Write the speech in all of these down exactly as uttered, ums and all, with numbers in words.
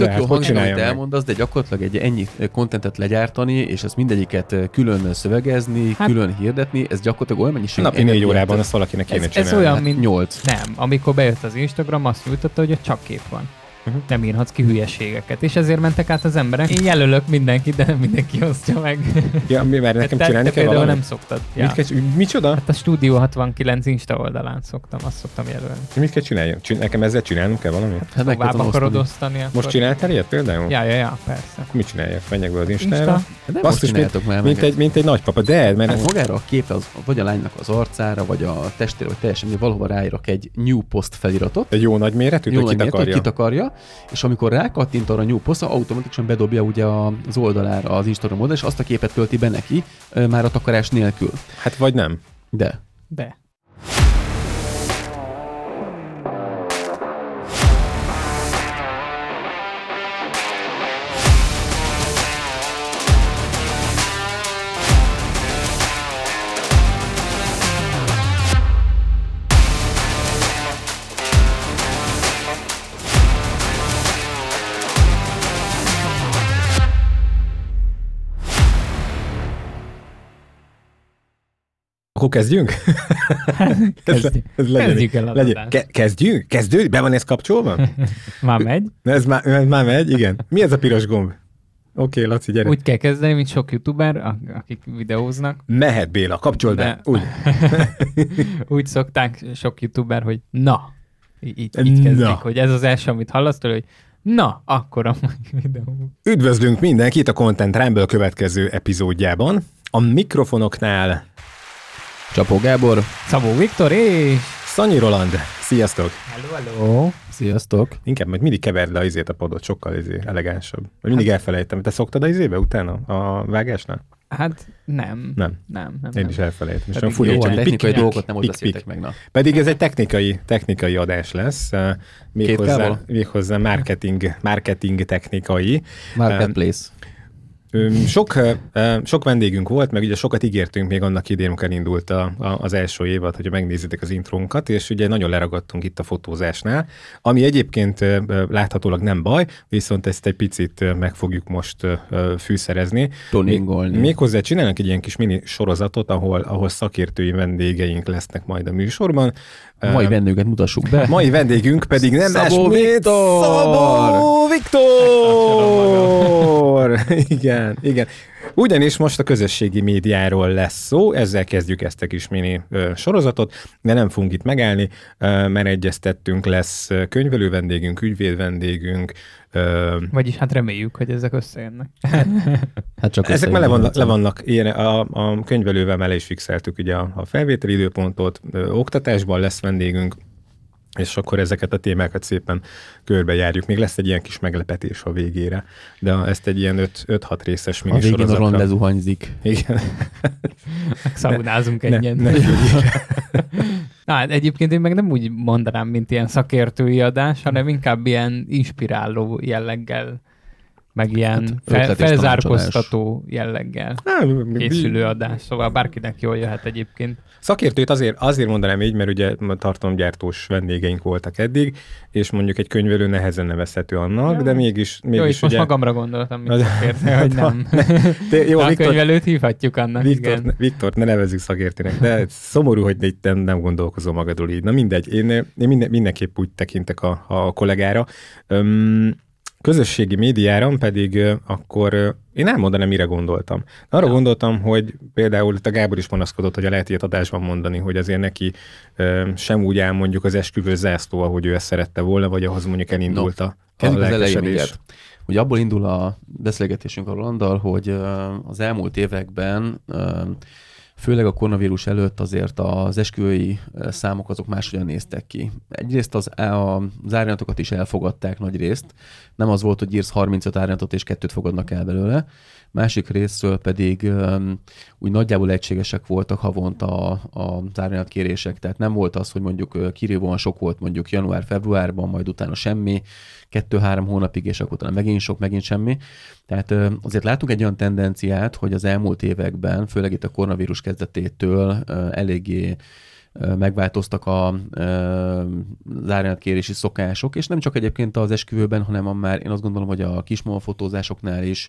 Tök jó hangzik, amit elmondasz, de gyakorlatilag egy ennyi kontentet legyártani, és ezt mindegyiket külön szövegezni, hát, külön hirdetni, ez gyakorlatilag olyan mennyiség. Napi négy órában ezt valakinek kéne ez, csinálni. Ez olyan, hát mint nyolc. Nem, amikor bejött az Instagram, azt nyújtotta, hogy a csak kép van. Uh-huh. Nem írhatsz ki hülyeségeket, és ezért mentek át az emberek. Én jelölök mindenkit, de nem mindenki osztja meg. Ja, mi már nekem te, csinálni te kell valamit? nem szoktad. Ja. Mit kell, micsoda? Hát a Studio hatvankilenc Insta oldalán szoktam, azt szoktam jelölni. Mit kell csinálni? Nekem ezzel csinálnom kell valamit? Hát, hát tovább akarod osztani. Akkor... Most csináltál ilyet például? Ja, ja, ja, persze. Mit csináljak? Menjek be az Instára? Insta? De most csináljátok már mint, egy, mint egy nagypapa, de... Mert hát magára a képre, az, vagy a lánynak az arcára, vagy a testére, vagy teljesen valahova ráírok egy new post feliratot. Egy jó nagy méretű, hogy kitakarja. kitakarja, és amikor rákattint arra a new post, automatikusan bedobja ugye az oldalára, az Instagram oldalra, és azt a képet tölti be neki, már a takarás nélkül. Hát vagy nem. De. De. Akkor kezdjünk? Kezdjük. ez, ez legyen, kezdjük el legyen. Ke- kezdjünk? Kezdő? Be van ez kapcsolva? Már megy? Ez már, ez már megy, igen. Mi ez a piros gomb? Oké, okay, Laci, gyere. Úgy kell kezdeni, mint sok youtuber, akik videóznak. Mehet, Béla, kapcsold be. Úgy. Úgy szokták sok youtuber, hogy na, így, így kezdik, na. Hogy ez az első, amit hallasz tőle, hogy na, akkor a videó. Üdvözlünk mindenkit a Content Rumble következő epizódjában. A mikrofonoknál Csapó Gábor, Szabó Viktor és Szanyi Roland. Sziasztok! Hello, hello! Sziasztok! Inkább majd mindig keverd le a izét a podot, sokkal izé, elegánsabb. Vagy mindig hát, elfelejtem. Te szoktad a izébe utána? A vágásnál? Hát nem. Nem. Nem, nem. Én nem. is elfelejtem. És pedig jó, a technikai dolgokat nem oda beszéltek meg. Na. Pedig ez egy technikai, technikai adás lesz. Méghozzá, méghozzá marketing, marketing technikai. Marketplace. Sok, sok vendégünk volt, meg ugye sokat ígértünk még annak idén, amikor indult a, a, az első évad, hogyha megnézitek az intrónkat, és ugye nagyon leragadtunk itt a fotózásnál, ami egyébként láthatólag nem baj, viszont ezt egy picit meg fogjuk most fűszerezni. Toningolni. Méghozzá csinálnak egy ilyen kis mini sorozatot, ahol, ahol szakértői vendégeink lesznek majd a műsorban. A mai vendégünket mutassuk be. Mai vendégünk pedig nem más, Szabó Viktor! Szabó Viktor! Igen, igen. Ugyanis most a közösségi médiáról lesz szó, ezzel kezdjük ezt a kis mini ö, sorozatot, de nem fogunk itt megállni, ö, mert egyeztettünk, lesz könyvelő vendégünk, ügyvéd vendégünk. Ö, Vagyis hát reméljük, hogy ezek összejönnek. hát csak ezek már le vannak, le vannak ilyen, a, a könyvelővel már le is fixeltük ugye a, a felvételi időpontot, ö, oktatásban lesz vendégünk, és akkor ezeket a témákat szépen körbejárjuk. Még lesz egy ilyen kis meglepetés a végére, de ezt egy ilyen öt-hat részes minisorozatra. A végén a ronde zuhanyzik. Igen. Megszaunázunk ennyien. Ne, ne Na, hát egyébként én meg nem úgy mondanám, mint ilyen szakértői adás, hanem inkább ilyen inspiráló jelleggel, meg ilyen hát, fe, felzárkóztató jelleggel készülő adás. Szóval bárkinek jól jöhet egyébként. Szakértőt azért, azért mondanám így, mert ugye tartalomgyártós vendégeink voltak eddig, és mondjuk egy könyvelő nehezen nevezhető annak, ja. de mégis... mégis jó, itt ugye... most magamra gondoltam, mint szakértő, hogy nem. De, jó, a Viktor, könyvelőt hívhatjuk annak, Viktor, igen. Viktort ne nevezzük szakértőnek, de szomorú, hogy itt nem, nem gondolkozom magadról így. Na mindegy, én, én minden, mindenképp úgy tekintek a, a kollégára. Öm, Közösségi médiáron pedig uh, akkor uh, én elmondanám, mire gondoltam. Arra ja. gondoltam, hogy például a Gábor is panaszkodott, hogy a lehet ilyet adásban mondani, hogy azért neki uh, sem úgy áll mondjuk az esküvős zászló, ahogy ő ezt szerette volna, vagy ahhoz mondjuk elindult no. a, a lelkesedés. Hogy abból indul a beszélgetésünk a Rolanddal, hogy uh, az elmúlt években uh, főleg a koronavírus előtt azért az esküvői számok azok máshogyan néztek ki. Egyrészt az, az árnyalatokat is elfogadták nagy részt. Nem az volt, hogy írsz harmincöt árnyalatot és kettőt fogadnak el belőle. Másik részről pedig um, úgy nagyjából egységesek voltak havonta az árnyalatkérések. Tehát nem volt az, hogy mondjuk kirívóan sok volt mondjuk január-februárban, majd utána semmi, kettő-három hónapig, és akkor utána megint sok, megint semmi. Tehát azért látunk egy olyan tendenciát, hogy az elmúlt években, főleg itt a koronavírus kezdetétől eléggé megváltoztak a, az árnyatkérési szokások, és nem csak egyébként az esküvőben, hanem a már én azt gondolom, hogy a kismama-fotózásoknál is,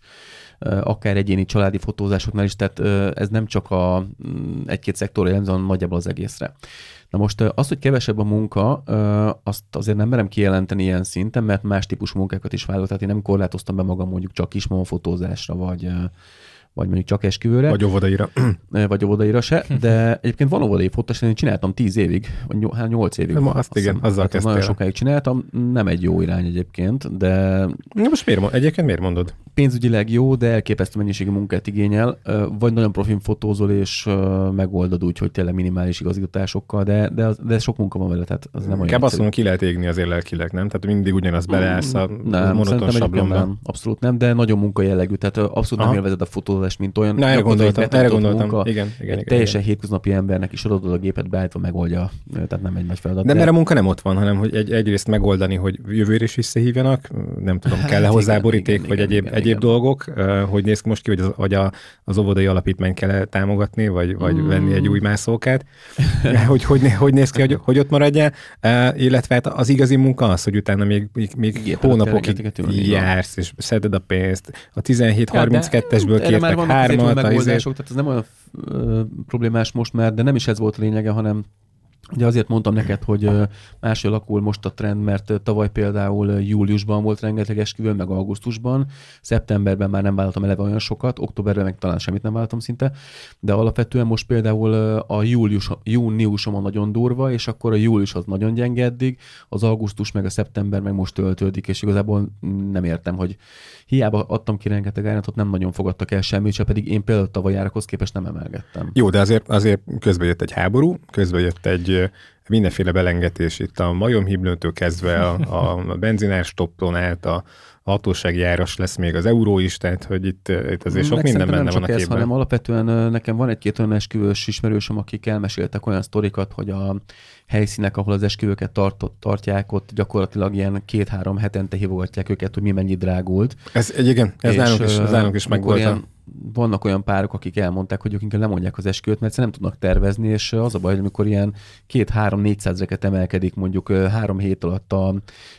akár egyéni családi fotózásoknál is, tehát ez nem csak a egy-két szektorra jellemző, hanem nagyjából az egészre. Na most az, hogy kevesebb a munka, azt azért nem merem kijelenteni ilyen szinten, mert más típusú munkákat is vállalok, tehát én nem korlátoztam be magam mondjuk csak kismama fotózásra, vagy vagy mondjuk csak esküvőre. Vagy óvodaira. Vagy óvodaira se, de egyébként van óvodai fotós, én csináltam tíz évig, vagy hát nyolc évig. Ma azt igen, azzal hát kezdtél. Nagyon sokáig csináltam, nem egy jó irány egyébként, de... Na most miért, egyébként miért mondod? Pénzügyileg jó, de elképesztő mennyiségű munkát igényel, vagy nagyon profin fotózol, és megoldod úgy, hogy tényleg minimális igazgatásokkal, de, de, de sok munka van vele, tehát az nem olyan. Inkább azt mondom, ki lehet égni azért lelkileg, nem? Tehát mindig ugyanaz beleállsz a nem, monoton sablonba. Nem, abszolút nem, de nagyon munkajellegű, tehát abszolút Aha. nem élvezed a fotózást, mint olyan. Na, erre gondoltam, erre gondoltam. Munka, igen, igen, igen, teljesen igen. hétköznapi embernek is adod a gépet beállítva megoldja, tehát nem egy nagy feladat. De, de mert a munka nem ott van, hanem hogy egy, egyrészt megoldani, hogy jövőre is visszahívjanak, nem tudom, hát kell-e hozzá boríték, igen, vagy igen, egyéb, igen, egyéb igen. dolgok, uh, hogy néz ki most ki, hogy az, hogy a, az óvodai alapítmányt kell támogatni, vagy, vagy mm. venni egy új mászókát, hogy, hogy, hogy néz ki, hogy, hogy ott maradjál, uh, illetve hát az igazi munka az, hogy utána még, még, még hónapokig jársz, és szeded a pénzt. A tizenhét harminckettesből ja, kértek hármat. Megoldások, tehát ez nem olyan ö, problémás most már, de nem is ez volt a lényege, hanem ugye azért mondtam neked, hogy máshogy alakul most a trend, mert tavaly például júliusban volt rengeteg esküvő, meg augusztusban, szeptemberben már nem vállaltam eleve olyan sokat, októberben meg talán semmit nem vállaltam szinte, de alapvetően most például a július, júniusom a nagyon durva, és akkor a július az nagyon gyenge eddig, az augusztus meg a szeptember meg most töltődik, és igazából nem értem, hogy hiába adtam ki rengeteg árnyatot, nem nagyon fogadtak el semmit, se pedig én például tavaly árakhoz képest nem emelgettem. Jó, de azért, azért közben jött egy háború, közben jött egy mindenféle belengetés itt a majomhimlőtől kezdve a, a benzinás stoppon át, a hatósági áras lesz még az euró is, tehát hogy itt, itt azért sok minden benne van a képben. Ez, hanem alapvetően nekem van egy-két olyan esküvős ismerősöm, akik elmeséltek olyan sztorikat, hogy a helyszínek, ahol az esküvőket tartott, tartják, ott gyakorlatilag ilyen két-három hetente hívogatják őket, hogy mi mennyi drágult. Ez igen, ez nálunk is, ez nálunk is megvolt. Vannak olyan párok, akik elmondták, hogy ők inkább lemondják az esküvőt, mert nem tudnak tervezni, és az a baj, hogy amikor ilyen két-három-négyszázreket emelkedik mondjuk három hét alatt a,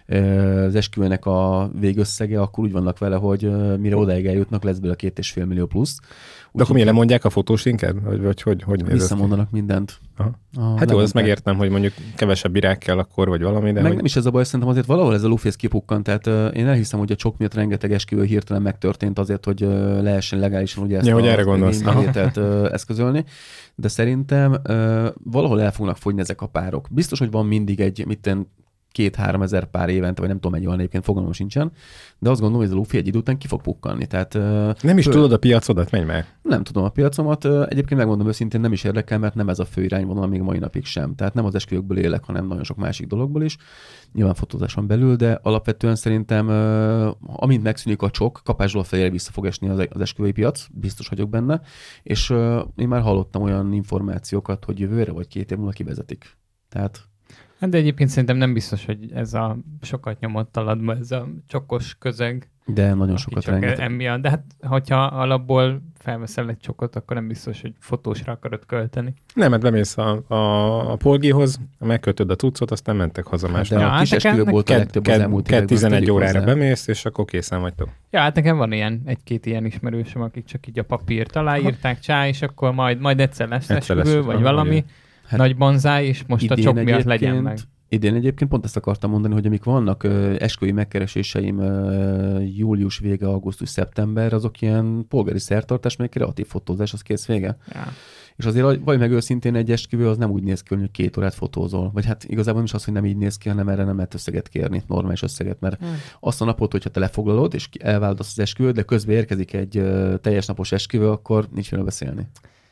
az esküvőnek a végösszege, akkor úgy vannak vele, hogy mire odáig eljutnak, lesz belőle két és fél millió plusz. De akkor miért lemondják a fotós inkább? Vagy, vagy hogy, hogy visszamondanak mindent. Aha. Hát jó, azt megértem, hogy mondjuk kevesebb virág kell akkor, vagy valami. De meg hogy... nem is ez a baj, szerintem azért valahol ez a lufész kipukkant, tehát uh, én elhiszem, hogy a csok miatt rengeteg esküvő hirtelen megtörtént azért, hogy uh, lehessen legálisan ugye ezt ja, a, hogy erre gondolsz. Vételt, uh, eszközölni, de szerintem uh, valahol el fognak fogyni ezek a párok. Biztos, hogy van mindig egy, mitten két-három ezer pár évente, vagy nem tudom, egy olyan egyébként fogalmam sincsen, de azt gondolom, hogy ez a lufi egy idő után ki fog pukkanni. Tehát, nem is fő... tudod a piacodat, menj már. Nem tudom a piacomat, egyébként megmondom őszintén, nem is érdekel, mert nem ez a fő irányvonal még mai napig sem. Tehát nem az esküvőkből élek, hanem nagyon sok másik dologból is. Nyilván fotózáson belül, de alapvetően szerintem, amint megszűnik a csok, kapásból fejére vissza fog esni az esküvői piac, biztos vagyok benne, és én már hallottam olyan információkat, hogy jövőre vagy két év múlva kivezetik. Tehát de egyébként szerintem nem biztos, hogy ez a sokat nyomott alatban, ez a csokos közeg. De nagyon sokat rengeteg. Emiatt. De hát, hogyha alapból felveszel egy csokot, akkor nem biztos, hogy fotósra akarod költeni. Nem, mert bemész a, a, a polgihoz, megkötöd a cuccot, aztán mentek haza hát másnap. De a kis esküvő volt a legtöbb az elmúlt években. tizenegy órára bemész, és akkor készen vagytok. Ja, hát nekem van ilyen, egy-két ilyen ismerősöm, akik csak így a papírt aláírták, csá, és akkor majd, majd egyszer lesz esküvő, vagy valami hát nagy bonzáj, és most a csok miatt legyen meg. Idén egyébként pont ezt akartam mondani, hogy amik vannak uh, esküvői megkereséseim uh, július vége, augusztus, szeptember, azok ilyen polgári szertartás, meg kreatív fotózás, az kész vége. Ja. És azért vagy meg őszintén egy esküvő az nem úgy néz ki, hogy két órát fotózol. Vagy hát igazából nem is az, hogy nem így néz ki, hanem erre nem lehet összeget kérni, normális összeget, mert hmm. azt a napot, hogyha te lefoglalod, és elváldasz az esküvőt, de közben érkezik egy uh, teljes napos esküvő, akkor nincs miről beszélni.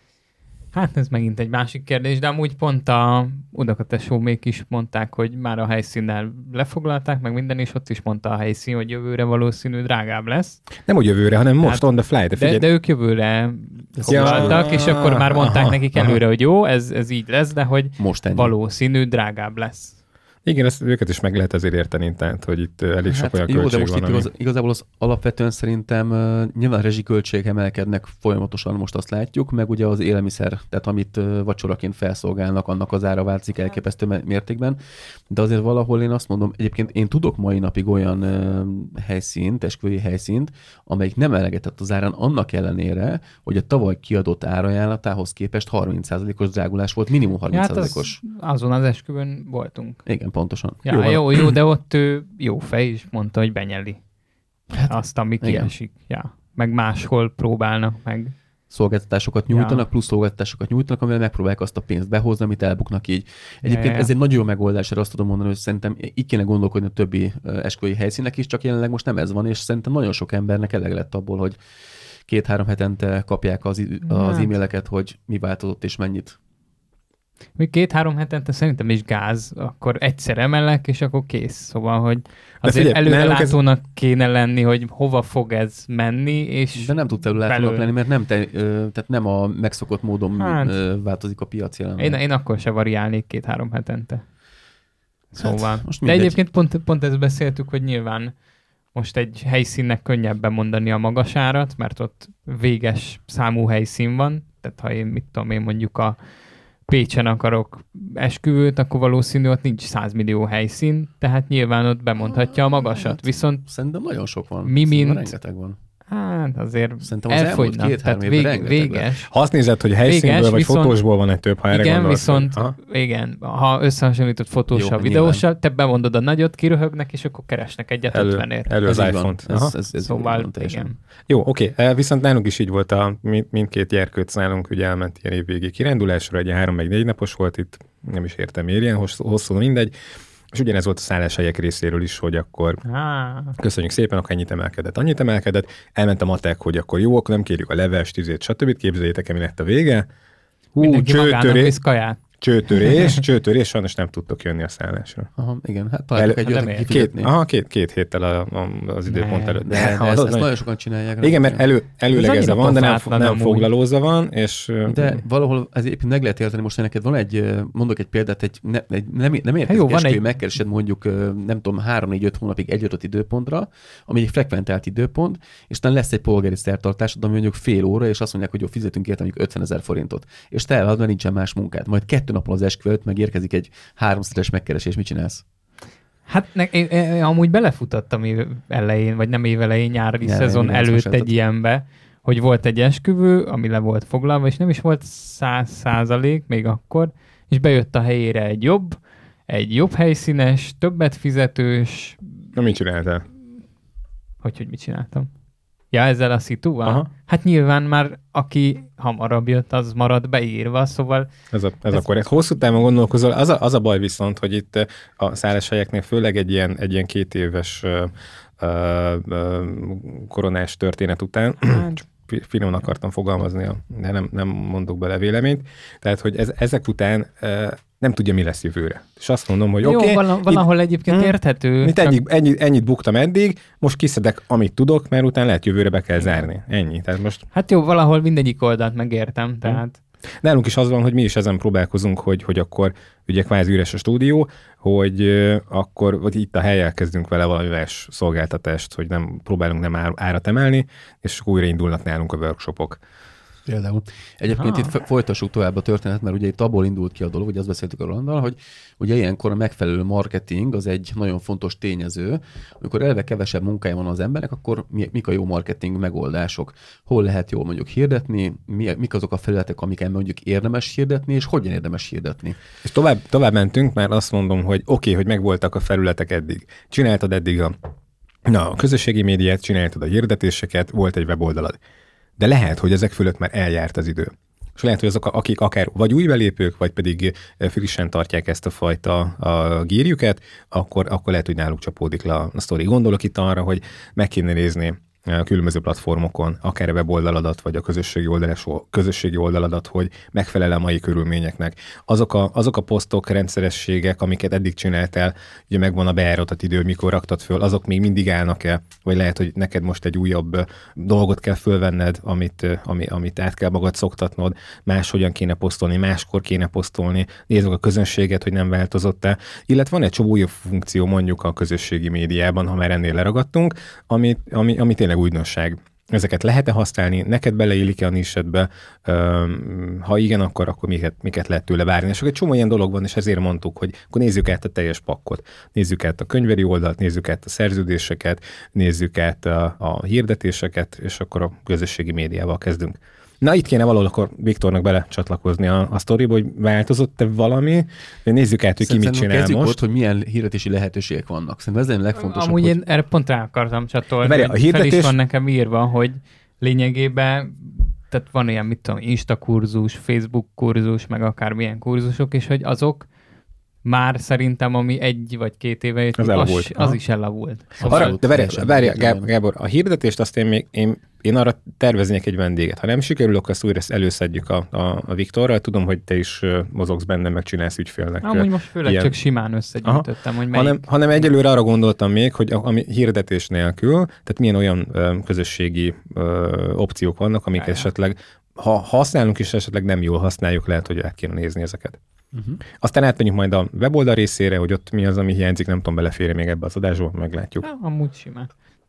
Hát ez megint egy másik kérdés, de amúgy pont a udakatesómék is mondták, hogy már a helyszínnel lefoglalták, meg minden, és ott is mondta a helyszín, hogy jövőre valószínű drágább lesz. Nem úgy jövőre, hanem most hát, on the fly. De, de, de ők jövőre foglaltak, ja, és akkor már mondták aha, nekik előre, aha. hogy jó, ez, ez így lesz, de hogy valószínű drágább lesz. Igen, ezt, őket is meg lehet ezért érteni, tehát, hogy itt elég sok hát olyan jó, költség de most van. itt igaz, igazából az alapvetően szerintem uh, nyilván a rezsiköltségek emelkednek folyamatosan, most azt látjuk, meg ugye az élelmiszer, tehát amit uh, vacsoraként felszolgálnak, annak az ára változik elképesztő mértékben, de azért valahol én azt mondom, egyébként én tudok mai napig olyan uh, helyszínt, esküvői helyszínt, amelyik nem elegetett az árán annak ellenére, hogy a tavaly kiadott árajánlatához képest harminc százalékos drágulás volt, minimum harminc százalékos. Hát az, azon az esküvőn voltunk. Igen, pontosan. Ja, jó, jó, de ott ő jó fej is mondta, hogy benyeli. Hát, azt, ami kiesik. Ja. Meg máshol próbálnak meg. Szolgáltatásokat nyújtanak, ja. plusz szolgáltatásokat nyújtanak, amivel megpróbálják azt a pénzt behozni, amit elbuknak így. Egyébként ja, ja. ez egy nagyon jó megoldás, erre azt tudom mondani, hogy szerintem így kéne gondolkodni a többi esküvői helyszínnek is, csak jelenleg most nem ez van, és szerintem nagyon sok embernek elég lett abból, hogy két-három hetente kapják az, az e-maileket, hogy mi változott és mennyit. Még két-három hetente szerintem is gáz, akkor egyszer emelek, és akkor kész. Szóval, hogy azért előrelátónak ez... kéne lenni, hogy hova fog ez menni, és... De nem tudsz előrelátónak lenni, mert nem, te, tehát nem a megszokott módon hát, változik a piac jelenleg. Én, én akkor se variálnék két-három hetente. Szóval. Hát, most de egyébként pont, pont ezt beszéltük, hogy nyilván most egy helyszínnek könnyebb bemondani a magasárat, mert ott véges számú helyszín van, tehát ha én, mit tudom én, mondjuk a Pécsen akarok esküvőt, akkor valószínű ott nincs száz millió helyszín, tehát nyilván ott bemondhatja a magasat. Hát, viszont szerintem nagyon sok van. Mi mint... rengeteg van. Hát azért szerintem az elmúlt két-három évben vég, véges. Ha azt nézed, hogy helyszínből véges, vagy viszont, fotósból van egy több, ha erre igen, gondolsz. Viszont, igen, ha összehasonlított fotóssal, videóssal, te bemondod a nagyot, kiröhögnek, és akkor keresnek egyet elő, ötvenért. Elő az iPhone-t. Ez, ez, ez szóval, igen. Jó, oké. Okay. Viszont nálunk is így volt, a mindkét gyerkőc nálunk ugye elment ilyen évvégi kirándulásra, egy három meg négy napos volt itt, nem is értem miért ilyen hosszú, mindegy. És ugyanez volt a szálláshelyek részéről is, hogy akkor ah. köszönjük szépen, akkor ennyit emelkedett, annyit emelkedett. Elment a matek, hogy akkor jó, akkor nem kérjük a levest, tüzét, stb. Képzeljétek el, mi lett a vége. Hú, csőtörés, csőtörés, csőtörés, sajnos nem tudtok jönni a szállásra. Aha, igen, hát találjuk egy ötlet két, aha, két, két héttel a, a, az időpont előtt. De, de, de ezt, ezt nagyon sokan csinálják. Igen, mert elő, előlegezve van, de nem, nem foglalózva van. És, de valahol ez éppen meg lehet érteni most, hogy neked van egy, mondok egy példát, egy, ne, egy nem, nem érkezik esküvő, egy... megkeresed mondjuk, nem tudom, három-négy-öt hónapig egy adott időpontra, ami egy frekventált időpont, és utána lesz egy polgári szertartásod, ami mondjuk fél óra, és azt mondják, hogy jó, fizetünk érte mondjuk ötvenezer forintot. És te elvadva nincsen más munkát. Majd kettő nappal az esküvőt megérkezik egy háromszeres megkeresés, mit csinálsz? Hát ne, én, én amúgy belefutottam év elején, vagy nem év elején, nyári ja, szezon előtt egy ilyenbe, hogy volt egy esküvő, ami le volt foglalva, és nem is volt száz százalék még akkor, és bejött a helyére egy jobb, egy jobb helyszínes, többet fizetős. Na, mit csináltál? Hogy, hogy mit csináltam? Ja, ezzel a szitúval? Aha. Hát nyilván már aki hamarabb jött, az marad beírva, szóval... Ez a, ez ez a korrekt. Hosszú távon gondolkozol, az a, az a baj viszont, hogy itt a szálláshelyeknél főleg egy ilyen, egy ilyen két éves uh, uh, koronás történet után, hát. Finoman akartam fogalmazni, de nem, nem mondok bele véleményt, tehát, hogy ez, ezek után uh, nem tudja, mi lesz jövőre. És azt mondom, hogy oké. Okay, vala, valahol itt, egyébként hmm, érthető. Mint csak... ennyi, ennyi, ennyit buktam eddig, most kiszedek, amit tudok, mert utána lehet jövőre be kell zárni. Ennyi. Tehát most... Hát jó, valahol mindegyik oldalt megértem, tehát... Nálunk is az van, hogy mi is ezen próbálkozunk, hogy, hogy akkor ugye kvázi üres a stúdió, hogy uh, akkor vagy itt a helyen kezdünk vele valami más szolgáltatást, hogy nem próbálunk nem árat emelni, és újra indulnak nálunk a workshopok. Például. Egyébként ah. itt folytassuk tovább a történet, mert ugye itt abból indult ki a dolog, hogy azt beszéltük a Rolanddal, hogy ugye ilyenkor a megfelelő marketing az egy nagyon fontos tényező. Amikor eleve kevesebb munkája van az embernek, akkor mik a jó marketing megoldások? Hol lehet jól mondjuk hirdetni? Mik azok a felületek, amiken mondjuk érdemes hirdetni, és hogyan érdemes hirdetni? És tovább, tovább mentünk, mert azt mondom, hogy oké, okay, hogy megvoltak a felületek eddig. Csináltad eddig a, na, a közösségi médiát, csináltad a hirdetéseket, volt egy weboldalad. De lehet, hogy ezek fölött már eljárt az idő. És lehet, hogy azok, akik akár vagy új belépők, vagy pedig frissen tartják ezt a fajta a gírjüket, akkor, akkor lehet, hogy náluk csapódik le a sztori. Gondolok itt arra, hogy meg kéne nézni különböző platformokon, akár a weboldaladat, vagy a közösségi, oldalas, közösségi oldaladat, hogy megfelel a mai körülményeknek. Azok a, azok a posztok, rendszerességek, amiket eddig csináltál, ugye megvan a bejáratott idő, mikor raktad föl, azok még mindig állnak-e? Vagy lehet, hogy neked most egy újabb dolgot kell fölvenned, amit, ami, amit át kell magad szoktatnod, máshogyan kéne posztolni, máskor kéne posztolni, nézd meg a közönséget, hogy nem változott-e. Illetve van egy csomó újabb funkció mondjuk a közösségi médiában, ha már ennél leragadtunk, amit, ami, ami tényleg újdonság. Ezeket lehet-e használni? Neked beleillik-e a nisedbe? Ha igen, akkor, akkor miket, miket lehet tőle várni? És egy csomó ilyen dolog van, és ezért mondtuk, hogy akkor nézzük át a teljes pakkot. Nézzük át a könyveri oldalt, nézzük át a szerződéseket, nézzük át a, a hirdetéseket, és akkor a közösségi médiával kezdünk. Na, itt kéne valahol akkor Viktornak bele csatlakozni a, a sztoriba, hogy változott-e valami. Nézzük át, hogy ki mit csinál most. Ott, hogy milyen hirdetési lehetőségek vannak. Szerintem ez a legfontosabb. Amúgy hogy... én erre pont rá akartam csatolni. Várja, a hirdetés... Fel is van nekem írva, hogy lényegében, tehát van ilyen, mit tudom, Insta kurzus, Facebook kurzus, meg akármilyen kurzusok, és hogy azok már szerintem, ami egy vagy két éve jött, az, az, az is elavult. Szóval arra, de várjál, várjál Gábor, a hirdetést azt én még, én, én arra terveznék egy vendéget. Ha nem sikerül, akkor azt újra előszedjük a, a, a Viktorral. Tudom, hogy te is mozogsz benne, meg csinálsz ügyfélnek. Amúgy most főleg ilyen... csak simán összegyűjtöttem, hogy melyik... Hanem, hanem egyelőre arra gondoltam még, hogy a, ami hirdetés nélkül, tehát milyen olyan ö, közösségi ö, opciók vannak, amik Jaj. esetleg, ha használunk is, esetleg nem jól használjuk, lehet, hogy át kéne nézni ezeket. Uh-huh. Aztán átmenjünk majd a weboldal részére, hogy ott mi az, ami hiányzik, nem tudom, beleférni még ebbe az adásba, meglátjuk. Ja, amúgy simán.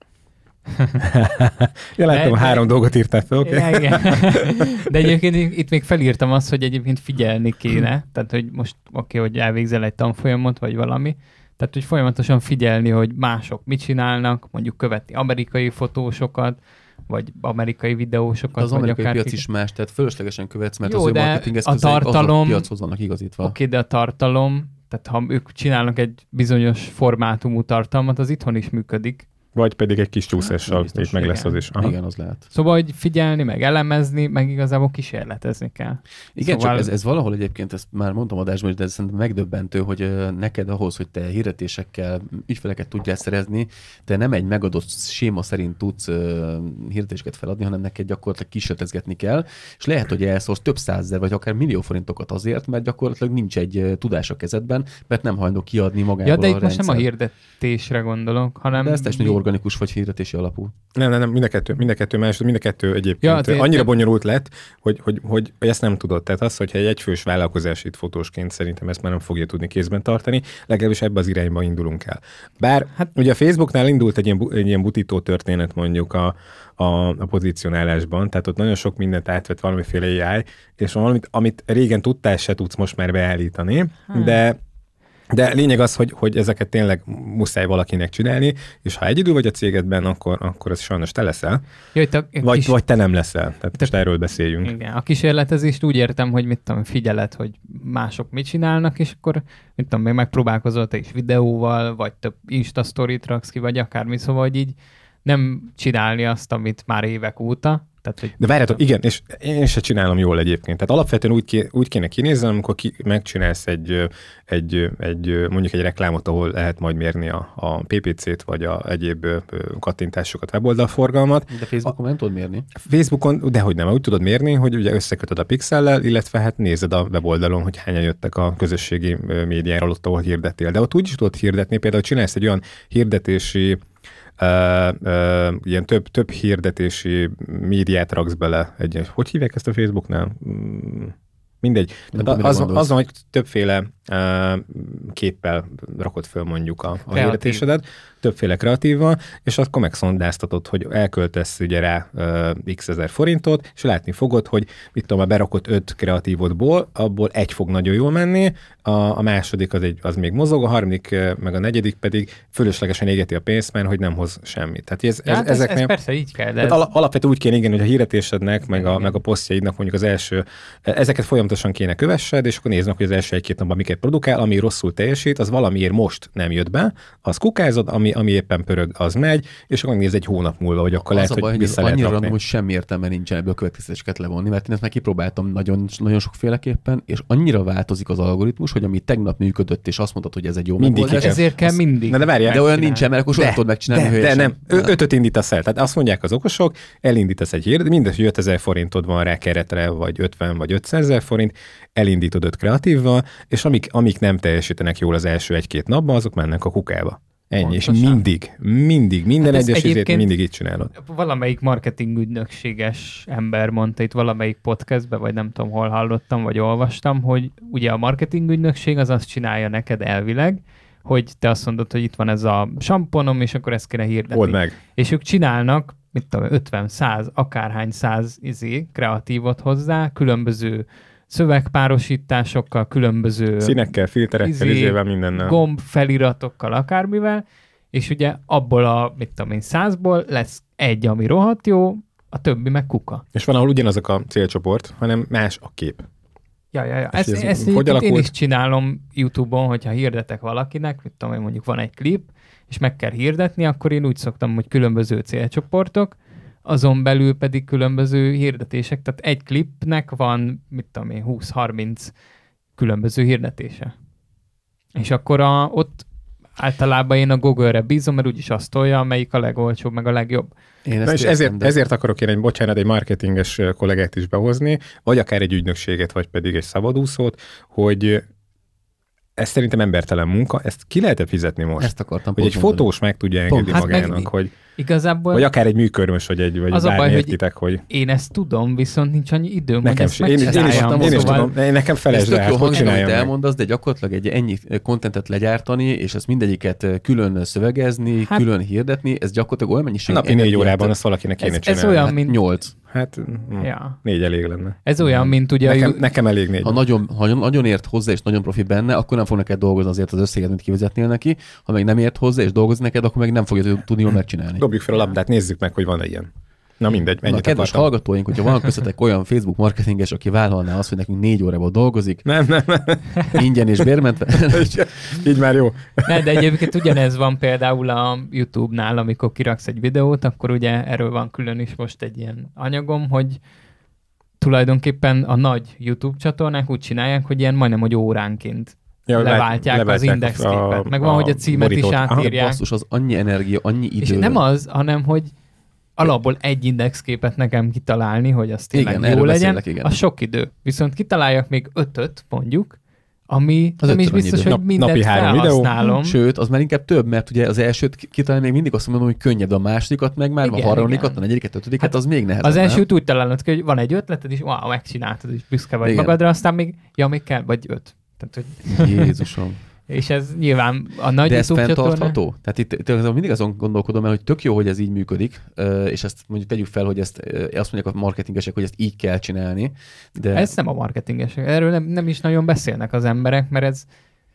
Ja, látom, három dolgot írtál fel, oké? Okay? Ja, de egyébként itt még felírtam azt, hogy egyébként figyelni kéne, tehát hogy most oké, okay, hogy elvégzel egy tanfolyamot, vagy valami, tehát hogy folyamatosan figyelni, hogy mások mit csinálnak, mondjuk követni amerikai fotósokat, vagy amerikai videósokat. De az amerikai akár piac ki... is más, tehát fölöslegesen követsz, mert Jó, az ő marketing eszközeik tartalom... a piachoz vannak igazítva. Oké, okay, de a tartalom, tehát ha ők csinálnak egy bizonyos formátumú tartalmat, az itthon is működik. Vagy pedig egy kis csúszással, így meg lesz az is. Aha. Igen, az lehet. Szóval, hogy figyelni, meg elemezni, meg igazából kísérletezni kell. Igen, szóval... csak ez, ez valahol egyébként, ezt már mondtam adásban is, de ez szerintem megdöbbentő, hogy neked ahhoz, hogy te hirdetésekkel ügyfeleket tudjál szerezni, te nem egy megadott séma szerint tudsz hirdetéseket feladni, hanem neked gyakorlatilag kísérletezgetni kell, és lehet, hogy elszórsz több százezer, vagy akár millió forintokat azért, mert gyakorlatilag nincs egy tudás a kezedben, mert nem hajlandó kiadni magából ja, de itt a most rendszer. Nem a hirdetésre gondolok, hanem... De ez teljesen organikus vagy hirdetési alapú. Nem, nem, nem, mind a kettő, mind a kettő más, mind a kettő egyébként ja, annyira bonyolult lett, hogy, hogy, hogy, hogy ezt nem tudod. Tehát az, hogyha egy egyfős vállalkozás itt fotósként szerintem ezt már nem fogja tudni kézben tartani, legalábbis ebbe az irányba indulunk el. Bár hát ugye a Facebooknál indult egy ilyen, egy ilyen butító történet mondjuk a, a, a pozícionálásban, tehát ott nagyon sok mindent átvett valamiféle á i, és valamit, amit régen tudtál, se tudsz most már beállítani, hmm. de De lényeg az, hogy, hogy ezeket tényleg muszáj valakinek csinálni, és ha egyedül vagy a cégedben, akkor, akkor ez sajnos te leszel, Jó, a, a vagy, kis... vagy te nem leszel. Tehát te... most erről beszéljünk. Igen, a kísérletezést úgy értem, hogy mit tudom, figyeled, hogy mások mit csinálnak, és akkor mit tudom, még megpróbálkozol te is videóval, vagy több Insta sztorit raksz ki, vagy akármi, szóval hogy így nem csinálni azt, amit már évek óta. Tehát, hogy de várjátok, igen, és én se csinálom jól egyébként. Tehát alapvetően úgy, ké, úgy kéne kinézni, amikor ki, megcsinálsz egy, egy, egy, mondjuk egy reklámot, ahol lehet majd mérni a, a pé pé cét, vagy a egyéb kattintásokat, weboldalforgalmat. De Facebookon a, nem tudod mérni? Facebookon, dehogy nem, úgy tudod mérni, hogy ugye összekötöd a pixellel, illetve hát nézed a weboldalon, hogy hányan jöttek a közösségi médiáról ott, ahol hirdettél. De ott úgy is tudod hirdetni, például csinálsz egy olyan hirdetési Uh, uh, ilyen több, több hirdetési médiát raksz bele. Egy, hogy hívják ezt a Facebooknál? Mindegy. Tehát az, az van, hogy többféle uh, képpel rakod föl mondjuk a, a hirdetésedet, többféle kreatívval, és akkor megszondáztatod, hogy elköltesz ugye rá uh, x ezer forintot, és látni fogod, hogy mit tudom, berakott öt kreatívodból, abból egy fog nagyon jól menni, a, a második az, egy, az még mozog, a harmadik meg a negyedik pedig fölöslegesen égeti a pénzt, mert hogy nem hoz semmit. Tehát ez, ja, ez, ezek ez, ez persze így kell. Ez... Al- alapvetően úgy kéne, igen, hogy a hirdetésednek, meg a, meg a posztjaidnak mondjuk az első, ezeket folyamatosan kéne kövessed, és akkor néznek, hogy az első egy-két napban miket produkál, ami rosszul teljesít, az valamiért most nem jött be, az kukázod, ami ami, ami éppen pörög, az megy, és akkor néz egy hónap múlva, hogy akkor az lehet, baj, hogy vissza lehet annyira rakni. random, hogy semmi értelme nincsen ebből következtetéseket levonni, mert én ezt már kipróbáltam nagyon, nagyon sokféleképpen, és annyira változik az algoritmus, hogy ami tegnap működött, és azt mondtad, hogy ez egy jó mindig megoldás. Ezért kell az, mindig. De, de, várjál, de olyan nincsen, mert akkor soha tudod megcsinálni. De, de nem, Ö, ötöt indítasz el. Tehát azt mondják az okosok, elindítasz egy hírt, mindegy, hogy ötezer forintod van rá keretre, vagy ötven vagy ötszázezer forint, elindítod öt kreatívval, és amik, amik nem teljesítenek jól az első egy-két napban, azok mennek a kukába. Ennyi, pontosan. És mindig, mindig, minden hát egyes izét mindig így csinálod. Valamelyik marketing ügynökséges ember mondta itt valamelyik podcastben, vagy nem tudom, hol hallottam, vagy olvastam, hogy ugye a marketing ügynökség az azt csinálja neked elvileg, hogy te azt mondod, hogy itt van ez a samponom, és akkor ezt kéne hirdetni. Old meg. És ők csinálnak, mit tudom, ötven, száz, akárhány száz izé, kreatívot hozzá, különböző szövegpárosításokkal, különböző színekkel, filterekkel, izé, izével, mindennel. Gomb feliratokkal, akármivel, és ugye abból a, mit tudom én, százból lesz egy, ami rohadt jó, a többi meg kuka. És van, ahol ugyanazok a célcsoport, hanem más a kép. Ja, ja, ja. Ezt, ez ezt én is csinálom YouTube-on, hogyha hirdetek valakinek, mit tudom én, mondjuk van egy klip, és meg kell hirdetni, akkor én úgy szoktam, hogy különböző célcsoportok, azon belül pedig különböző hirdetések, tehát egy klipnek van, mit tudom én, húsz-harminc különböző hirdetése. És akkor a, ott általában én a Google-re bízom, mert úgyis azt tolja, amelyik a legolcsóbb, meg a legjobb. Én ezt Na és ezért, de... ezért akarok én egy, bocsánat, egy marketinges kollégát is behozni, vagy akár egy ügynökséget, vagy pedig egy szabadúszót, hogy ez szerintem embertelen munka, ezt ki lehet fizetni most? Ezt akartam. Hogy egy mondani. Fotós meg tudja engedni pont, magának, hát hogy igazából vagy akár egy műkörmös, vagy egy vagy az bármi a baj, értitek, hogy... Én ezt tudom, viszont nincs annyi időm, nekem hogy ezt én, én, is, én, én is tudom, én nekem felesd rá, hogy csináljam meg. Elmondasz, de gyakorlatilag egy ennyi kontentet legyártani, és ezt mindegyiket külön szövegezni, hát, külön hirdetni, ez gyakorlatilag olyan mennyiség. Napi négy órában ezt valakinek kéne csinálni. Ez olyan, mint nyolc. Hát ja. négy elég lenne. Ez olyan, mint ugye... Nekem, a... nekem elég négy. Ha nagyon, ha nagyon ért hozzá, és nagyon profi benne, akkor nem fog neked dolgozni azért az összeget, amit kivezetnél neki. Ha meg nem ért hozzá, és dolgozni neked, akkor meg nem fogja tudni jól megcsinálni. Dobjuk fel a labdát, nézzük meg, hogy van-e ilyen. Na mindegy, mennyit Na, kedves akartam. hallgatóink, hogyha van köztetek olyan Facebook marketinges, aki vállalná azt, hogy nekünk négy órában dolgozik, nem, nem, nem. ingyen és bérmentve. Így már jó. Ne, de egyébként ugyanez van például a YouTube-nál, amikor kiraksz egy videót, akkor ugye erről van külön is most egy ilyen anyagom, hogy tulajdonképpen a nagy YouTube csatornák úgy csinálják, hogy ilyen majdnem, hogy óránként ja, leváltják, leváltják az indexképet. Meg van, a hogy a címet borítót. Is átírják. Basszus, az annyi energia, annyi idő. És nem az, hanem, hogy alapból egy indexképet nekem kitalálni, hogy az tényleg igen, jó legyen, beszélek, az sok idő. Viszont kitaláljak még ötöt, mondjuk, ami az nem is biztos, idő. Hogy mindent napi három felhasználom. Videó. Sőt, az már inkább több, mert ugye az elsőt kitalálni még mindig azt mondom, hogy könnyebb, a másodikat meg már, igen, a harmadikat, a negyediket, a ötödiket, hát az még nehezebb. Az elsőt úgy találnod ki, hogy van egy ötleted, és wow, megcsináltad, és büszke vagy igen. magadra, aztán még, ja, még kell, vagy öt. Tehát, hogy... Jézusom. És ez nyilván a nagy de ez YouTube fenntartható? csatorna... Tehát itt, itt mindig azon gondolkodom el, hogy tök jó, hogy ez így működik, és ezt mondjuk tegyük fel, hogy ezt azt mondják a marketingesek, hogy ezt így kell csinálni. De... Ez nem a marketingesek. Erről nem, nem is nagyon beszélnek az emberek, mert ez...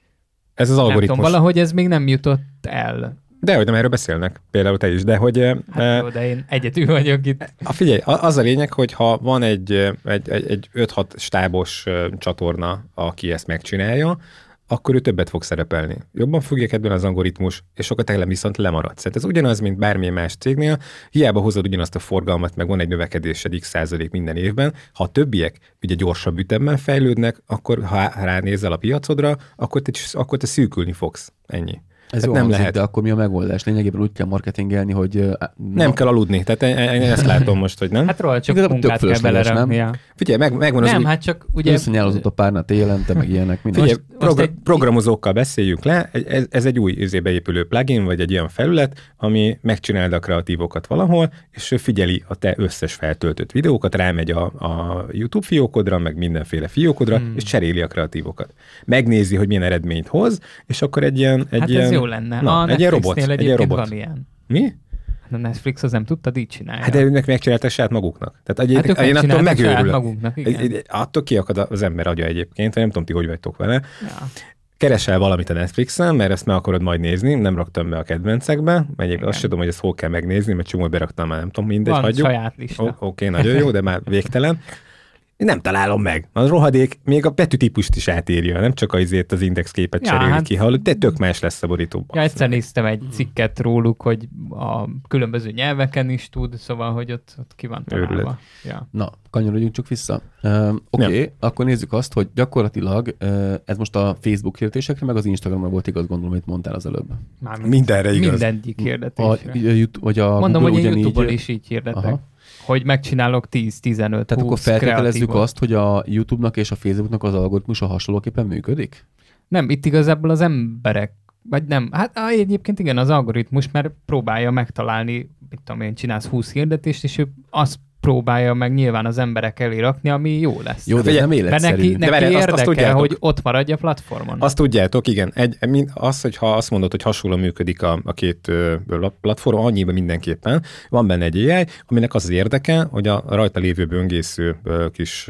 Ez az algoritmus. Tudom, valahogy ez még nem jutott el. De hogy nem erről beszélnek, például te is, de hogy... Hát e, jó, de én egyetül vagyok itt. A figyelj, az a lényeg, hogy ha van egy, egy, egy, egy öt-hat stábos csatorna, aki ezt megcsinálja, akkor ő többet fog szerepelni. Jobban fogja kedvelni az algoritmus, és sokat ellen viszont lemaradsz. Tehát ez ugyanaz, mint bármilyen más cégnél, hiába hozod ugyanazt a forgalmat, meg van egy növekedésed x százalék minden évben, ha a többiek ugye gyorsabb ütemben fejlődnek, akkor ha ránézel a piacodra, akkor te, akkor te szűkülni fogsz. Ennyi. Ez jó nem hangzik, lehet. De akkor mi a megoldás? Lényegében úgy kell marketingelni, hogy... Nem na. kell aludni. Tehát én ezt látom most, hogy nem. Hát róla csak de munkát kell belerakni. Ja. Figyelj, meg, megvan az... Nem, hát csak ugye... Összenyálozott a párnát éjjelente, meg ilyenek. Figyelj, most, progr- most egy... programozókkal beszéljünk le. Ez, ez egy új beépülő plugin, vagy egy ilyen felület, ami megcsinálja a kreatívokat valahol, és figyeli a te összes feltöltött videókat, rámegy a, a YouTube fiókodra, meg mindenféle fiókodra, hmm. és cseréli a kreatívokat. Megnézi, hogy milyen eredményt hoz, és akkor egy ilyen... Egy hát ilyen jó lenne. Na, a egy ilyen robot. Egy ilyen robot. Van ilyen. Mi? A Netflix az nem tudtad, így csinálja. Hát de őnek megcsinálták saját maguknak. Tehát egy, hát én attól megőrülök. Maguknak, igen. Egy, egy, attól kiakad az ember agya egyébként, vagy nem tudom, ti hogy vagytok vele. Ja. Keresel valamit a Netflixen, mert ezt meg akarod majd nézni, nem raktam be a kedvencekbe, mert azt sem tudom, hogy ezt hol kell megnézni, mert csomót beraktam, már nem tudom, mindegy, van hagyjuk. Saját lista. Oké, okay, nagyon jó, de már végtelen. Nem találom meg. A rohadék még a betűtípust is átírja, nem csak azért az indexképet ja, cseréli hát... ki, ha de tök más lesz a borítóban. Ja, egyszer néztem egy cikket róluk, hogy a különböző nyelveken is tud, szóval, hogy ott, ott ki van találva. Ja. Na, kanyarodjunk csak vissza. Uh, Oké, okay, ja. Akkor nézzük azt, hogy gyakorlatilag uh, ez most a Facebook hirdetésekre, meg az Instagramra volt igaz, gondolom, amit mondtál az előbb. Már mindenre igaz. Mindegyik hirdetésre. A, vagy a Mondom, Google hogy a ugyanígy... YouTube-on is így hirdetek. Aha. Hogy megcsinálok tíz, tizenöt, Tehát húsz akkor feltételezzük kreatívon. azt, hogy a YouTube-nak és a Facebook-nak az algoritmusa hasonlóképpen működik? Nem, itt igazából az emberek, vagy nem, hát egyébként igen, az algoritmus, mert próbálja megtalálni, mit tudom én, csinálsz húsz hirdetést, és ő azt próbálja meg nyilván az emberek elé rakni, ami jó lesz. Jó, de nem életszerű. Mert neki, neki várjál, érdekel, azt, hogy ott maradj a platformon. Azt tudjátok, igen. Egy, az, hogyha azt mondod, hogy hasonlóan működik a, a két platform, annyiban mindenképpen van benne egy á i, aminek az, az érdeke, hogy a rajta lévő böngésző kis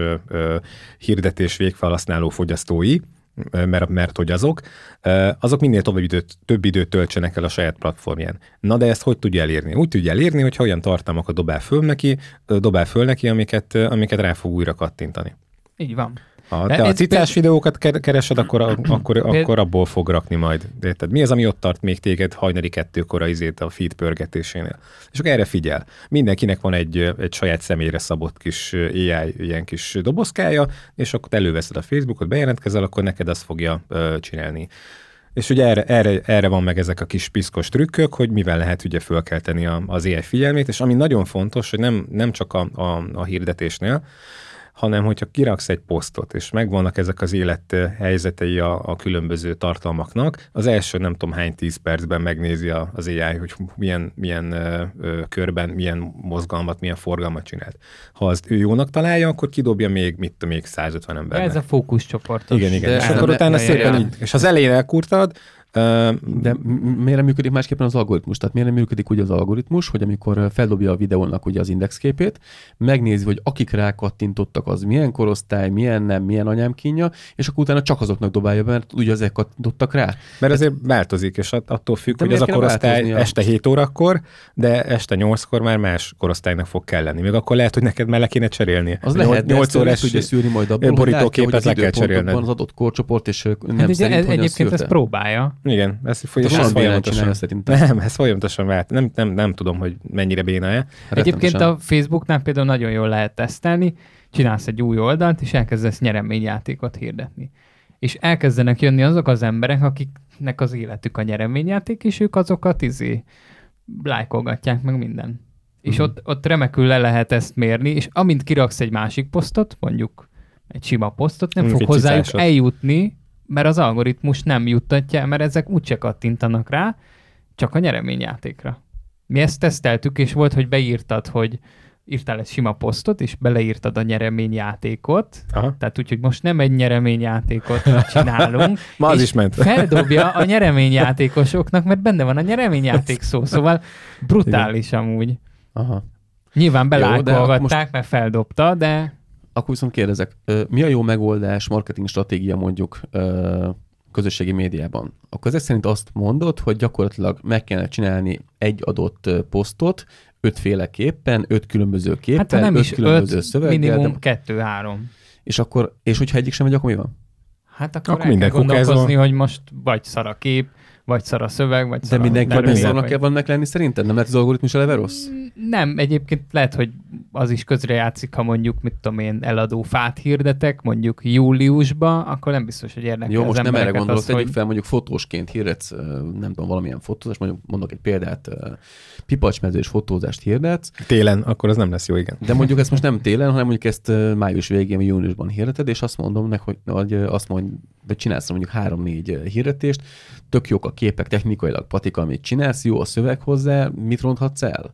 hirdetés végfelhasználó fogyasztói, mert, mert hogy azok, azok minél tovább időt, több időt töltsenek el a saját platformján. Na de ezt hogy tudja elérni? Úgy tudja elérni, hogyha olyan tartalmakat dobál föl neki, dobál föl neki, amiket, amiket rá fog újra kattintani. Így van. Ha te a cicás videókat keresed, akkor, akkor, akkor abból fog rakni majd. Érted? Mi az, ami ott tart még téged hajnali kettőkor a izét a feed pörgetésénél? És akkor erre figyel. Mindenkinek van egy, egy saját személyre szabott kis á i, ilyen kis dobozkája, és akkor előveszed a Facebookot, bejelentkezel, akkor neked azt fogja uh, csinálni. És ugye erre, erre, erre van meg ezek a kis piszkos trükkök, hogy mivel lehet ugye fölkelteni a, az á i figyelmét, és ami nagyon fontos, hogy nem, nem csak a, a, a hirdetésnél, hanem hogyha kiraksz egy posztot, és megvannak ezek az élethelyzetei a, a különböző tartalmaknak, az első nem tudom hány tíz percben megnézi a, az á i, hogy milyen, milyen ö, ö, körben, milyen mozgalmat, milyen forgalmat csinált. Ha azt ő jónak találja, akkor kidobja még, mit tudom, még százötven embernek. Ez a fókuszcsoportos. Igen, igen. De és akkor utána szépen így, és az elején elkurtad, de miért nem működik másképpen az algoritmus? Tehát miért nem működik úgy az algoritmus, hogy amikor feldobja a videónak ugye az indexképét, megnézi, hogy akik rákattintottak, az milyen korosztály, milyen nem, milyen anyámkínja, és akkor utána csak azoknak dobálja be, mert ugye ezek kattintottak rá. Mert azért változik, és attól függ, hogy az a korosztály este hét órakor, de este nyolckor már más korosztálynak fog kelleni. Még akkor lehet, hogy neked már le kéne cserélni. Az lehet, nyolc órás tudja szűrni majd abból, borítóképet le kell cserélni. Az adott korcsoport, és nem hát szerint, ez, egyébként ezt próbálja. Igen, ez, ez, ez folyamatosan. Nem, ez folyamatosan vált. Nem, nem, nem tudom, hogy mennyire béna-e. Egyébként a Facebooknál például nagyon jól lehet tesztelni, csinálsz egy új oldalt, és elkezdesz nyereményjátékot hirdetni. És elkezdenek jönni azok az emberek, akiknek az életük a nyereményjáték, és ők azokat izé lájkolgatják meg minden. Mm-hmm. És ott, ott remekül le lehet ezt mérni, és amint kiraksz egy másik posztot, mondjuk egy sima posztot, nem fog hozzájuk cicásot eljutni, mert az algoritmus nem juttatja, mert ezek úgyse kattintanak rá, csak a nyereményjátékra. Mi ezt teszteltük, és volt, hogy beírtad, hogy írtál egy sima posztot, és beleírtad a nyereményjátékot, aha, tehát úgy, hogy most nem egy nyereményjátékot csinálunk, ma az is ment. Feldobja a nyereményjátékosoknak, mert benne van a nyereményjáték szó, szóval brutális amúgy. Aha. Nyilván belájkolgatták, most... mert feldobta, de... Akkor viszont kérdezek, mi a jó megoldás, marketing stratégia mondjuk közösségi médiában? Akkor ezek szerint azt mondod, hogy gyakorlatilag meg kellene csinálni egy adott posztot ötféleképpen, öt különböző képpel, hát, nem öt is különböző öt, szöveggel. Minimum de... kettő-három. És akkor, és hogyha egyik sem megy, akkor mi van? Hát akkor, akkor el kell gondolkozni, hogy most vagy szar a kép, vagy szar a szöveg, vagy szar de a... De mindenki szarnak kell vannak lenni szerinted? Nem lehet az algoritmus eleve rossz? Nem, egyébként lehet, hogy az is közrejátszik, ha mondjuk, mit tudom én, eladó fát hirdetek, mondjuk júliusba, akkor nem biztos, hogy érdekel. Jó, most az nem erre gondolok, tegyük hogy... fel, mondjuk fotósként hirdetsz, nem tudom, valamilyen fotózást, mondjuk mondok egy példát, pipacsmezős fotózást hirdetsz. Télen, akkor az nem lesz jó, igen. De mondjuk ezt most nem télen, hanem mondjuk ezt május végén, vagy júniusban hirdeted, és azt mondom neki, hogy, hogy azt mondj, de csinálsz mondjuk három-négy hirdetést, tök jók a képek, technikailag patika, amit csinálsz, jó a szöveg hozzá, mit ronthatsz el?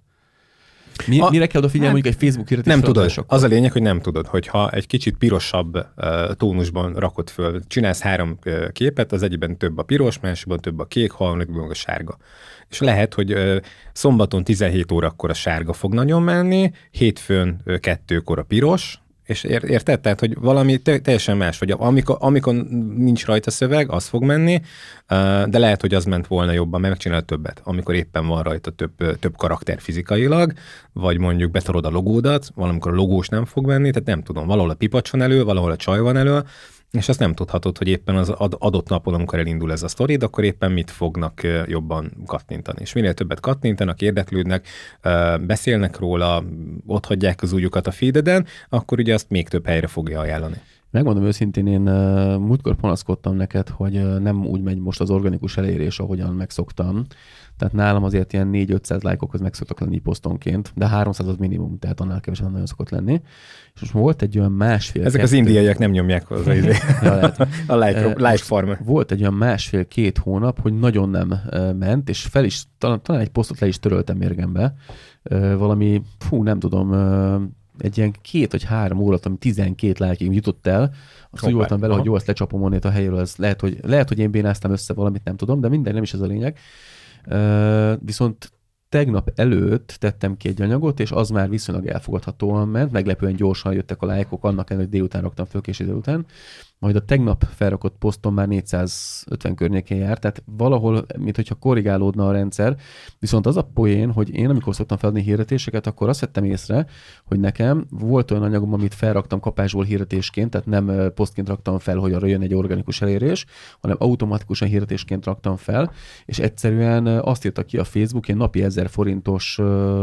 Mi, a, mire kell odafigyelni, mondjuk egy Facebook hirdetésre? Nem tudod. Akkor? Az a lényeg, hogy nem tudod, hogyha egy kicsit pirosabb uh, tónusban rakod föl, csinálsz három uh, képet, az egyben több a piros, másikban több a kék, harmadikban a sárga. És lehet, hogy uh, szombaton tizenhét órakor a sárga fog nagyon menni, hétfőn uh, kettőkor a piros, És ér, érted? Tehát, hogy valami teljesen más, vagy amikor, amikor nincs rajta szöveg, az fog menni, de lehet, hogy az ment volna jobban, mert megcsinál többet. Amikor éppen van rajta több, több karakter fizikailag, vagy mondjuk betolod a logódat, valamikor a logós nem fog menni, tehát nem tudom, valahol a pipacs van elő, valahol a csaj van elő, és azt nem tudhatod, hogy éppen az adott napon, amikor elindul ez a sztorid, akkor éppen mit fognak jobban kattintani. És minél többet kattintanak, érdeklődnek, beszélnek róla, ott hagyják az ujjukat a feededen, akkor ugye azt még több helyre fogja ajánlani. Megmondom őszintén, én uh, múltkor panaszkodtam neked, hogy uh, nem úgy megy most az organikus elérés, ahogyan megszoktam. Tehát nálam azért ilyen négy-ötszáz lájkokhoz meg szoktak lenni posztonként, de háromszáz az minimum, tehát annál kevesebb nagyon szokott lenni. És most volt egy olyan másfél... Ezek kettő... az indiaiak nem nyomják hozzá ja, a like, like farm. Volt egy olyan másfél-két hónap, hogy nagyon nem uh, ment, és fel is, talán, talán egy posztot le is töröltem mérgembe. Uh, valami, fú, nem tudom... Uh, egy ilyen két vagy három órát, ami tizenkét lájkig jutott el, azt úgy voltam vele, hogy jó, azt lecsapom onnét a helyről, az lehet, hogy, lehet, hogy én bénáztam össze valamit, nem tudom, de minden, nem is ez a lényeg. Uh, viszont tegnap előtt tettem ki egy anyagot, és az már viszonylag elfogadhatóan ment, meglepően gyorsan jöttek a lájkok, annak ellenére, hogy délután raktam föl, késő délután. Majd a tegnap felrakott poszton már négyszázötven környékén járt, tehát valahol, mintha korrigálódna a rendszer, viszont az a poén, hogy én amikor szoktam feladni hirdetéseket, akkor azt vettem észre, hogy nekem volt olyan anyagom, amit felraktam kapásból hirdetésként, tehát nem posztként raktam fel, hogy arra jön egy organikus elérés, hanem automatikusan hirdetésként raktam fel, és egyszerűen azt írta ki a Facebook, egy napi ezer forintos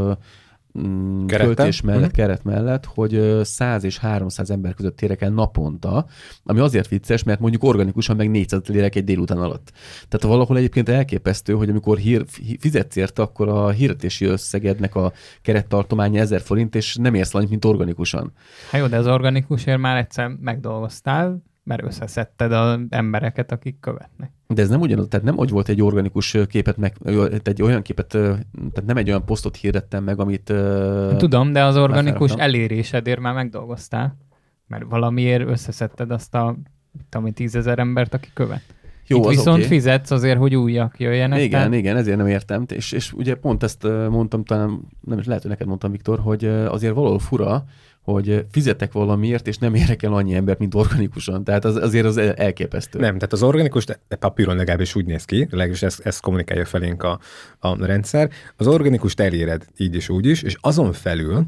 költés mellett, uh-huh. keret mellett, hogy száz és háromszáz ember között térek el naponta, ami azért vicces, mert mondjuk organikusan meg négyszáz lérek egy délután alatt. Tehát valahol egyébként elképesztő, hogy amikor hír, fizetsz érte, akkor a hirdetési összegednek a kerettartománya ezer forint, és nem érsz annyit, mint organikusan. Hát jó, de az organikusért már egyszer megdolgoztál, mert összeszedted az embereket, akik követnek. De ez nem ugyanaz, tehát nem úgy volt egy organikus képet, meg, egy olyan képet, tehát nem egy olyan posztot hirdettem meg, amit... Tudom, de az organikus elérésedért már megdolgoztál, mert valamiért összeszedted azt a, tudom, tízezer embert, aki követ. Jó, itt viszont okay. Fizetsz azért, hogy újak jöjjenek. Igen, tehát... igen, ezért nem értem. És, és ugye pont ezt mondtam, talán nem is lehet, hogy neked mondtam, Viktor, hogy azért valahol fura, hogy fizetek valamiért, és nem érek el annyi embert, mint organikusan. Tehát az, azért az elképesztő. Nem, tehát az organikus, de papíron legalábbis úgy néz ki, legalábbis ezt, ezt kommunikálja felénk a, a rendszer. Az organikust eléred így is úgy is, és azon felül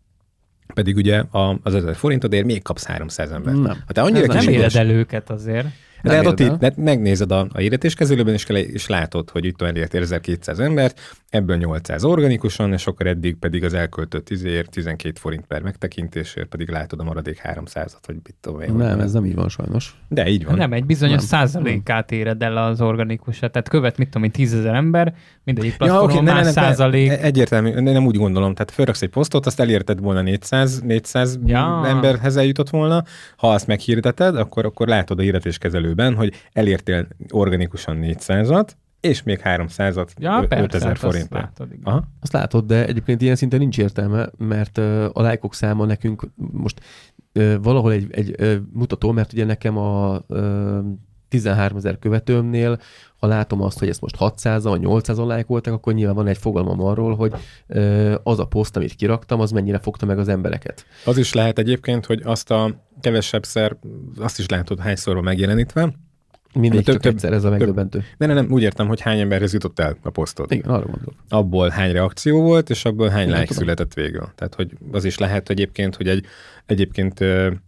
pedig ugye az ezer forintodért még kapsz háromszáz embert. Nem. Ha te annyira nem éred el őket azért. De hát ott itt megnézed a, a hirdetéskezelőben, és, és látod, hogy itt elértél ezerkétszáz embert, ebből nyolcszáz organikusan, és akkor eddig pedig az elköltött tízért, tizenkét forint per megtekintésért, pedig látod a maradék háromszázat, hogy mit tudom én. Nem, ez nem így van sajnos. De így van. Nem, egy bizonyos nem. százalékát éred el az organikusra. Tehát követ, mit tudom én, tízezer ember, mindegyik platformon ja, okay, más ne, ne, százalék. Ne, egyértelmű, nem úgy gondolom. Tehát felraksz egy posztot, azt elérted volna négyszáz, négyszáz ja. emberhez eljutott volna. Ha azt meghirdeted, akkor, akkor látod a hirdetéskezelőben, hogy elértél organikusan négyszázat, és még háromszázat, ja, ötezer forintba. Azt látod, Aha. Azt látod, de egyébként ilyen szinten nincs értelme, mert uh, a lájkok száma nekünk most uh, valahol egy, egy uh, mutató, mert ugye nekem a uh, tizenháromezer követőmnél, ha látom azt, hogy ezt most hatszázan vagy nyolcszázan lájkoltak, akkor nyilván van egy fogalmam arról, hogy uh, az a poszt, amit kiraktam, az mennyire fogta meg az embereket. Az is lehet egyébként, hogy azt a kevesebbszer, azt is látod hányszor van megjelenítve. Mindig több, csak egyszer, ez a megdöbbentő. De nem, nem, úgy értem, hogy hány emberhez jutott el a posztod. Igen, arra gondolok. Abból hány reakció volt, és abból hány like született végül. Tehát, hogy az is lehet egyébként, hogy egy, egyébként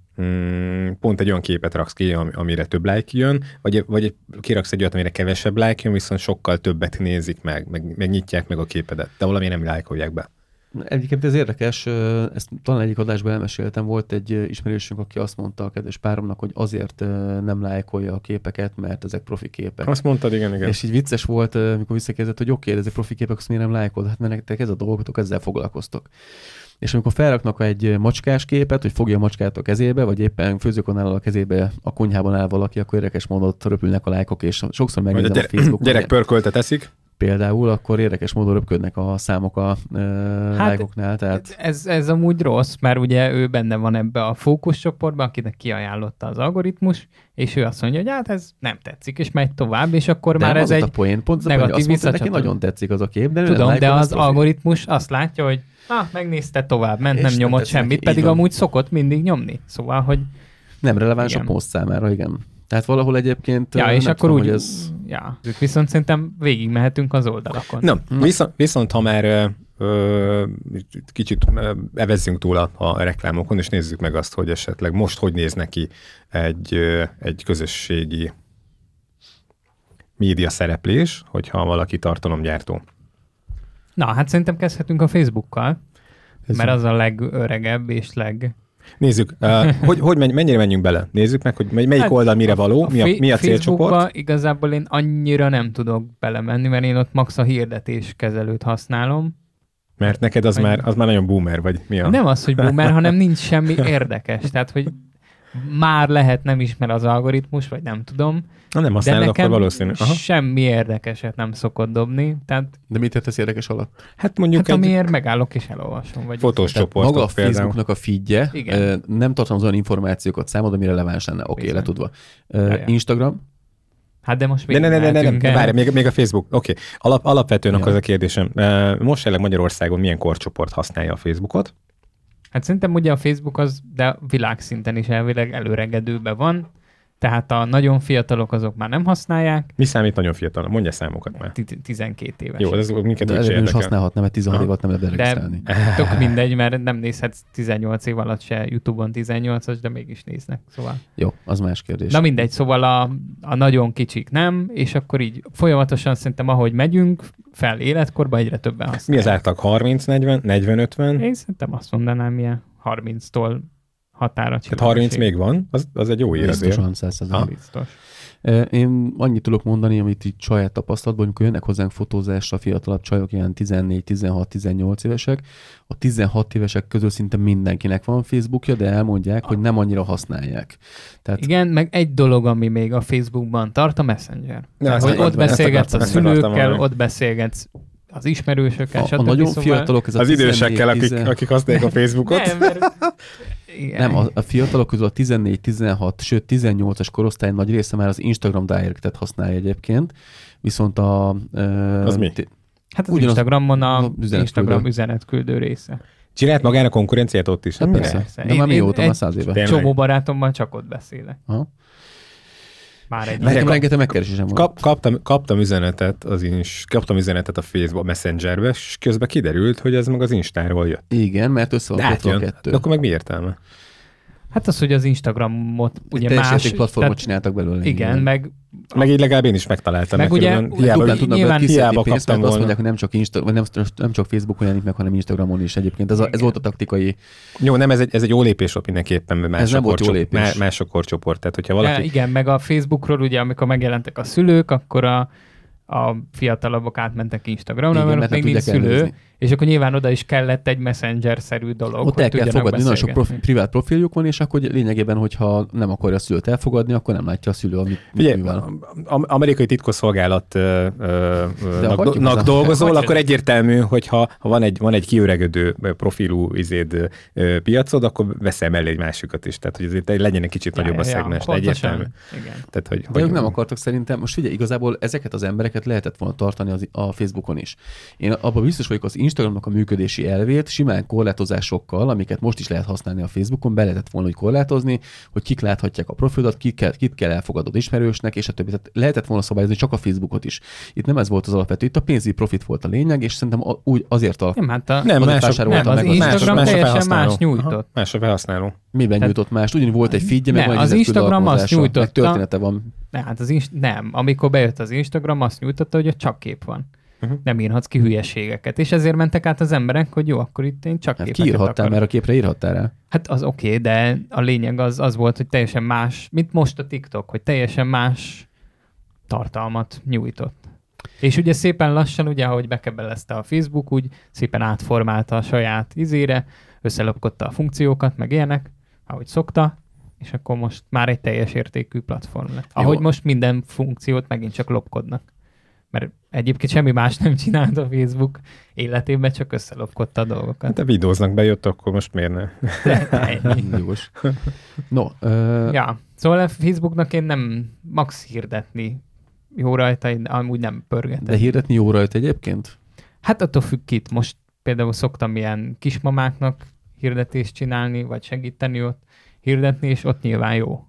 mm, pont egy olyan képet raksz ki, amire több like jön, vagy, vagy kiraksz egy olyat, amire kevesebb like jön, viszont sokkal többet nézik meg, meg, meg nyitják meg a képedet, de valami nem lájkolják be. Egyébként ez érdekes, ezt talán egyik adásban elmeséltem, volt egy ismerősünk, aki azt mondta a kedves páromnak, hogy azért nem lájkolja a képeket, mert ezek profi képek. Azt mondtad, igen, igen. És így vicces volt, amikor visszakérdezett, hogy oké, okay, ezek profi képek, azt miért nem lájkolod? Hát mert nektek ez a dolgotok, ezzel foglalkoztok. És amikor felraknak egy macskás képet, hogy fogja a macskát a kezébe, vagy éppen főzőkon áll a kezébe, a konyhában áll valaki, akkor érdekes mondat, röpülnek a lájkok, és sokszor megnézem a, gyere- a Facebookon. Gyerek pörköltet eszik. például, akkor érdekes módon röpködnek a számok a uh, hát lájkoknál. Tehát... Ez, ez amúgy rossz, mert ugye ő benne van ebbe a fókuszcsoportban, akinek kiajánlotta az algoritmus, és ő azt mondja, hogy hát ez nem tetszik, és megy tovább, és akkor de már ez egy a poén, pont negatív azt mondta, neki visszacsatol. nagyon tetszik az a kép, de tudom, de az algoritmus azt látja, hogy ah, megnézte tovább, ment, nem nyomott semmit, neki, pedig amúgy szokott mindig nyomni. Szóval, hogy nem releváns a poszt számára, igen. Tehát valahol egyébként... Ja, és akkor tudom, úgy, ez... ja, viszont szerintem végig mehetünk az oldalakon. Na, viszont, viszont ha már ö, kicsit evezzünk túl a, a reklámokon, és nézzük meg azt, hogy esetleg most hogy néz neki egy, egy közösségi média szereplés, hogyha valaki tartalomgyártó. Na, hát szerintem kezdhetünk a Facebookkal, ez mert az a legöregebb és leg... Nézzük, uh, hogy, hogy mennyire menjünk bele? Nézzük meg, hogy melyik hát oldal mire való, a mi a, mi a célcsoport. Igazából én annyira nem tudok belemenni, mert én ott max a hirdetés kezelőt használom. Mert neked az, már, az már nagyon boomer, vagy mi a... Nem az, hogy boomer, hanem nincs semmi érdekes. Tehát, hogy már lehet nem ismer az algoritmus, vagy nem tudom. Ha nem használod, akkor valószínű. Aha. Semmi érdekeset nem szokott dobni. Tehát, de mit értesz érdekes alatt? Hát mondjuk hát egy... amiért megállok és elolvasom. Vagy fotós csoport. Maga a Facebooknak a feedje igen. nem tartalmaz olyan információkat számod, ami releváns lenne. Oké, okay, letudva. Uh, Instagram? Hát de most még de ne, ne, ne, ne, ne, várj, még, még a Facebook. Oké. Okay. Alap, alapvetően ja. akkor az a kérdésem. Most jelenleg Magyarországon milyen korcsoport használja a Facebookot? Hát szerintem ugye a Facebook az, de világszinten is elvileg előregedőben van, tehát a nagyon fiatalok azok már nem használják. Mi számít nagyon fiatal? Mondja számokat már. tizenkét éves. Jó, ez minket úgy érdekel. is használhatna, mert tizenhat évet nem lehet regisztrálni. De tök mindegy, mert nem nézhetsz tizennyolc év alatt se YouTube-on tizennyolcas, de mégis néznek. Szóval. Jó, az más kérdés. Na mindegy, szóval a, a nagyon kicsik nem, és akkor így folyamatosan szerintem ahogy megyünk fel életkorba, egyre többen használják. Mi az átlag? harminc negyven, negyven ötven? Én szerintem azt mondanám, ilyen harminctól határa. Tehát harminc még van, az, az egy jó ér azért. Biztosan, száz százalék. Biztos. Én annyit tudok mondani, amit itt saját tapasztalatban, amikor jönnek hozzánk fotózásra fiatalabb csajok, ilyen tizennégy, tizenhat, tizennyolc évesek, a tizenhat évesek közül szinte mindenkinek van Facebookja, de elmondják, hogy nem annyira használják. Tehát... Igen, meg egy dolog, ami még a Facebookban tart, a Messenger. Ne, Tehát, hogy ott beszélgetsz a szülőkkel, ott beszélgetsz az ismerősökkel, a, a nagyon szóval... fiatalok, ez az idősekkel, akik, akik használják a Facebookot. Nem, mert... Nem, a, a fiatalok közül a tizennégy, tizenhat, sőt tizennyolcas korosztály nagy része már az Instagram Directet használja egyébként, viszont a... Uh, az mi? T- hát az Instagramon a, a üzenetküldő. Instagram üzenetküldő része. Csinált magának konkurenciát ott is? Hát persze, persze. De már mióta, már száz éve. Csomó barátommal csak ott beszélek. Aha. Már egy Nekem rengeteg megkeresésem van. Kap, kaptam, kaptam üzenetet az ins, kaptam üzenetet a Facebook Messengerbe, és közben kiderült, hogy ez meg az Instáról jött. Igen, mert össze van kötve a kettő. De akkor meg mi értelme? Hát az, hogy az Instagramot ugye más... Teljes platformot tehát, csináltak belőle. Igen, igen, meg... Meg így legalább én is megtaláltam. Meg ugye... Hiába, tudnak nyilván hiába pénzt, mert azt mondják, hogy nem csak, Insta, vagy nem, nem csak Facebookon jelenik meg, hanem Instagramon is egyébként. Ez, a, ez volt a taktikai... Jó, nem, ez egy, ez egy jó lépés volt mindenképpen. Más ez nem volt jó lépés. Más, más a korcsoport. Tehát, hogyha valaki... Ja, igen, meg a Facebookról ugye, amikor megjelentek a szülők, akkor a a fiatalabbak átmentek Instagramra, igen, mert még nincs szülő, elnézni. És akkor nyilván oda is kellett egy messenger-szerű dolog. Ott el kell fogadni, nagyon sok profi, privát profiljuk van, és akkor lényegében, hogyha nem akarja a szülőt elfogadni, akkor nem látja a szülő, amit művel. Amerikai titkosszolgálatnak dolgozol, akkor egyértelmű, hogyha ha van egy, van egy kiöregedő profilú izéd piacod, akkor veszel mellé egy másikat is. Tehát, hogy azért legyen egy kicsit ja, nagyobb a szegmens. Ja, egyértelmű. Tehát, hogy, de hogy ők nem akartak szerintem. Most figyelj, igazából ezeket az embereket lehetett volna tartani az, a Facebookon is. Én abban biztos vagyok, az Instagramnak a működési elvét simán korlátozásokkal, amiket most is lehet használni a Facebookon, be lehetett volna úgy korlátozni, hogy kik láthatják a profilodat, kit kell, kit kell elfogadod ismerősnek, és a többi. Tehát lehetett volna szabályozni csak a Facebookot is. Itt nem ez volt az alapvető, itt a pénzügyi profit volt a lényeg, és szerintem úgy azért a... Nem, hát a, nem, más, nem, az meg Instagram más, teljesen más nyújtott. Aha, más a felhasználó. Miben tehát, nyújtott más? Ugyanúgy volt egy feedje, meg van az Instagram azt nyújtotta. Története van. Ne, hát az inst- nem, amikor bejött az Instagram, azt nyújtotta, hogy csak kép van. Uh-huh. Nem írhatsz ki hülyeségeket. És ezért mentek át az emberek, hogy jó, akkor itt én csak hát képeket kiírhattál, akarok. Mert a képre írhattál rá. Hát az oké, okay, de a lényeg az, az volt, hogy teljesen más, mint most a TikTok, hogy teljesen más tartalmat nyújtott. És ugye szépen lassan, ugye, ahogy bekebelezte a Facebook, úgy szépen átformálta a saját izére, összelopkodta a funkciókat, meg ilyenek, ahogy szokta, és akkor most már egy teljes értékű platform lett. Ahogy jó. Most minden funkciót megint csak lopkodnak. Mert egyébként semmi más nem csinált a Facebook életében, csak összelopkodta a dolgokat. De videóznak bejött, akkor most miért ne? Jogos. No, uh... ja, szóval a Facebooknak én nem max hirdetni jó rajta, én amúgy nem pörgetem. De hirdetni jó rajta egyébként? Hát attól függ itt. Most például szoktam ilyen kismamáknak hirdetést csinálni, vagy segíteni ott hirdetni, és ott nyilván jó.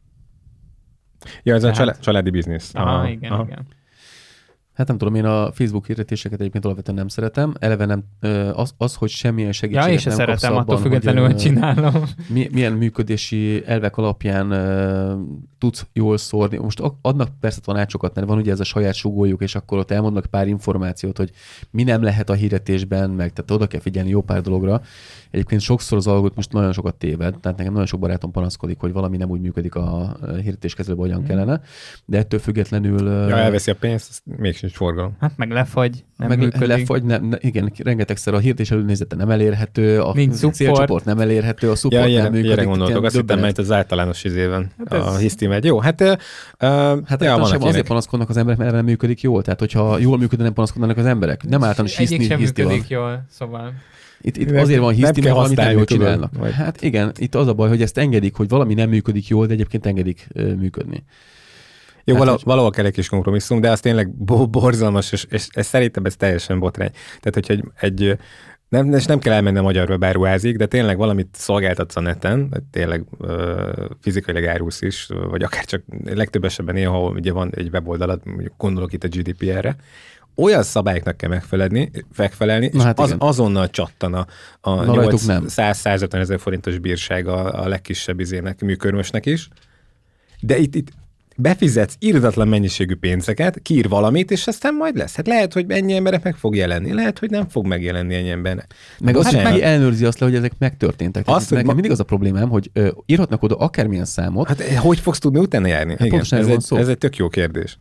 Ja, ez Tehát... a család, családi biznisz. Aha, aha igen, aha. igen. Hát nem tudom, én a Facebook hirdetéseket egyébként alapvetően nem szeretem. Eleve nem, az, az hogy semmilyen segítséget ja, és nem szeretem, kapsz abban, attól függetlenül, hogy, hogy csinálom. Milyen működési elvek alapján uh, tudsz jól szórni. Most adnak persze tanácsokat, mert van ugye ez a saját sugójuk, és akkor ott elmondnak pár információt, hogy mi nem lehet a hirdetésben, meg tehát oda kell figyelni jó pár dologra. Egyébként sokszor az algoritmus most nagyon sokat téved, tehát nekem nagyon sok barátom panaszkodik, hogy valami nem úgy működik a hirdetéskezelőben, hogyan hmm. kellene, de ettől függetlenül... Ja, elveszi a pénzt, az még sincs forgalom. Hát meg lefagy, nem meg működik. Lefagy, ne, ne, igen, rengetegszer a hirdetés előnézete nem elérhető, a célcsoport nem elérhető, a support ja, nem működik. Ilyenre gondoltok, azt hittem, mert az általános izében hát a ez... hiszti megy. Jó, hát... Uh, hát ja, van azért panaszkodnak az emberek, mert nem működik jól. Tehát, hogyha jól működne, nem panaszkodnak az emberek. Nem általános hiszti, hiszti van. Egyik sem működik jól, szóval... Itt, itt azért van hiszti, mert valamit nem jól csinálnak. Tudod, hát igen, itt az a baj, hogy ezt engedik, hogy valami nem működik jól, de egyébként engedik uh, működni. Jó, hát, valahol, valahol kell egy kis kompromisszum, de az tényleg borzalmas, és, és, és szerintem ez teljesen botrány. Tehát, hogyha egy, egy nem, és nem kell elmenni a magyar webáruházig, de tényleg valamit szolgáltatsz a neten, tényleg uh, fizikailag árulsz is, vagy akár csak legtöbb esetben néha, ahol ugye van egy weboldalad, mondjuk gondolok itt a gé dé pé er-re, olyan szabályoknak kell megfelelni, megfelelni és hát az, azonnal csattan a, a nyolcszáz-százötven ezer forintos bírság a, a legkisebb izének, műkörmösnek is. De itt, itt befizetsz irdatlan mennyiségű pénzeket, kiír valamit, és aztán majd lesz. Hát lehet, hogy ennyi emberek meg fog jelenni, lehet, hogy nem fog megjelenni ennyi embernek. Meg azt hát meg ellenőrzi azt le, hogy ezek megtörténtek. Azt, nekem ma... mindig az a problémám, hogy ö, írhatnak oda akármilyen számot. Hát hogy fogsz tudni utána járni? Hát igen, ez, egy, ez egy tök jó kérdés.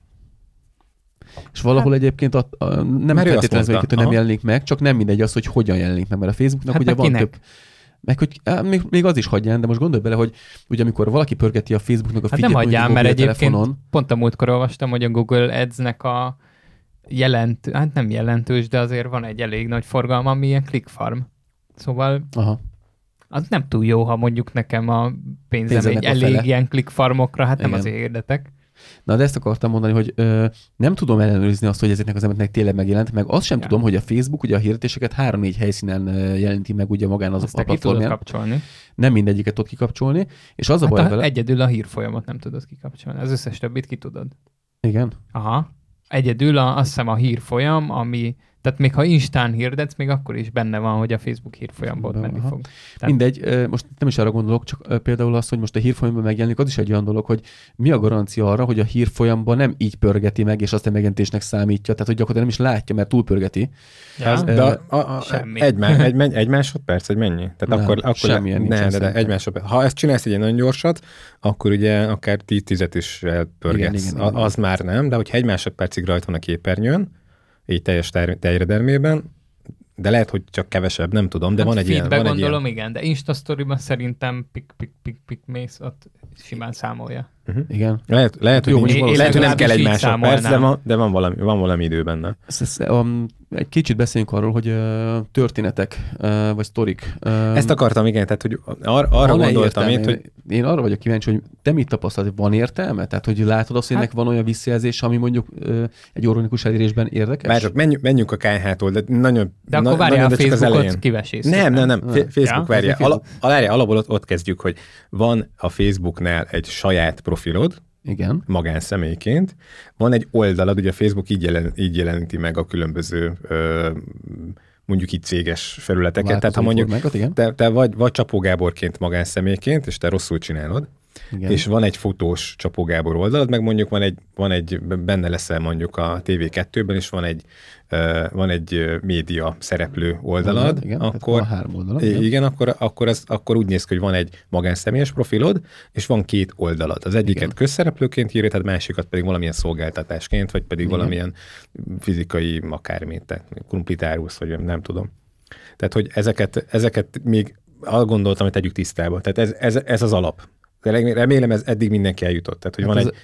És valahol hát, egyébként a, a, nem feltétlenül, hogy nem jelenik meg, csak nem mindegy az, hogy hogyan jelenik meg, mert a Facebooknak hát ugye van kinek? több... Meg hogy á, még, még az is hagyján, de most gondolj bele, hogy ugye amikor valaki pörgeti a Facebooknak a hát feedet, nem hagyján, mert egyébként telefonon, pont a múltkor olvastam, hogy a Google Ads-nek a jelent, hát nem jelentős, de azért van egy elég nagy forgalma, ami ilyen clickfarm. Szóval Aha. az nem túl jó, ha mondjuk nekem a pénzem Pénzenek egy elég fele. ilyen clickfarmokra, hát nem Igen. azért érdetek. Na, de ezt akartam mondani, hogy ö, nem tudom ellenőrizni azt, hogy ezeknek az embereknek tényleg megjelent, meg azt sem ja. tudom, hogy a Facebook ugye a hirdetéseket három-négy helyszínen jelenti meg ugye magán az azt a platformján. Kapcsolni. Nem mindegyiket tud kikapcsolni, és az hát a baj a, vele... Egyedül a hírfolyamot nem tudod kikapcsolni, az összes többit ki tudod. Igen? Aha. Egyedül a, azt hiszem a hírfolyam, ami... Tehát még ha Instán hirdetsz, még akkor is benne van, hogy a Facebook hírfolyamból menni fog. Tehát... Mindegy, most nem is arra gondolok, csak például az, hogy most a hírfolyamban megjelenik, az is egy olyan dolog, hogy mi a garancia arra, hogy a hírfolyamban nem így pörgeti meg, és azt a megjelentésnek számítja, tehát hogy gyakorlatilag nem is látja, mert túlpörgeti. Ja, ez, de a, a, a, semmi. Egy, egy, egy, egy másodperc, egy mennyi? Tehát nem, akkor, akkor semmilyen le, ne, de, de egy másodperc. Ha ezt csinálsz egy nagyon gyorsat, akkor ugye akár tíz-tízet is elpörgetsz. Igen, igen, igen. Az már nem, de hogyha egy másodpercig rajta van a képernyőn, így teljes terjedelmében, de lehet, hogy csak kevesebb, nem tudom, de hát van egy ilyen. Van gondolom, egy ilyen. Igen, de Instastory-ban szerintem pik, pik, pik, pik, mész, ott simán számolja. Uh-huh. Igen. Lehet, lehet, Jó, hogy, én, én lehet, hogy nem kell egy másodperc, de van, de van valami, van valami idő benne. Ez, ez, um, egy kicsit beszéljünk arról, hogy uh, történetek, uh, vagy sztorik. Um, Ezt akartam, igen, tehát hogy ar- arra gondoltam itt, hogy... Én arra vagyok kíváncsi, hogy te mit tapasztalod, van értelme? Tehát, hogy látod azt, hogy ennek hát... van olyan visszajelzés, ami mondjuk uh, egy organikus elérésben érdekes? Bár csak menjünk, menjünk a ká há-tól, de nagyon... De akkor várjál, a Facebookot kivesész. Nem, nem, nem, F- Facebook várjál. Ala, alárjál, alapból ott, ott kezdjük, hogy van a Facebooknál egy saját profilod, igen. magánszemélyként. Van egy oldalad, ugye a Facebook így, jelen, így jeleníti meg a különböző ö, mondjuk itt céges felületeket. Változó Tehát ha mondjuk formákat, te, te vagy, vagy Csapó Gáborként magánszemélyként, és te rosszul csinálod, igen. és van egy fotós Csapó Gábor oldalad, meg mondjuk van egy, van egy benne leszel mondjuk a té vé kettőben, és van egy, uh, van egy média szereplő oldalad, igen, akkor, három oldalad, igen, igen akkor, akkor, az, akkor úgy néz ki, hogy van egy magánszemélyes profilod, és van két oldalad. Az egyiket igen. közszereplőként írja, tehát másikat pedig valamilyen szolgáltatásként, vagy pedig igen. valamilyen fizikai akármit, tehát krumplit árulsz, vagy nem tudom. Tehát, hogy ezeket, ezeket még gondoltam, hogy tegyük tisztába. Tehát ez, ez, ez az alap. De remélem, ez eddig mindenki eljutott. Tehát, hogy hát van, egy,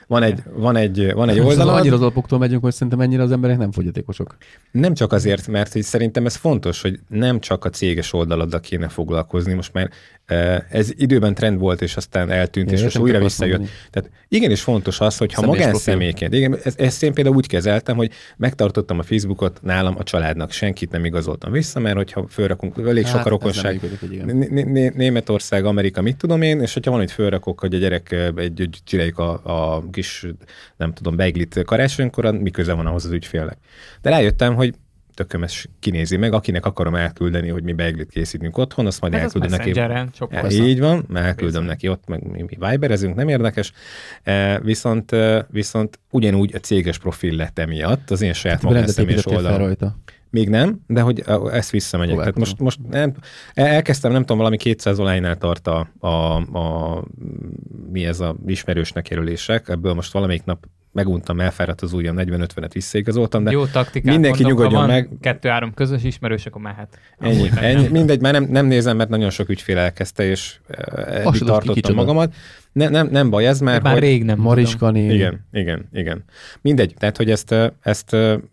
van egy, van egy, van egy oldalad. oldalad. Annyira az alapoktól megyünk, hogy szerintem ennyire az emberek nem fogyatékosok. Nem csak azért, mert hogy szerintem ez fontos, hogy nem csak a céges oldaladdal kéne foglalkozni. Most már ez időben trend volt, és aztán eltűnt, és most újra visszajött. Tehát igenis fontos az, hogy ha magánszemélyként, igen, ezt, ezt én például úgy kezeltem, hogy megtartottam a Facebookot, nálam a családnak senkit nem igazoltam vissza, mert hogyha fölrakunk, elég hát, sok a rokonság, Németország, Amerika, mit tudom én, és hogyha van, hogy fölrakok, hogy a gyerek egy, egy csináljük a, a kis, nem tudom, beiglit karácsonykor, mi köze van ahhoz az ügyfélnek. De rájöttem, hogy tököm ezt kinézi meg, akinek akarom elküldeni, hogy mi beiglit készítünk otthon, azt majd ez elküldöm neki. Ja, így van, elküldöm neki ott, meg mi, mi viberezünk, nem érdekes. E, viszont, viszont ugyanúgy a céges profil lett emiatt, az én saját magánszemélyes oldalon. Még nem, de hogy ezt visszamegyek. Tehát most, most nem, elkezdtem, nem tudom, valami kétszáz olajnál tart a, a, a mi ez a ismerősnek jelölések, ebből most valamelyik nap meguntam, elfáradt az ujjam, negyven-ötvenet visszaigazoltam, de jó taktikát mindenki mondom, nyugodjon ha van meg. kettő-három közös ismerős, akkor mehet. Ennyi, ennyi, mindegy, már nem, nem nézem, mert nagyon sok ügyfél elkezdte, és eddig tartottam magamat. Ne, nem, nem baj ez, mert már hogy... rég nem Mariska néni. Igen, igen, igen. Mindegy, tehát, hogy ezt, ezt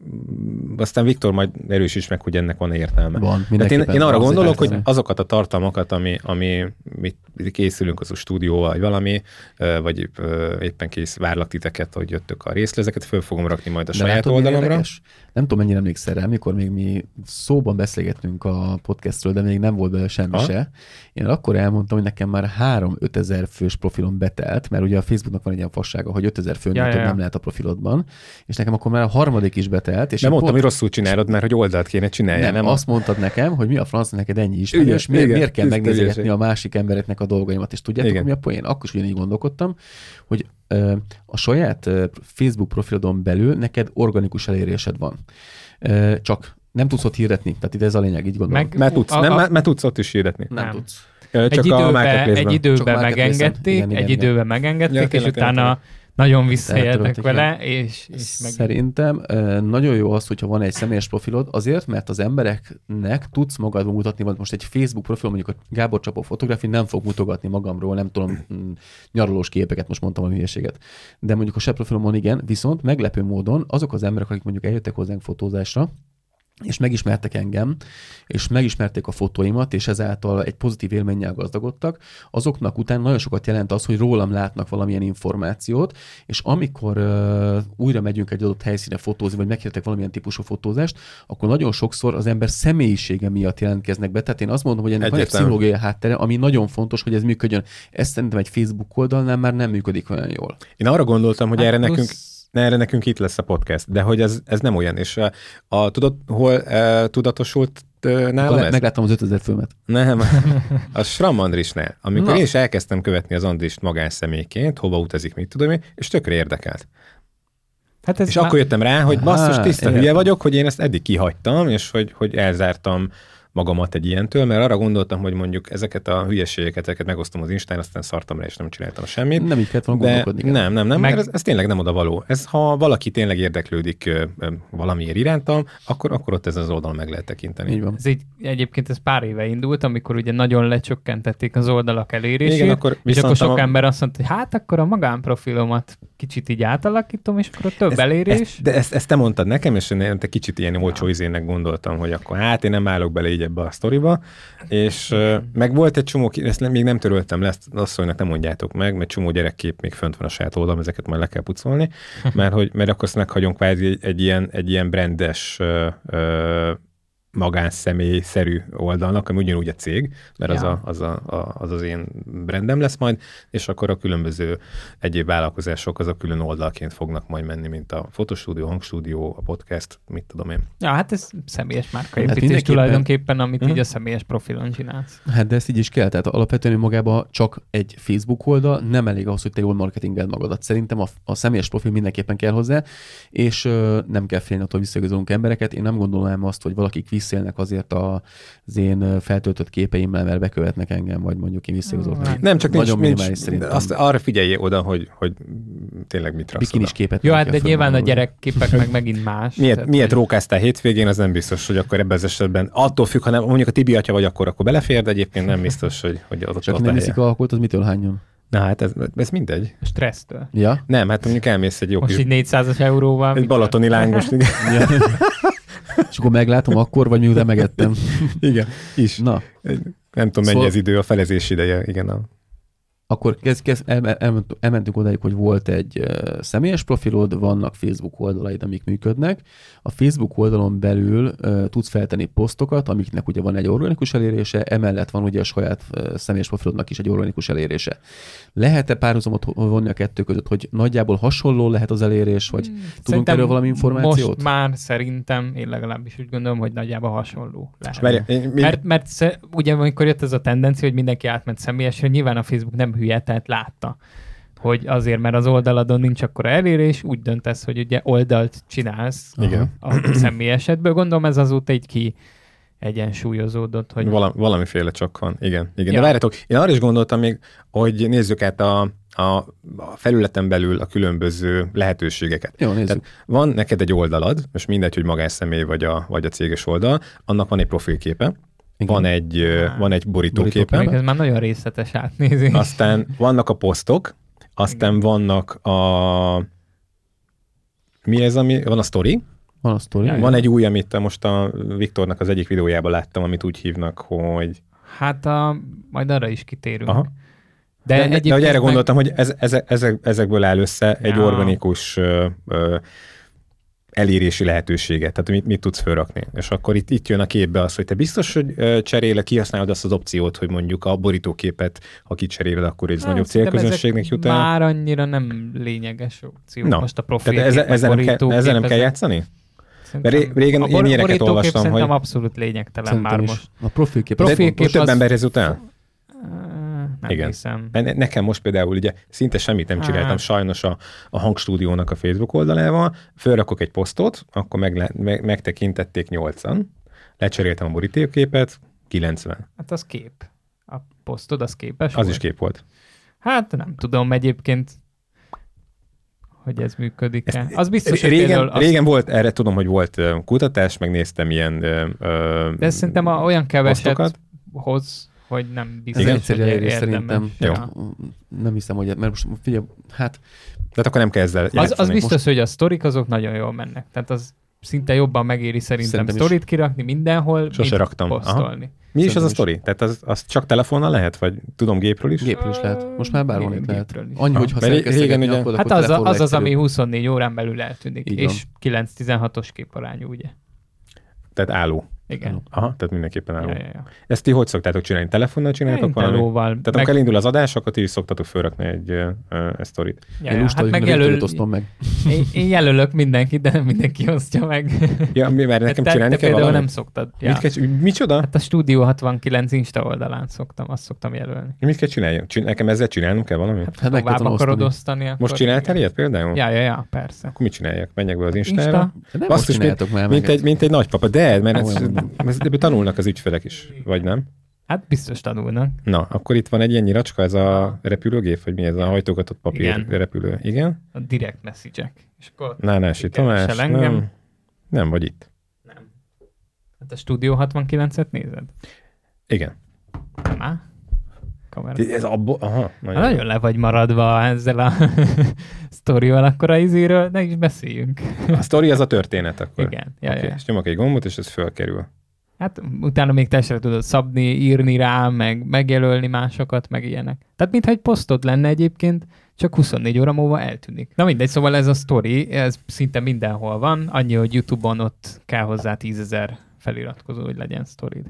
aztán Viktor majd erősíts meg, hogy ennek van értelme. Van, én, én arra gondolok, hogy azokat a tartalmakat, ami, ami mit készülünk az a stúdióval, vagy valami, vagy éppen kész várlak titeket, hogy jöttök a részlezeket, föl fogom rakni majd a de saját oldalomra. Nem tudom, mennyire emlékszel rá, amikor még mi szóban beszélgettünk a podcastről, de még nem volt belőle semmi ha? se. Én akkor elmondtam, hogy nekem már három-ötezer fős profilon betelt, mert ugye a Facebooknak van egy ilyen fassága, hogy ötezer főnél ja, több ja. nem lehet a profilodban, és nekem akkor már a harmadik is betelt. És nem mondtam, pont... hogy rosszul csinálod, mert hogy oldalt kéne csinálni. Nem, nem azt mondtad nekem, hogy mi a franc neked ennyi ismerős, miért, miért kell megnézegetni a másik embereknek a dolgaimat, és tudjátok, igen. mi a poén? Akkor is ugyanígy gondolkodtam, hogy ö, a saját ö, Facebook profilodon belül neked organikus elérésed van. Ö, csak nem tudsz ott hirdetni, tehát ide ez a lényeg, így gondolom. Meg, mert tudsz, a, a... nem, mert tudsz ott is hirdetni. Nem, nem tudsz. Csak egy időben, egy időben megengedték, igen, igen, egy időben igen. megengedték, ja, és utána nagyon visszaéltek vele, és, és meg... Szerintem nagyon jó az, hogyha van egy személyes profilod, azért, mert az embereknek tudsz magadban mutatni, vagy most egy Facebook profil, mondjuk a Gábor Csapó Fotográfi nem fog mutogatni magamról, nem tudom, nyaralós képeket, most mondtam a hülyeséget. De mondjuk a se profilomon igen, viszont meglepő módon azok az emberek, akik mondjuk eljöttek hozzánk fotózásra, és megismertek engem, és megismerték a fotóimat, és ezáltal egy pozitív élménnyel gazdagodtak, azoknak után nagyon sokat jelent az, hogy rólam látnak valamilyen információt, és amikor uh, újra megyünk egy adott helyszíne fotózni, vagy meghirdettek valamilyen típusú fotózást, akkor nagyon sokszor az ember személyisége miatt jelentkeznek be. Tehát én azt mondom, hogy ennek van egy pszichológiai háttere, ami nagyon fontos, hogy ez működjön. Ez szerintem egy Facebook oldalnál már nem működik olyan jól. Én arra gondoltam, hogy hát erre plusz... nekünk Ne, erre nekünk itt lesz a podcast, de hogy ez, ez nem olyan, és a, a tudod, hol e, tudatosult e, nálam ez? Megláttam az ötezer főmet. Nem, a Schramm Andrisnál, amikor Na. én is elkezdtem követni az Andrist magánszemélyként, hova utazik, mit tudom én, és tökre érdekelt. Hát ez és már... akkor jöttem rá, hogy basszus, tiszta hülye vagyok, hogy én ezt eddig kihagytam, és hogy, hogy elzártam magamat egy ilyentől, mert arra gondoltam, hogy mondjuk ezeket a hülyeségeket, ezeket megosztom az Instán, aztán szartam rá, és nem csináltam semmit. Nem így kellett volna gondolkodni. Nem, nem, nem, Meg... mert ez, ez tényleg nem oda való. Ez, ha valaki tényleg érdeklődik valamiért irántam, akkor, akkor ott ez az oldalon meg lehet tekinteni. Így van. Ez így, egyébként ez pár éve indult, amikor ugye nagyon lecsökkentették az oldalak elérését, igen, akkor és akkor sok a... ember azt mondta, hogy hát akkor a magánprofilomat kicsit így átalakítom, és akkor több ez, elérés. Ezt, de ezt, ezt te mondtad nekem, és én te kicsit ilyen olcsó izének gondoltam, hogy akkor hát én nem állok bele így ebbe a sztoriba, és uh, meg volt egy csomó, ezt nem, még nem töröltem le, ezt asszonynak nem mondjátok meg, mert csomó gyerekkép még fönt van a saját oldalon, ezeket majd le kell pucolni, mert, hogy, mert akkor azt meghagyom kvázi egy, egy, ilyen, egy ilyen brandes uh, uh, magánszemély-szerű oldalnak, ami ugyanúgy a cég, mert ja. az, a, az, a, az az én brandem lesz majd, és akkor a különböző egyéb vállalkozások azok külön oldalként fognak majd menni, mint a fotostúdió, hangstúdió, a podcast, mit tudom én. Ja, hát ez személyes márkaépítés hát tulajdonképpen, amit hmm. így a személyes profilon csinálsz. Hát de ezt így is kell, tehát alapvetően magában csak egy Facebook oldal nem elég ahhoz, hogy te jól marketingeld magadat. Szerintem a, a személyes profil mindenképpen kell hozzá, és uh, nem kell félni attól, visszaigazolunk embereket. Én nem gondolom azt, hogy valakik visszélnek azért az én feltöltött képeimmel, mert bekövetnek engem, vagy mondjuk én visszaigazolok. Nem, csak nagyon nincs, minimális szerintem. Azt arra figyelj oda, hogy, hogy tényleg mit raksz Bikinis képet. Jó, hát de nyilván a gyerekképek meg megint más. Miért, tehát, miért rókáztál hétvégén, az nem biztos, hogy akkor ebben az esetben attól függ, ha nem, mondjuk a Tibi atya vagy, akkor, akkor belefér, de egyébként nem biztos, hogy, hogy ott csak nem viszik alkoholt, az mitől hányjon? Na hát ez, ez mindegy. Stressztől. Ja? Nem, hát mondjuk elmész egy jó Most kis... így négyszázas euróval. Egy balatoni lángos. Ja. És akkor meglátom akkor, vagy miután megettem. Igen, is. Na. Nem tudom, mennyi az idő, a felezés ideje. Igen, a... Akkor kezd, kezd, el, el, elmentünk odáig, hogy volt egy uh, személyes profilod, vannak Facebook oldalaid, amik működnek. A Facebook oldalon belül uh, tudsz feltenni posztokat, amiknek ugye van egy organikus elérése, emellett van ugye a saját uh, személyes profilodnak is egy organikus elérése. Lehet-e párhuzamot vonni a kettő között, hogy nagyjából hasonló lehet az elérés, vagy hmm, tudunk erről valami információt? Most már szerintem, én legalábbis úgy gondolom, hogy nagyjából hasonló lehet. Várja, én, mi... Mert, mert sze, ugye amikor jött ez a tendencia, hogy mindenki átment személyesre, nyilván a Facebook nem hülye, tehát látta, hogy azért, mert az oldaladon nincs akkora elérés, úgy döntesz, hogy ugye oldalt csinálsz igen. a személyesedből. Gondolom ez azóta így ki egyensúlyozódott. Hogy... Val- valamiféle csak van, igen. igen. Ja. De várjátok, én arra is gondoltam még, hogy nézzük át a, a, a felületen belül a különböző lehetőségeket. Jó, nézzük. Tehát van neked egy oldalad, most mindegy, hogy magánszemély vagy a, vagy a céges oldal, annak van egy profilképe, igen. Van egy, ah, van egy borítóképe. Borítóképe. Ez már nagyon részletes átnézés. Aztán vannak a posztok, aztán igen. vannak a... Mi ez, ami... Van a story. Van a story. Van egy új, amit most a Viktornak az egyik videójában láttam, amit úgy hívnak, hogy... Hát a... majd arra is kitérünk. Aha. De, de, de hogy erre meg... gondoltam, hogy ez, ez, ezek, ezekből áll össze egy ja. organikus ö, ö, elérési lehetőséget, tehát mit, mit tudsz felrakni. És akkor itt, itt jön a képbe az, hogy te biztos, hogy cseréle, kihasználod azt az opciót, hogy mondjuk a borítóképet, ha kicseréled, akkor ez hát, nagyobb célközönségnek jut el. Már annyira nem lényeges opció. No. Most a profilkép, ezzel, ezzel, nem kell, ezzel nem kell játszani? Mert régen a én ilyeneket olvastam, hogy... szerintem abszolút lényegtelen szerintem már most. A profilkép, profilkép most több emberhez jut el? Nem igen. hiszem. Nekem most például ugye szinte semmit nem csináltam hát. sajnos a, a hangstúdiónak a Facebook oldalával. Fölrakok egy posztot, akkor meg, meg, megtekintették nyolcan. Lecseréltem a borítóképet, kilencven. Hát az kép. A posztod az képes Az volt? is kép volt. Hát nem tudom egyébként, hogy ez működik-e. Az biztos, hogy régen, azt... régen volt, erre tudom, hogy volt kutatás, megnéztem ilyen ö, de szerintem a, olyan keveset posztokat. hoz, hogy nem biztos, igen, hogy érdemes. Szerintem ja. nem hiszem, hogy mert most figyelj, hát... Tehát akkor nem kell ezzel játszani. Az, az biztos, most... hogy a sztorik azok nagyon jól mennek. Tehát az szinte jobban megéri szerintem, szerintem sztorit kirakni mindenhol, sose raktam. posztolni. Aha. Mi is az a sztori? Tehát az, az csak telefonnal lehet? Vagy tudom gépről is? Gépről is lehet. Most már bárhol itt lehet. Is. Annyi, hogy ha szerkesztegetni, ugye... akkor hát az, az, az az, ami huszonnégy órán belül eltűnik. Igen. És kilenc tizenhatos képarányú, ugye? Tehát álló. Igen. Aha, tehát mindenképpen álló. Ja, ja, ja. Ezt ti hogy szoktátok csinálni? Telefonnal csináltok valami? Tehát meg... amikor elindul az adás, akkor ti is szoktatok fölrakni egy uh, uh, sztorit. Ja, én ja, hát meg jelöl... osztom meg. Én, én jelölök mindenkit, de nem mindenki osztja meg. Ja, mi, mert nekem te, csinálni te kell valamit? nem szoktad. Ja. Mit kell, micsoda? Hát a Studio hatvankilenc Insta oldalán szoktam, azt szoktam jelölni. Mit kell csinálni? Csin- nekem ezzel csinálnom kell valamit? Hát, hát meg tovább akarod osztani. Most csináltál ilyet például? Ja, ja, ja, persze. Akkor mit csináljak? Menjek be az Instára? Nem most csináltok már mint egy, mint egy nagypapa, de mert tanulnak az ügyfelek is, vagy nem? Hát biztos tanulnak. Na, akkor itt van egy ilyen nyiracska, ez a repülőgép, vagy mi ez a hajtogatott papír igen. repülő. Igen? A direct message-ek. És akkor Nánási Tamás, nem, nem vagy itt. Nem. Hát a Studio hatvankilencet nézed? Igen. Nem áll? Kamera. Ez abból, aha. Nagyon, ha nagyon le vagy maradva ezzel a sztorival, akkor a izéről ne is beszéljünk. A sztori az a történet akkor. Igen. Ja, okay. ja. És nyomok egy gombot, és ez fölkerül. Hát utána még te sem tudod szabni, írni rá, meg megjelölni másokat, meg ilyenek. Tehát mintha egy posztod lenne egyébként, csak huszonnégy óra múlva eltűnik. Na mindegy, szóval ez a sztori, ez szinte mindenhol van, annyi, hogy YouTube-on ott kell hozzá tízezer feliratkozó, hogy legyen sztorid.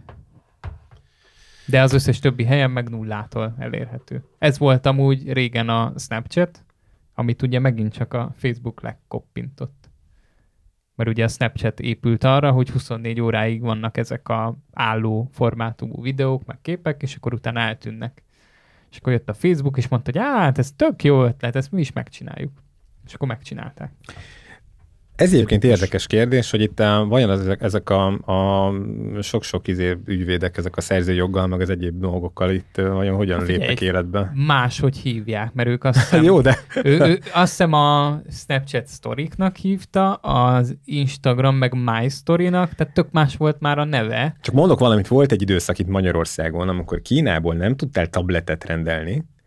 De az összes többi helyen meg nullától elérhető. Ez volt amúgy régen a Snapchat, amit ugye megint csak a Facebook legkoppintott. Mert ugye a Snapchat épült arra, hogy huszonnégy óráig vannak ezek a álló formátumú videók, meg képek, és akkor utána eltűnnek. És akkor jött a Facebook, és mondta, hogy hát ez tök jó ötlet, ezt mi is megcsináljuk. És akkor megcsinálták. Ez egyébként érdekes kérdés, hogy itt uh, vajon ezek, ezek a, a sok-sok izé ügyvédek, ezek a szerzőjoggal, meg az egyéb dolgokkal itt uh, vajon hogyan hát lépnek figyelj, életbe? Máshogy hívják, mert ők azt hiszem, jó, de... ő, ő, azt hiszem a Snapchat Story-knak hívta, az Instagram meg My Story-nak, tehát tök más volt már a neve. Csak mondok valamit, volt egy időszak itt Magyarországon, amikor Kínából nem tudtál tabletet rendelni,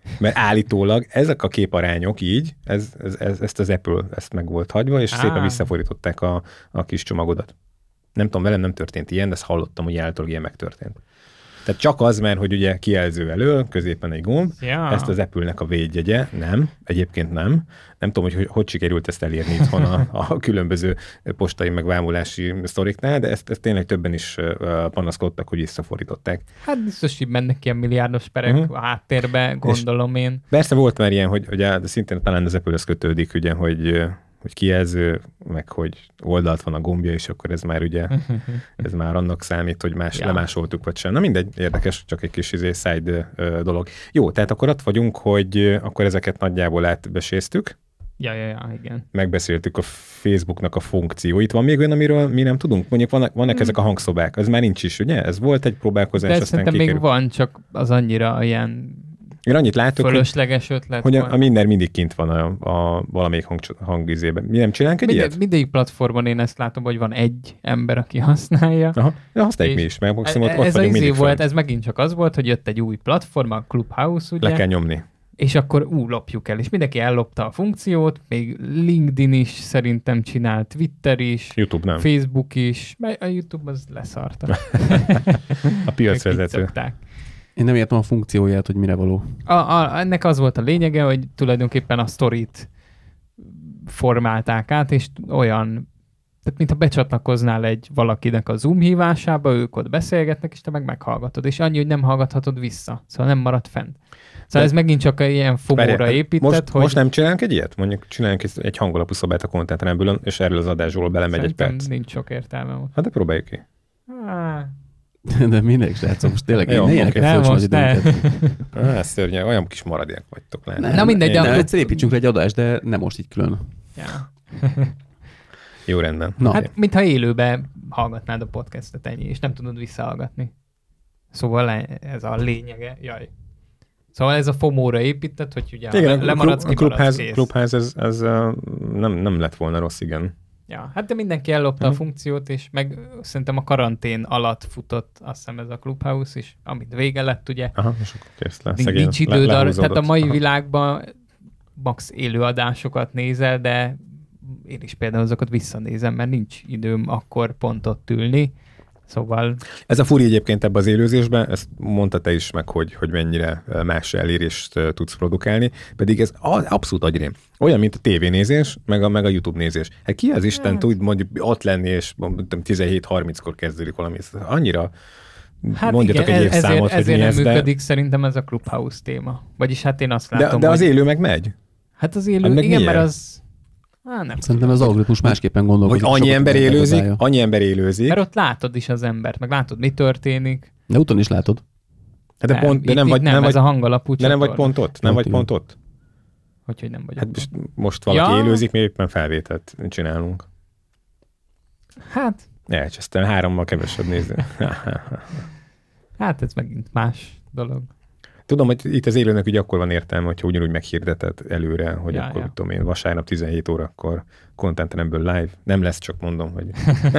Mert állítólag ezek a képarányok így, ez, ez, ez, ezt az Apple ezt meg volt hagyva, és Á. szépen visszafordították a, a kis csomagodat. Nem tudom, velem nem történt ilyen, de ezt hallottam, hogy állítólag ilyen megtörtént. Tehát csak az, mert hogy ugye kijelző elől, középen egy gomb, ja. ezt az Apple-nek a védjegye, nem, egyébként nem. Nem tudom, hogy hogy sikerült ezt elérni itthon a, a különböző postai megvámulási sztoriknál, de ezt, ezt tényleg többen is panaszkodtak, hogy visszafordították. Hát biztos, hogy mennek ilyen milliárdos perek uh-huh. a háttérbe, gondolom és én. Persze volt már ilyen, hogy ugye, de szintén talán az Apple-höz kötődik, ugye, hogy hogy kijelző, meg hogy oldalt van a gombja, és akkor ez már ugye, ez már annak számít, hogy más, ja. lemásoltuk, vagy sem. Na mindegy, érdekes, csak egy kis izé, side uh, dolog. Jó, tehát akkor ott vagyunk, hogy akkor ezeket nagyjából átbeséztük. Ja, ja, ja, igen. Megbeszéltük a Facebooknak a funkcióit. Van még olyan, amiről mi nem tudunk? Mondjuk vannak, vannak hmm. ezek a hangszobák, ez már nincs is, ugye? Ez volt egy próbálkozás, de aztán kikerül. Még van, csak az annyira ilyen Én annyit látok, fölösleges ötlet. Hogy a, a minden mindig kint van a, a valamelyik hang, hangizében. Mi nem csinálunk egy Minden, ilyet? Mindegyik platformon én ezt látom, hogy van egy ember, aki használja. Aha, ja, használjuk mi is, mert maximum ott ez vagyunk mindig volt, föl. Ez megint csak az volt, hogy jött egy új platform, a Clubhouse, ugye? Le kell nyomni. És akkor ú, lopjuk el. És mindenki ellopta a funkciót, még LinkedIn is szerintem csinál, Twitter is, YouTube nem. Facebook is, a YouTube az leszarta. A piacvezető. Én nem értem a funkcióját, hogy mire való. A, a, ennek az volt a lényege, hogy tulajdonképpen a sztorit formálták át, és olyan, tehát mintha becsatlakoznál egy valakinek a Zoom hívásába, ők ott beszélgetnek, és te meg meghallgatod. És annyi, hogy nem hallgathatod vissza. Szóval nem marad fent. Szóval de ez megint csak ilyen fomóra épített, most, hogy... Most nem csinálunk egy ilyet? Mondjuk csinálunk egy hangolapú szobát a Content Ramből-ön, és erről az adásról belemegy egy perc. Nincs sok értelme most. Hát de próbáljuk ki. Ah. De mindegy, srácok, most tényleg jó, ne ilyenek okay. el most ne. Ah, szörnyű, olyan kis maradék vagytok le. Na mindegy. De egyszer építsünk egy adást, de nem most így külön. Ja. Jó, rendben. Na. Hát, mintha élőben hallgatnád a podcastet, ennyi, és nem tudod visszahallgatni. Szóval ez a lényege. Jaj. Szóval ez a fomóra épített, hogy ugye igen, lemaradsz, a Clubhouse, Clubhouse ez, ez uh, nem, nem lett volna rossz, igen. Ja, hát de mindenki ellopta uh-huh. a funkciót, és meg szerintem a karantén alatt futott, azt hiszem ez a Clubhouse is, amit vége lett, ugye. Aha, és akkor kész le. Szegény, nincs időd le, arra, tehát a mai Aha. világban max élőadásokat nézel, de én is például azokat visszanézem, mert nincs időm akkor pont ott ülni. Szóval... Ez a furi egyébként ebben az élőzésben, ezt mondta te is meg, hogy, hogy mennyire más elérést tudsz produkálni, pedig ez abszolút agyrém. Olyan, mint a tévénézés, meg a, meg a YouTube nézés. Hát ki az Isten hát. tud mondjuk ott lenni, és tizenhét harminckor kezdődik valami. Annyira hát mondjatok igen, egy évszámot, ezért, hogy ezért mi nem ez, működik de... szerintem ez a Clubhouse téma. Vagyis hát én azt látom, De, de az hogy... élő meg megy? Hát az élő, hát igen, mert az... Á, nem Szerintem az algoritmus másképpen gondolkodik. Hogy annyi ember élőzik, annyi ember élőzik. Mert ott látod is az embert, meg látod, mi történik. De úton is látod. Hát de, nem, pont, de nem itt, vagy, nem, nem ez vagy, a hangalapú de nem vagy pont ott? Nem ott vagy igen. pont ott? Hogy, hogy nem vagy hát ott. most, most valaki ja. élőzik, mi éppen felvételt csinálunk. Hát. Elcsesztem, hárommal kevesebb néző. Hát ez megint más dolog. Tudom, hogy itt az élőnek ugye akkor van értelme, hogyha ugyanúgy meghirdeted előre, hogy ja, akkor, ja. tudom én, vasárnap tizenhét órakor Content Ramből live. Nem lesz, csak mondom, hogy...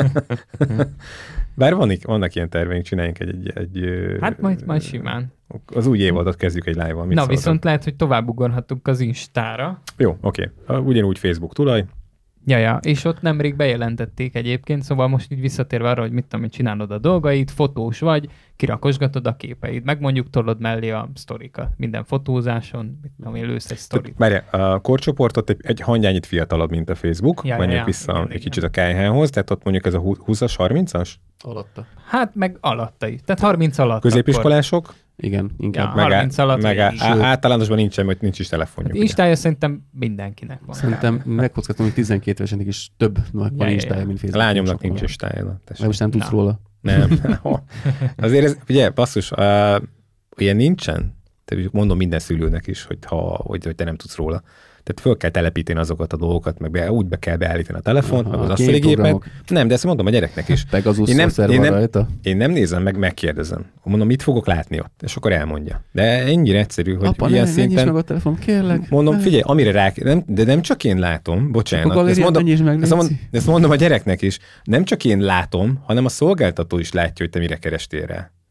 Bár van, vannak ilyen terveink, csináljunk egy... egy, egy hát majd, majd simán. Az új évadot kezdjük egy live-val. Na szóltam? Viszont lehet, hogy tovább ugorhatunk az Instára. Jó, oké. Okay. Ugyanúgy Facebook tulaj. Ja, ja, és ott nemrég bejelentették egyébként, szóval most így visszatérve arra, hogy mit tudom, hogy csinálod a dolgait, fotós vagy, kirakosgatod a képeid, meg mondjuk tolod mellé a sztorikat. Minden fotózáson, mit tudom, lősz egy sztorit. Várjál, a korcsoportot egy, egy hangyányit fiatalabb, mint a Facebook, ja, mondjuk ja, vissza igen, egy igen. kicsit a ká há-hoz, tehát ott mondjuk ez a húszas, harmincas? Alatta. Hát meg alatta is, tehát harminc alatt. Középiskolások? Akkor... Igen, inkább. Ja, harminc meg alatt. meg á, általánosban nincsen, hogy nincs is telefonjuk. Hát Instája szerintem mindenkinek van. Szerintem megkockáztam, hogy tizenkét éveseknek is több van ja, Instája, ja. mint Facebook. Lányomnak nincs Instája. Meg most nem tudsz Na. róla. Nem. Azért ez, ugye, basszus, uh, ilyen nincsen. Tehát mondom minden szülőnek is, hogy, ha, hogy, hogy te nem tudsz róla. Tehát föl kell telepíteni azokat a dolgokat, meg be, úgy be kell beállítani a telefont, aha, meg az asztaligépet. Nem, de ezt mondom a gyereknek is. Pegasus én nem, én, nem, rajta. én nem nézem meg, megkérdezem. Mondom, mit fogok látni ott? És akkor elmondja. De ennyire egyszerű, hogy Apa, ilyen ne, szinten... meg a telefon, kérlek. Mondom, figyelj, amire rá... Nem, de nem csak én látom, bocsánat. Ezt mondom, meg, ezt, mondom, ezt mondom a gyereknek is. Nem csak én látom, hanem a szolgáltató is látja, hogy te mire kerestél rá.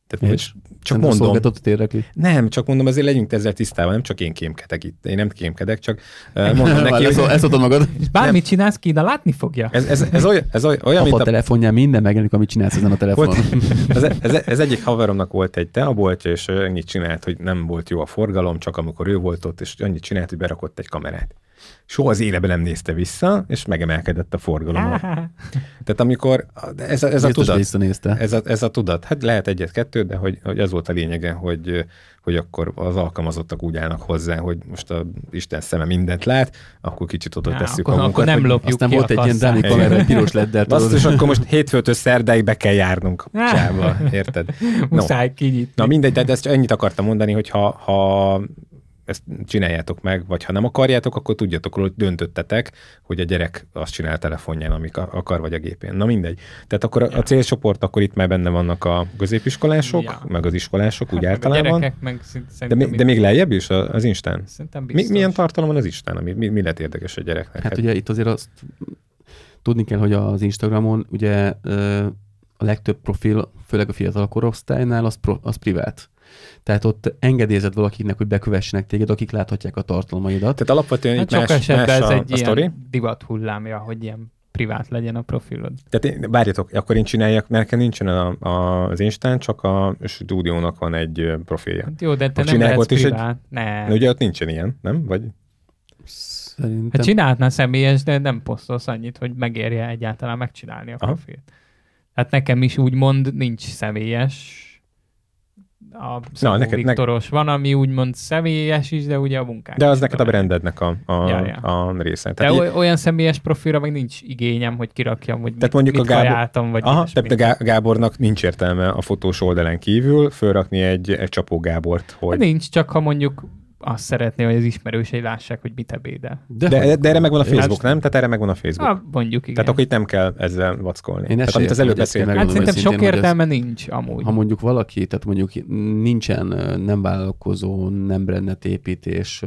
Tehát és csak mondom. Nem, csak mondom, azért legyünk ezzel tisztában, nem csak én kémkedek itt. Én nem kémkedek, csak uh, mondom neki, hogy... Ezt adod magad. És bármit csinálsz, Kína látni fogja. Ez, ez, ez olyan, ez olyan, olyan mint a... telefonján minden megjelenik, amit csinálsz ezen a telefonon. ez, ez, ez egyik haveromnak volt egy teaboltja, és annyit csinált, hogy nem volt jó a forgalom, csak amikor ő volt ott, és annyit csinált, hogy berakott egy kamerát. Soha az élebe nem nézte vissza, és megemelkedett a forgalom. Tehát amikor ez a, ez a tudat, ez a, ez a tudat, hát lehet egyet-kettő, de hogy, hogy ez volt a lényege, hogy, hogy akkor az alkalmazottak úgy állnak hozzá, hogy most a Isten szeme mindent lát, akkor kicsit oda tesszük akkor, magunkat. Akkor nem lopjuk aztán ki volt egy ilyen Dani kamera, egy piros leddel. Azt is akkor most hétfőtől szerdáig be kell járnunk a csába, érted? Muszáj no. kinyitni. Na mindegy, tehát ezt ennyit akartam mondani, hogy ha, ha ezt csináljátok meg, vagy ha nem akarjátok, akkor tudjatok, hogy döntöttetek, hogy a gyerek azt csinál a telefonján, amik akar, vagy a gépén. Na mindegy. Tehát akkor a célcsoport, akkor itt már benne vannak a középiskolások, ja. meg az iskolások, hát úgy általában. A gyerekek meg de, mi, de még lejjebb is az Instán? Szerintem biztos. Mi, milyen tartalom van az Instán? Mi, mi, mi lett érdekes a gyereknek? Hát, hát ugye itt azért azt tudni kell, hogy az Instagramon ugye a legtöbb profil, főleg a fiatal korosztálynál, az, pro, az privát. Tehát ott engedélyezed valakinek, hogy bekövessenek téged, akik láthatják a tartalmaidat. Tehát alapvetően hát itt sok más, esetben más ez a, egy a sztori. ilyen divat hullámja, hogy ilyen privát legyen a profilod. Tehát én, várjatok, akkor én csináljak, mert nekem nincsen a, a, az Instán, csak a stúdiónak van egy profilja. Hát jó, de te nem lehetsz privát. Egy... Nem. Ugye ott nincsen ilyen, nem? Vagy... Szerintem... Hát csinálhatnál személyes, de nem posztolsz annyit, hogy megérje egyáltalán megcsinálni a profilt. Hát nekem is úgymond nincs személyes. A Szabó Na, neked, Viktoros van, ami úgymond személyes is, de ugye a munkánk. De az neked a brandednek a, a, ja, ja. a része. Tehát de így... olyan személyes profilra meg nincs igényem, hogy kirakjam, hogy mit, mondjuk mit a Gábor... kajáltam, vagy Aha, tehát a Gábornak nincs értelme a fotós oldalán kívül fölrakni egy, egy Csapó Gábort. Hogy... Nincs, csak ha mondjuk azt szeretné, hogy az ismerősei lássák, hogy mit ebédel. De, de, de erre megvan a Facebook, nem? Tehát erre megvan a Facebook. Ah, mondjuk, igen. Tehát akkor itt nem kell ezzel vackolni. Én tehát amit az előbb beszéltem. Hát szerintem sok értelme nincs amúgy. Ha mondjuk valaki, tehát mondjuk nincsen nem vállalkozó, nem brandet építés,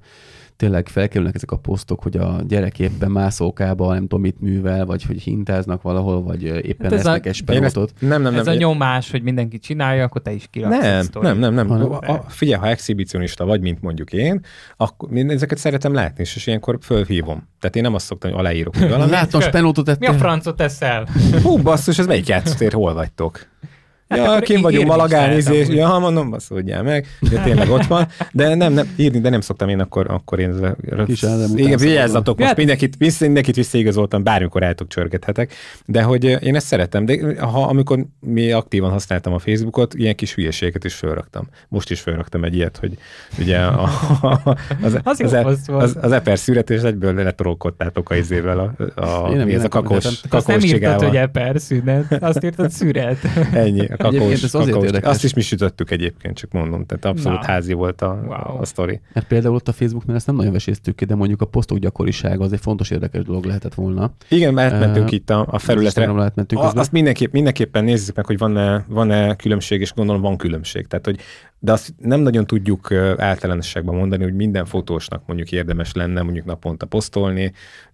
tényleg felkerülnek ezek a posztok, hogy a gyerek éppen mászókába nem tudom mit művel, vagy hogy hintáznak valahol, vagy éppen hát esznek egy sperótot. Nem, nem, nem. Ez a nyomás, hogy mindenki csinálja, akkor te is kiraksz. Nem, nem, nem, nem. A, a, figyelj, ha exhibicionista vagy, mint mondjuk én, akkor én ezeket szeretem látni, és ilyenkor fölhívom. Tehát én nem azt szoktam, hogy aláírok, hogy valami. Látom, spenótot ettél. Mi a francot eszel? Hú, basszus, ez melyik játszótér, hol vagytok? Hát ja, kim vagyunk Malagán, izé, ja, mondom, basszódjál meg, de tényleg ott van, de nem, nem, írni, de nem szoktam én, akkor, akkor én... Igen, vigyázzatok, most mindenkit, mindenkit visszaigazoltam, bármikor álltok csörgethetek, de hogy én ezt szeretem, de ha amikor mi aktívan használtam a Facebookot, ilyen kis hülyeségeket is felraktam. Most is felraktam egy ilyet, hogy ugye a, a, az, az, az, az, az, az eper szüret, és egyből letorolkodtátok a izével a, a, mi ez a kakós, kakós nem írtad, hogy eper szünet, azt írtad szüret. Ennyi. Kakós, kakós. Azt is mi sütöttük egyébként, csak mondom. Tehát abszolút Na. házi volt a, wow. a sztori. Mert például ott a Facebooknál ezt nem nagyon veséztük ki, de mondjuk a posztok gyakorisága az egy fontos, érdekes dolog lehetett volna. Igen, mert mentünk uh, itt a, a felületre. A, azt mindenképp, mindenképpen nézzük meg, hogy van-e, van-e különbség, és gondolom van különbség. Tehát, hogy de azt nem nagyon tudjuk általánosságban mondani, hogy minden fotósnak mondjuk érdemes lenne mondjuk naponta posztolni,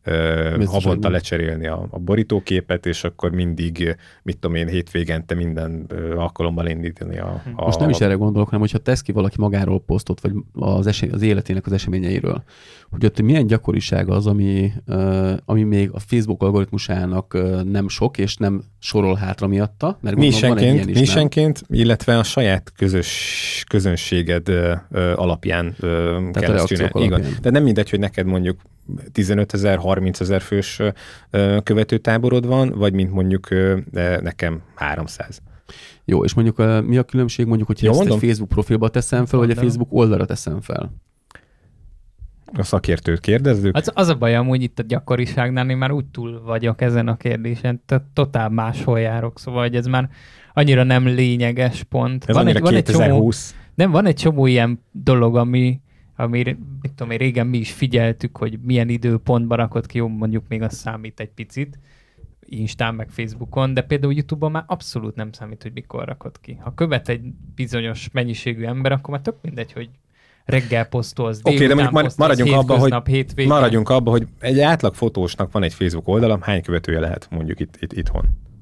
uh, havonta lecserélni a, a borítóképet, és akkor mindig, mit tudom én, hétvégente minden uh, alkalommal indítani a, a... Most nem is erre gondolok, hanem hogyha tesz ki valaki magáról posztot, vagy az, esély, az életének az eseményeiről, hogy ott milyen gyakoriság az, ami, uh, ami még a Facebook algoritmusának uh, nem sok, és nem sorol hátra miatta, mert gondolom van egy ilyen is, Misenként, illetve a saját közös közönséged ö, ö, alapján ö, kell ezt csinálni. Igen. De nem mindegy, hogy neked mondjuk tizenötezer, harmincezer fős ö, követőtáborod van, vagy mint mondjuk ö, nekem háromszáz. Jó, és mondjuk a, mi a különbség mondjuk, hogy ezt mondom? Egy Facebook profilba teszem fel, vagy a Facebook oldalra teszem fel? A szakértőt kérdezzük? Az, az a baj amúgy itt a gyakoriságnál, én már úgy túl vagyok ezen a kérdésen, tehát totál máshol járok, szóval hogy ez már annyira nem lényeges pont. Ez van egy, van egy csomó, nem, van egy csomó ilyen dolog, ami, ami mit tudom én, régen mi is figyeltük, hogy milyen időpontban rakod ki, jó, mondjuk még az számít egy picit, Instán meg Facebookon, de például YouTube-on már abszolút nem számít, hogy mikor rakod ki. Ha követ egy bizonyos mennyiségű ember, akkor már tök mindegy, hogy reggel posztolsz, délután okay, posztolsz, maradjunk abba, hogy hétvégén. Maradjunk abba, hogy egy átlag fotósnak van egy Facebook oldala, hány követője lehet mondjuk itt, itt itthon?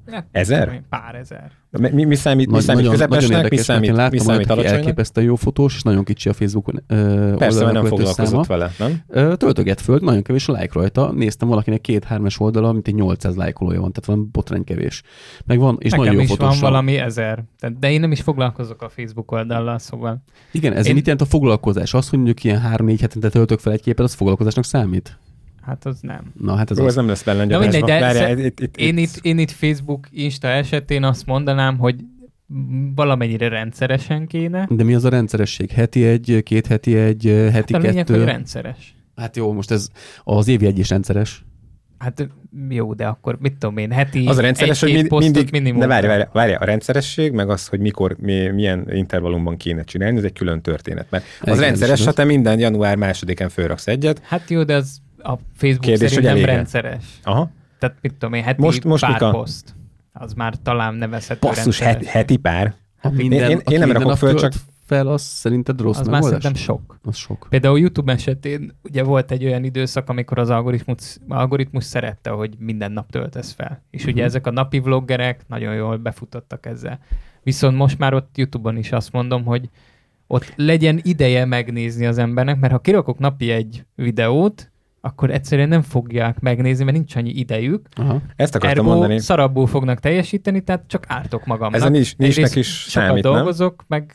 Ne, Ezer? Pár ezer. Mi, mi, mi számít, mi Nagy, számít nagyon, közepesnek, nagyon mi érdekes, számít, én mi láttam számít olyat, aki alacsonynak? elképesztően jó fotós, és nagyon kicsi a Facebookon ö, Persze, mert nem követő foglalkozott száma. vele, nem? Ö, töltöget föl, nagyon kevés a like rajta. Néztem valakinek két-hármas oldala, mint egy nyolcszáz lájkolója van, tehát van botrány kevés. Meg van, és Nekem nagyon jó is fotósan. van valami ezer. De én nem is foglalkozok a Facebook oldallal, szóval... Igen, ez Én- mit jelent a foglalkozás? Az, hogy mondjuk ilyen három-négy hetente töltök fel egy képet, az foglalkozásnak számít? Hát az nem. Na, hát ez Jó, az. ez nem lesz Na bellengyakásban. mindegy, de Várjál, szer- itt, itt, Én itt, én itt Facebook, Insta esetén azt mondanám, hogy valamennyire rendszeresen kéne. De mi az a rendszeresség? Heti egy, két heti egy, heti Hát a lényeg, kettő? hogy rendszeres. Hát jó, most ez az évi egy is rendszeres. Hát jó, de akkor mit tudom én, heti az a rendszeres, hogy egy-két mind, posztot mindig, minimum. de várj, várj, várj, a rendszeresség, meg az, hogy mikor, mi, milyen intervallumban kéne csinálni, ez egy külön történet. Mert az Igen, rendszeres, is ha te minden január másodikán fölraksz egyet. Hát jó, de az a Facebook Kérdés, szerint hogy nem elég-e? rendszeres. Aha. Tehát mit tudom én, heti Most- most pár mik a- poszt. Az már talán nevezhető Basszus, rendszeres. heti, heti pár. Ha Én- minden, én- én aki nem minden rakok nap föl, tölt csak- fel, az szerinted rossz Az már megoldás? szerintem sok. Az sok. Például YouTube esetén ugye volt egy olyan időszak, amikor az algoritmus, algoritmus szerette, hogy minden nap töltesz fel. És ugye Mhm. ezek a napi vloggerek nagyon jól befutottak ezzel. Viszont most már ott YouTube-on is azt mondom, hogy ott legyen ideje megnézni az embernek, mert ha kirakok napi egy videót, akkor egyszerűen nem fogják megnézni, mert nincs annyi idejük. Aha. Ezt akartam Ergo mondani. szarabbul fognak teljesíteni, tehát csak ártok magamnak. Ezen is, nincsnek Egyrészt is sokat számít, nem? dolgozok, meg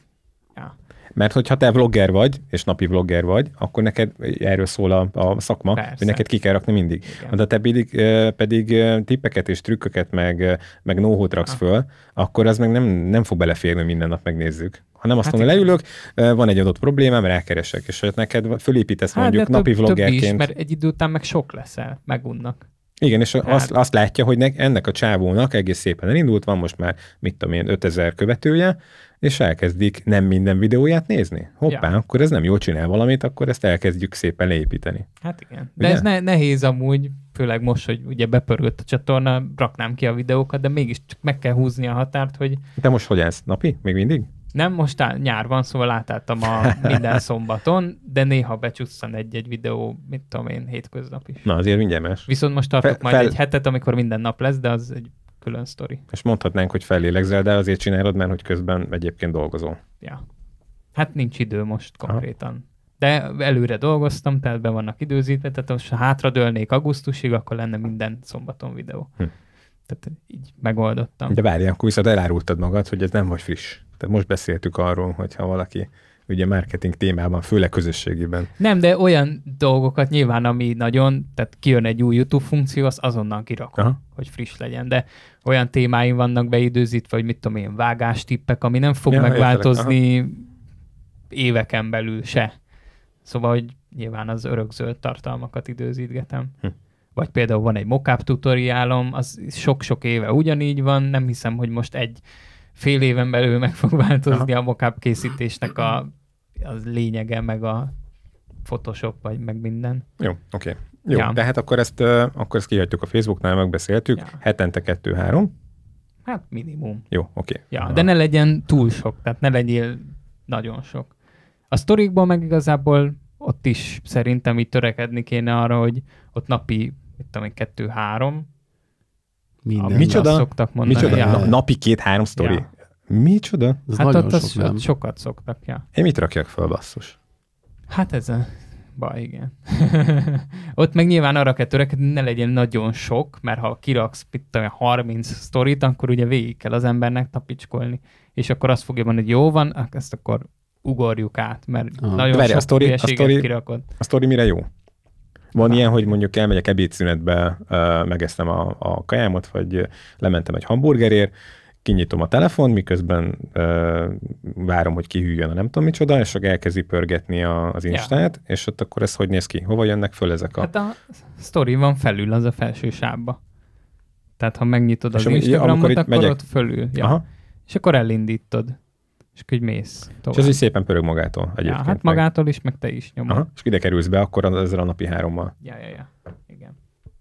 Mert hogyha te vlogger vagy, és napi vlogger vagy, akkor neked erről szól a, a szakma, Persze. hogy neked ki kell rakni mindig. igen. De te pedig, eh, pedig eh, tippeket és trükköket, meg, eh, meg know-how-t raksz Ah. föl, akkor az meg nem, nem fog beleférni, hogy minden nap megnézzük. Ha nem azt Hát mondom, igen. leülök, eh, van egy adott problémám, rákeresek, és hogy neked fölépítesz Hát, mondjuk de napi több, több is, vloggerként. mert egy idő után meg sok leszel, megunnak. Igen, és Hát- azt, azt látja, hogy ne, ennek a csávónak egész szépen elindult, van most már, mit tudom én, ötezer követője, és elkezdik nem minden videóját nézni. Hoppá, Ja. akkor ez nem jól csinál valamit, akkor ezt elkezdjük szépen leépíteni. Hát igen. De Ugye? ez ne, nehéz amúgy, főleg most, hogy ugye bepörgött a csatorna, raknám ki a videókat, de mégis csak meg kell húzni a határt, hogy De most hogy ez? Napi? Még mindig? nem, most á, nyár van, szóval átálltam a minden szombaton, de néha becsusszan egy-egy videó, mit tudom én, hétköznap is. Na, azért mindjárt más. Viszont most tartok Fe- majd fel- egy hetet, amikor minden nap lesz, de az egy külön sztori. És mondhatnánk, hogy fellélegzel, de azért csinálod, mert hogy közben egyébként dolgozol. Ja. Hát nincs idő most konkrétan. De előre dolgoztam, tehát be vannak időzítve, tehát most ha hátradőlnék augusztusig, akkor lenne minden szombaton videó. Hm. Tehát így megoldottam. De várjál, akkor viszont elárultad magad, hogy ez nem vagy friss. Tehát most beszéltük arról, hogy ha valaki ugye marketing témában, főleg közösségében. Nem, de olyan dolgokat nyilván, ami nagyon, tehát kijön egy új YouTube funkció, azt azonnal kirakom, Aha. hogy friss legyen, de olyan témáim vannak beidőzítve, hogy mit tudom én, vágástippek, ami nem fog Ja, megváltozni éveken belül se. Szóval, hogy nyilván az örökzöld tartalmakat időzítgetem. Hm. Vagy például van egy mockup tutoriálom, az sok-sok éve ugyanígy van, nem hiszem, hogy most egy fél éven belül meg fog változni Aha. a mockup készítésnek a, az lényege, meg a Photoshop, vagy meg minden. Jó, oké. Okay. Jó, Ja. de hát akkor ezt, uh, akkor ezt kihagytuk a Facebooknál, megbeszéltük. Ja. Hetente kettő-három. Hát minimum. Jó, oké. Okay. Ja, de ne legyen túl sok, tehát ne legyél nagyon sok. A sztorikban meg igazából ott is szerintem így törekedni kéne arra, hogy ott napi, mit tudom én, kettő-három. Minden. Micsoda? Azt szoktak mondani. Micsoda? Ja. Na, napi két-három sztori? Ja. Micsoda? Ez Hát nagyon ott, sok, az, nem? ott sokat szoktak, ja. Én mit rakjak fel, basszus? Hát ez a baj, igen. Ott meg nyilván arra kell törekedni, ne legyen nagyon sok, mert ha kiraksz mit tudom, harminc sztorit, akkor ugye végig kell az embernek tapicskolni. És akkor azt fogja mondani, hogy jó van, ezt akkor ugorjuk át, mert Aha. nagyon Várj, a sok sztori- a hülyeséget sztori- kirakod. A sztori mire jó? Van Na. ilyen, hogy mondjuk elmegyek ebédszünetbe, uh, megeszem a, a kajámot, vagy uh, lementem egy hamburgerért, kinyitom a telefon, miközben uh, várom, hogy kihűljön a nem tudom micsoda, és akkor elkezdi pörgetni a, az Instát, ja. és ott akkor ez hogy néz ki? Hova jönnek föl ezek a... Hát a sztori van felül, az a felső sávba. Tehát ha megnyitod És az ami- Instagramot, amikor itt akkor megyek- ott fölül. Ja. Aha. És akkor elindítod. És akkor így mész És tovább. ez így szépen pörög magától egyébként. ja, hát meg. magától is, meg te is nyomod. Aha. És ide kerülsz be akkor az- ezzel a napi hárommal. Ja, ja, ja. Igen.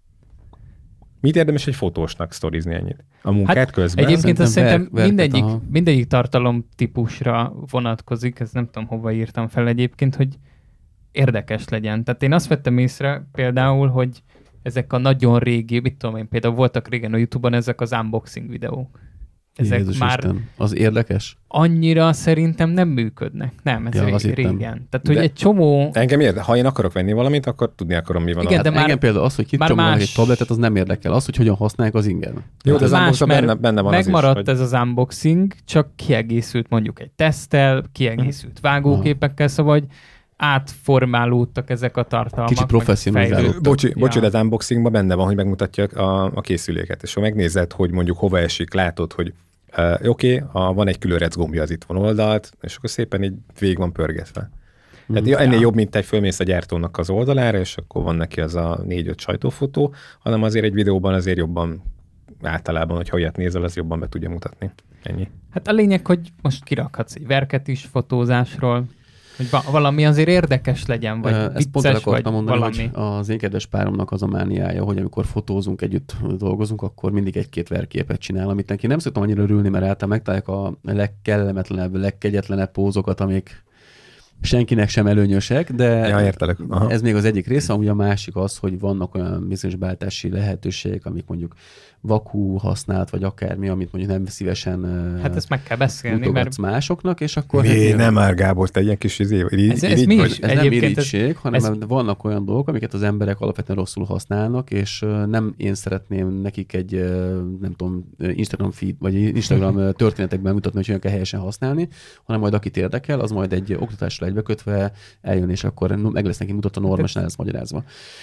Mit érdemes egy fotósnak sztorizni ennyit? A munkát Hát közben? Egyébként azt Szerintem szerintem ver- verket, mindegyik, aha. mindegyik tartalom típusra vonatkozik, ez nem tudom, hova írtam fel egyébként, hogy érdekes legyen. Tehát én azt vettem észre például, hogy ezek a nagyon régi, mit tudom én, például voltak régen a YouTube-on ezek az unboxing videók. Ezek Jézus már Isten. Az érdekes? Annyira szerintem nem működnek. Nem, ez Ja, ré- az régen. nem. Tehát, hogy De egy csomó... Engem érde, ha én akarok venni valamit, akkor tudni akarom, mi van. Igen, a... de Hát már- engem például az, hogy kicsomagolnak más- egy tabletet, az nem érdekel. Az, hogy hogyan használják, az igen. Jó, de az Más, unboxban mert benne, benne van megmaradt az is, hogy... ez az unboxing, csak kiegészült mondjuk egy teszttel, kiegészült vágóképekkel, szóval hogy átformálódtak ezek a tartalmak. Kicsit professzionalizálódtak. Bocsi, Ja. bocsi, de az unboxingban benne van, hogy megmutatja a, a készüléket, és ha megnézed, hogy mondjuk hova esik, látod, hogy uh, oké, okay, van egy különrec gombja, az itt van oldalt, és akkor szépen így végig van pörgetve. Tehát ja, ennél Ja. jobb, mint egy fölmész a gyártónak az oldalára, és akkor van neki az a négy-öt sajtófotó, hanem azért egy videóban azért jobban általában, hogyha olyat nézel, az jobban be tudja mutatni. Ennyi. Hát a lényeg, hogy most kirakhatsz egy verket is fotózásról, hogy va- valami azért érdekes legyen, vagy Ezt pont el vicces, vagy akartam mondani, valami. hogy az én kedves páromnak az a mániája, hogy amikor fotózunk, együtt dolgozunk, akkor mindig egy-két verképet csinál, amit neki nem szoktam annyira örülni, mert általában megtalálják a legkellemetlenebb, legkegyetlenebb pózokat, amik senkinek sem előnyösek, de Ja, értelek. Aha. ez még az egyik része, amúgy a másik az, hogy vannak olyan bizonyos beállítási lehetőségek, amik mondjuk vakú használt, vagy akármi, amit mondjuk nem szívesen Hát ezt meg kell beszélni, mert mutogatsz másoknak, és akkor... Né, hát, nem már Gábor, te ilyen kis izé, így, Ez- ez így, mi vagy- is? ez nem Egyébként irigység, ez- hanem ez- vannak olyan dolgok, amiket az emberek alapvetően rosszul használnak, és ö, nem én szeretném nekik egy, ö, nem tudom, Instagram feed, vagy Instagram ö, történetekben mutatni, hogy hogyan kell helyesen használni, hanem majd akit érdekel, az majd egy oktatásra egybekötve eljön, és akkor meg lesz neki mutatva normálisan, ez magyarázva.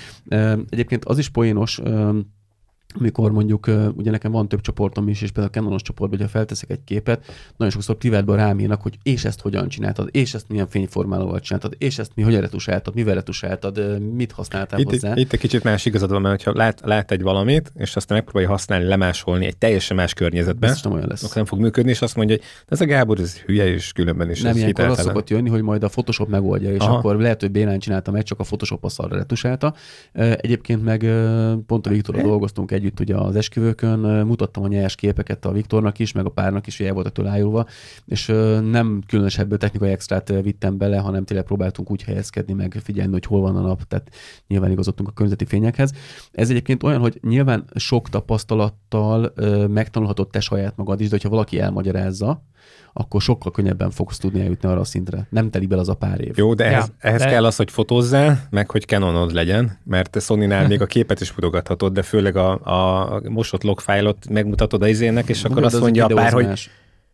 Ö, Egyébként az is poénos, ö, amikor mondjuk, uh, ugye nekem van több csoportom is, és például a Canonos csoportban, hogyha felteszek egy képet, nagyon sokszor privátban rám írnak, hogy és ezt hogyan csináltad, és ezt milyen fényformálóval csináltad, és ezt mi hogyan retusáltad, mivel retusáltad, uh, mit használtál itt, hozzá. itt egy kicsit más igazad van, mert ha lát, lát egy valamit, és aztán megpróbálja használni, lemásolni egy teljesen más környezetben, Biztos nem olyan lesz. akkor nem fog működni, és azt mondja, hogy ez a Gábor, ez hülye, és különben is Nem, ez ilyenkor az hiteltelen. szokott jönni, hogy majd a Photoshop megoldja, és Aha. akkor lehet, hogy Bélán csinálta meg, csak a Photoshop azt arra retusálta. Uh, Egyébként meg uh, pont a Viktorral dolgoztunk együtt ugye az esküvőkön, uh, mutattam a nyers képeket a Viktornak is, meg a párnak is, hogy el voltak tőle ájulva, és uh, nem különösebb technikai extrát uh, vittem bele, hanem tényleg próbáltunk úgy helyezkedni, meg figyelni, hogy hol van a nap, tehát nyilván igazodtunk a környezeti fényekhez. Ez egyébként olyan, hogy nyilván sok tapasztalattal uh, megtanulhatod te saját magad is, de hogyha valaki elmagyarázza, akkor sokkal könnyebben fogsz tudni eljutni arra a szintre. Nem telik bele az a pár év. Jó, de ehhez, Ja, ehhez de- kell az, hogy fotózzál, meg hogy Canonod legyen, mert te Sonynál még a képet is mutogathatod, de főleg a, a mosott logfájlot megmutatod a izének, és akkor De azt az mondja a pár, hogy videózás.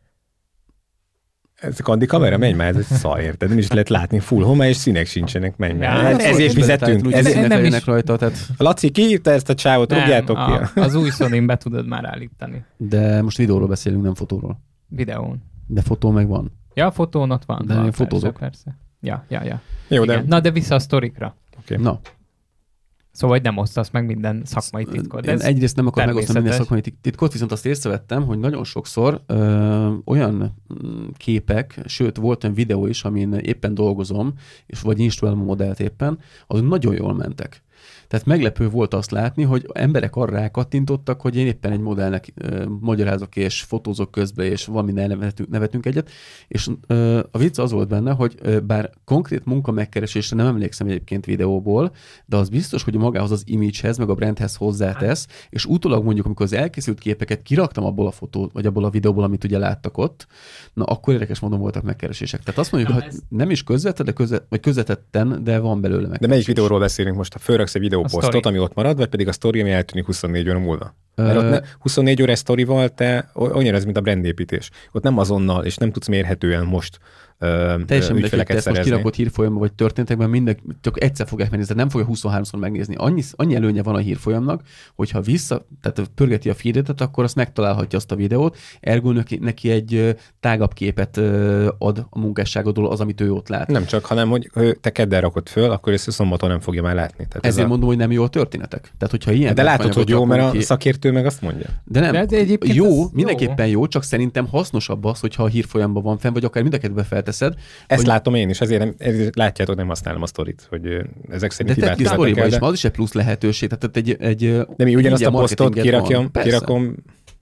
ez a kandi kamera, menj már, ez egy szar, érted? Nem is lehet látni, full homa, és színek sincsenek, menj már. Ja, Hát hát ezért Szóval fizetünk. úgy Ezért... nem nem is- rajta, tehát, Laci, kiírta ezt a csávot, rúgjátok a, ki. az új Sony-n be tudod már állítani. de most videóról beszélünk, nem fotóról. Videón. De fotó meg van. Ja, a fotón ott van. De van, én fotózok. Persze, persze. Ja, ja, ja. Jó, de Igen. Na, de vissza a sztorikra. Oké. Na, Szóval, hogy nem osztasz meg minden szakmai titkot. én Ez egyrészt nem akarok megosztani minden természetes. szakmai titkot, viszont azt észrevettem, hogy nagyon sokszor ö, olyan mm, képek, sőt, volt olyan videó is, amin éppen dolgozom, és vagy instruálom a modellt éppen, azok nagyon jól mentek. Tehát meglepő volt azt látni, hogy emberek arra rákattintottak, hogy én éppen egy modellnek ö, magyarázok és fotózok közben, és valami nevetünk, nevetünk egyet, és ö, a vicc az volt benne, hogy ö, bár konkrét munka megkeresésre nem emlékszem egyébként videóból, de az biztos, hogy magához az image-hez, meg a brandhez hozzátesz, és utólag mondjuk, amikor az elkészült képeket kiraktam abból a fotó, vagy abból a videóból, amit ugye láttak ott, na akkor érdekes módon voltak megkeresések. Tehát azt mondjuk, Na, hogy ez- nem is közvetett, de közvet, vagy közvetetten, de van belőle De megkeresés. melyik videóról beszélünk most? Ha fölraksz egy videóposztot, sztori. ami ott marad, vagy pedig a sztori, ami eltűnik huszonnégy óra múlva? Mert Ö, ott ne, huszonnégy órás sztorival te olyan ez, mint a brandépítés. Ott nem azonnal, és nem tudsz mérhetően most ö, Teljesen ö, mindegy, hogy te ügyfeleket ezt most szerezni. kirakott hírfolyamban, vagy történetekben, mindegy, csak egyszer fogják megnézni, tehát nem fogja huszonháromszor megnézni. Annyi, annyi előnye van a hírfolyamnak, hogyha vissza, tehát pörgeti a feedet, akkor azt megtalálhatja azt a videót, ergo neki, neki egy ö, tágabb képet ö, ad a munkásságodról az, amit ő ott lát. Nem csak, hanem hogy ö, te kedden rakod föl, akkor ezt szombaton nem fogja már látni. Tehát ez Ezért a... mondom, hogy nem jó a történetek. Tehát, hogyha ilyen De látod, hogy jó, mert a ki... szakértő meg azt mondja. De nem, De ez egyébként jó, ez jó. mindenképpen jó, csak szerintem hasznosabb az, hogyha a hírfolyamban van fenn, vagy akár mind a kettőbe felteszed. Ezt hogy... látom én is, ezért, nem, ezért látjátok, nem használom a sztorit, hogy ö, ezek De szerint tedd ki hibát sztoriba követek is, el, mert az is egy plusz lehetőség. Tehát egy, egy de mi ugyanazt a ingyen posztot marketinget kirakom, van. Persze. kirakom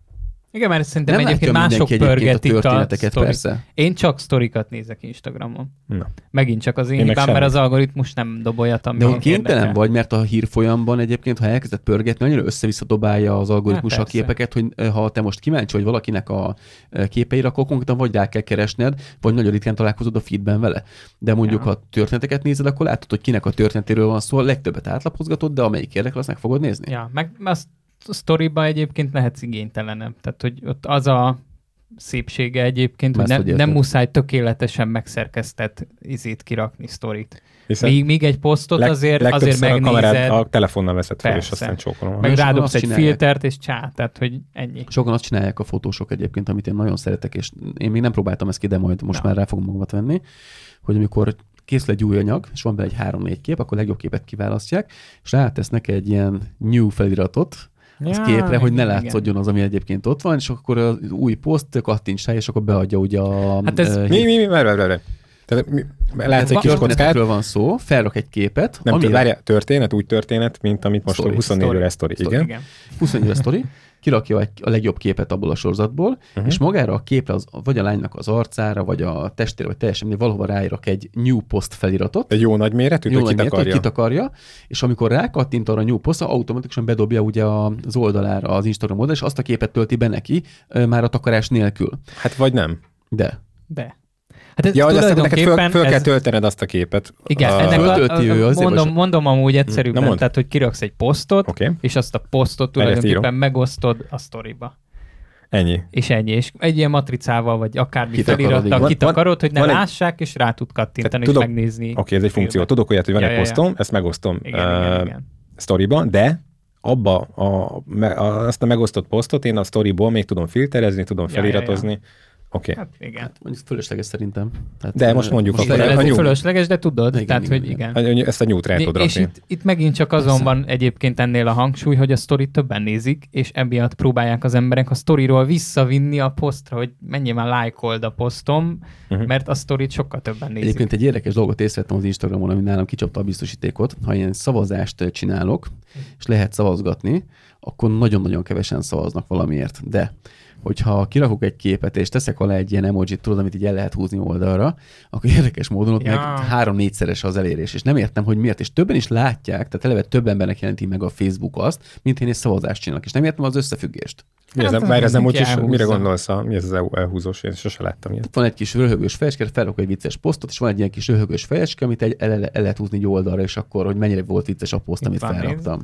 Igen, mert szerintem nem egyébként mások pörgetik a történeteket, a persze. Én csak sztorikat nézek Instagramon. Na. Megint csak az én, én hibám, mert az algoritmus nem doboljat, ami de hogy kénytelen vagy, mert a hírfolyamban egyébként, ha elkezdett pörgetni, annyira össze-vissza dobálja az algoritmus hát, a képeket, hogy ha te most kíváncsi vagy valakinek a képeire, akkor konkrétan vagy rá kell keresned, vagy nagyon ritkán találkozod a feedben vele. De mondjuk, ja. ha történeteket nézed, akkor látod, hogy kinek a történetéről van szó, a legtöbbet átlapozgatod, de amelyik érdekel, azt meg fogod nézni. Ja, meg azt a sztoriba egyébként lehetsz igénytelenem. Tehát, hogy ott az a szépsége egyébként, Mász, hogy, ne, hogy nem muszáj tökéletesen megszerkesztett izét kirakni sztorit. Míg, míg egy posztot leg, azért, azért megnézed. A, a telefonnal veszed fel, és aztán csókolom. Meg rádobsz egy csinálják. filtert, és csá, tehát, hogy ennyi. Sokan azt csinálják a fotósok egyébként, amit én nagyon szeretek, és én még nem próbáltam ezt ki, de majd most Na. már rá fogom magamat venni, hogy amikor készül egy új anyag, és van bele egy három-négy kép, akkor a legjobb képet kiválasztják, és rátesznek egy ilyen new feliratot, az ja, képre, hogy ne látszódjon az, ami egyébként ott van, és akkor az új poszt kattints rá, és akkor beadja ugye a... Hát ez... Uh, mi, mi, mi, várj, várj, várj. Tehát mi, látsz egy kis kockát. van szó, felrak egy képet. Nem amire... várja, történet, úgy történet, mint amit most story, huszonnégyre sztori. Igen. igen. huszonnégyre sztori. Kirakja egy, a legjobb képet abból a sorozatból, uh-huh. és magára a képre, az, vagy a lánynak az arcára, vagy a testére, vagy teljesen valahova ráírak egy new post feliratot. Egy jó nagy méretű, hogy kitakarja. kitakarja. És amikor rákattint arra a new post, automatikusan bedobja ugye az oldalára, az Instagram oldalra, és azt a képet tölti be neki, már a takarás nélkül. Hát vagy nem. De. De. Hát ez ja, hogy azt neked föl, föl ez... kell töltened azt a képet. Igen, a... ennek a, a, ő, mondom, mondom amúgy egyszerűbben, tehát hogy kiraksz egy posztot, okay. és azt a posztot tulajdonképpen megosztod a sztoriba. Ennyi. És ennyi. És egy ilyen matricával, vagy akármi felirattal kitakarod, hogy ne van lássák, egy... és rá tud kattintani, és megnézni. Oké, okay, ez egy funkció. Tudok olyat, hogy van ja, egy ja, posztom, ja. ezt megosztom igen, uh, igen, igen. sztoriba, de abba a, a, azt a megosztott posztot én a sztoriból még tudom filterezni, tudom feliratozni. Ja, ja, ja. Oké. Okay. Hát igen. Hát mondjuk fölösleges szerintem. Tehát, de most mondjuk most akkor... Ez fölösleges, de tudod, igen, tehát, igen, hogy igen. igen. Ezt a nyújt rá tudod rakni. És itt, itt megint csak azon van egyébként ennél a hangsúly, hogy a sztorit többen nézik, és emiatt próbálják az emberek a sztoriról visszavinni a posztra, hogy menjél már lájkold a posztom, uh-huh. mert a sztorit sokkal többen nézik. Egyébként egy érdekes dolgot észrevettem az Instagramon, ami nálam kicsapta a biztosítékot. Ha ilyen szavazást csinálok, és lehet szavazgatni, akkor nagyon-nagyon kevesen szavaznak valamiért. De hogyha kirakok egy képet, és teszek alá egy ilyen emojit, tudod, amit így el lehet húzni oldalra, akkor érdekes módon ott ja. meg három-négyszeres az elérés. És nem értem, hogy miért. És többen is látják, tehát eleve több embernek jelenti meg a Facebook azt, mint én egy szavazást csinálok. És nem értem az összefüggést. Mi ez, hát, ez nem úgy is, mire gondolsz? A, mi ez az elhúzós? Én sose láttam ilyet. Van egy kis röhögős fejeske, felrakok egy vicces posztot, és van egy ilyen kis röhögős fejeske, amit egy el, el, el lehet húzni egy oldalra, és akkor, hogy mennyire volt vicces a poszt, amit felraktam.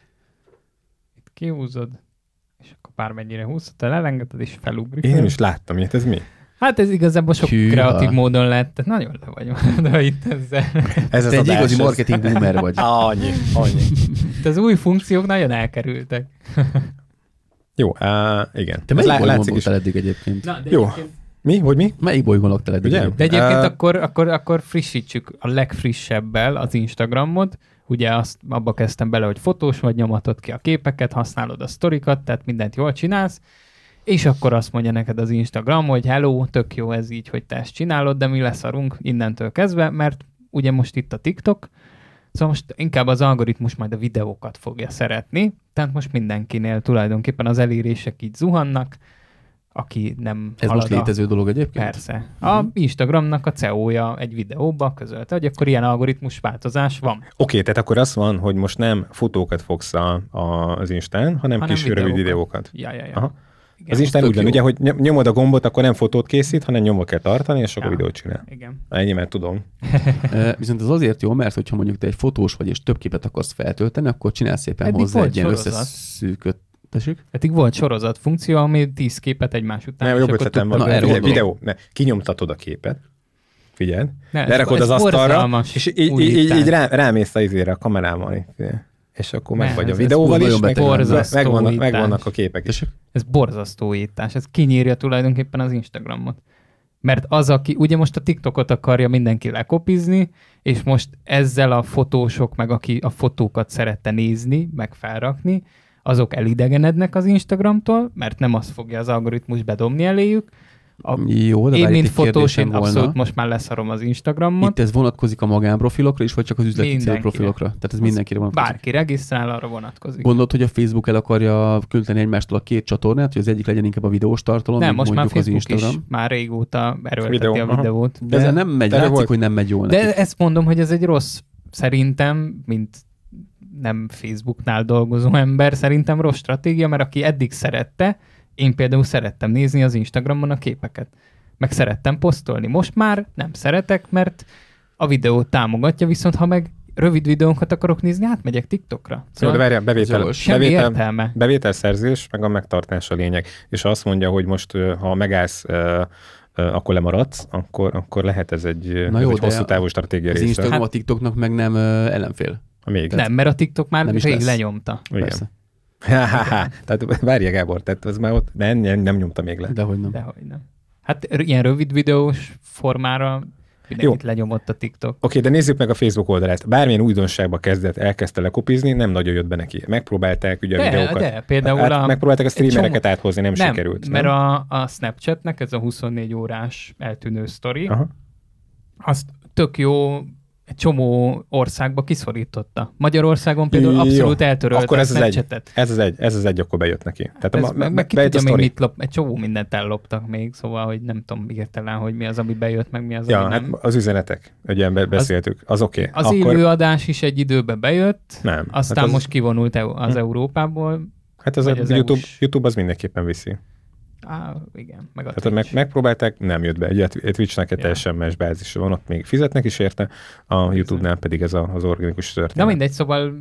Itt kihúzod. És akkor bármennyire húzod, te elengeded, és felugrik. Én nem is láttam ilyet, ez mi? Hát ez igazából sok Hűha. kreatív módon lett, tehát nagyon le vagy de itt ezzel. Ez az egy igazi marketing boomer vagy. Annyi, annyi. Az új funkciók nagyon elkerültek. Jó, uh, igen. Te melyik bolygón voltál eddig egyébként? Na, Jó. Egyébként... Mi? Hogy mi? Melyik bolygón laktál eddig? Ugye? De egyébként uh... akkor, akkor, akkor frissítsük a legfrissebbel az Instagramot. Ugye azt abba kezdtem bele, hogy fotós vagy, nyomatod ki a képeket, használod a sztorikat, tehát mindent jól csinálsz, és akkor azt mondja neked az Instagram, hogy hello, tök jó ez így, hogy te ezt csinálod, de mi leszarunk innentől kezdve, mert ugye most itt a TikTok, szóval most inkább az algoritmus majd a videókat fogja szeretni, tehát most mindenkinél tulajdonképpen az elérések így zuhannak, aki nem Ez most létező a... dolog egyébként? Persze. A uh-huh. Instagramnak a cé e ó-ja egy videóba közölte, hogy akkor ilyen algoritmus változás van. Oké, okay, tehát akkor az van, hogy most nem fotókat fogsz a, a, az Instán, hanem, hanem kis videókat. rövid videókat. Ja, ja, ja. Aha. Igen, az Instán úgy van, ugye, hogy nyomod a gombot, akkor nem fotót készít, hanem nyomva kell tartani, és akkor ja. videót csinál. Igen. Ennyi, mert tudom. Viszont ez azért jó, mert hogyha mondjuk te egy fotós vagy, és több képet akarsz feltölteni, akkor csinál szépen Eddig hozzá egy ilyen összeszűköt. Tessék? Eddig volt sorozat funkció, ami tíz képet egymás után. Nem, jobb ötletem van. Na, videó, videó. Ne, kinyomtatod a képet, figyeld, lerakod az asztalra, és így, így, így, így rá, rámész a izére a kamerával. És akkor meg vagy a videóval is, meg, megvannak, megvannak a képek is. Ez borzasztó újítás, ez kinyírja tulajdonképpen az Instagramot. Mert az, aki ugye most a TikTokot akarja mindenki lekopizni, és most ezzel a fotósok, meg aki a fotókat szerette nézni, meg felrakni, azok elidegenednek az Instagramtól, mert nem azt fogja az algoritmus bedobni eléjük, A, Jó, de én, várj, mint itt fotós, én volna. abszolút most már leszarom az Instagramot. Itt ez vonatkozik a magánprofilokra is, vagy csak az üzleti Mindenkire. célprofilokra? Tehát ez Az mindenkire vonatkozik. Bárki regisztrál, arra vonatkozik. Gondolod, hogy a Facebook el akarja küldeni egymástól a két csatornát, hogy az egyik legyen inkább a videós tartalom, Nem, most már mondjuk Facebook az Instagram. is már régóta erőlteti Videó, a videót. De, de ez nem megy, látszik, volt. hogy nem megy jól De nekik. ezt mondom, hogy ez egy rossz, szerintem, mint nem Facebooknál dolgozó ember, szerintem rossz stratégia, mert aki eddig szerette, én például szerettem nézni az Instagramon a képeket. Meg szerettem posztolni. Most már nem szeretek, mert a videót támogatja, viszont ha meg rövid videókat akarok nézni, átmegyek TikTokra. Szóval de várjál, bevétel, semmi bevétel, értelme. bevételszerzés, meg a megtartás a lényeg. És azt mondja, hogy most, ha megállsz, akkor lemaradsz, akkor, akkor lehet ez egy, Na ez jó, egy de hosszú távú stratégia Az része. Instagram Hát- a TikToknak meg nem ö, ellenfél. Még. Nem, mert a TikTok már Nem is rég lesz. lenyomta. Igen. Persze. Ha-ha-ha. Tehát várja Gábor, tehát az már ott nem, nem, nem nyomta még le. Dehogy nem. Dehogy nem. Hát r- ilyen rövid videós formára mindenkit lenyomott a TikTok. Oké, de nézzük meg a Facebook oldalát. Bármilyen újdonságba kezdett, elkezdte lekopizni, nem nagyon jött be neki. Megpróbálták ugye a De, videókat. de, például át, a- megpróbálták a streamereket csomó- áthozni, nem, Nem, sikerült. mert nem? a, a Snapchatnek ez a huszonnégy órás eltűnő sztori, Aha. azt tök jó egy csomó országba kiszorította. Magyarországon például Jó, abszolút eltörölte akkor a ez az egy. Snapchatet. Ez az egy, ez az egy, akkor bejött neki. Tehát Ez a, meg, meg ki bejött a tudja még sztori. mit lop, egy csomó mindent elloptak még, szóval, hogy nem tudom hirtelen, hogy mi az, ami bejött, meg mi az, Ja, ami hát nem. az üzenetek, ugye be- beszéltük, az oké. Az Okay. Akkor élőadás is egy időbe bejött, nem. aztán hát az, most kivonult eu- az Hm. Európából. Hát az, vagy a az YouTube, é u-s. YouTube az mindenképpen viszi. Á, igen, meg a Tehát meg, Twitch. megpróbálták, nem jött be. Ugye a Twitchnek egy Ja. teljesen más bázis van, ott még fizetnek is érte, a YouTube-nál pedig ez a, az organikus történet. Na mindegy, szóval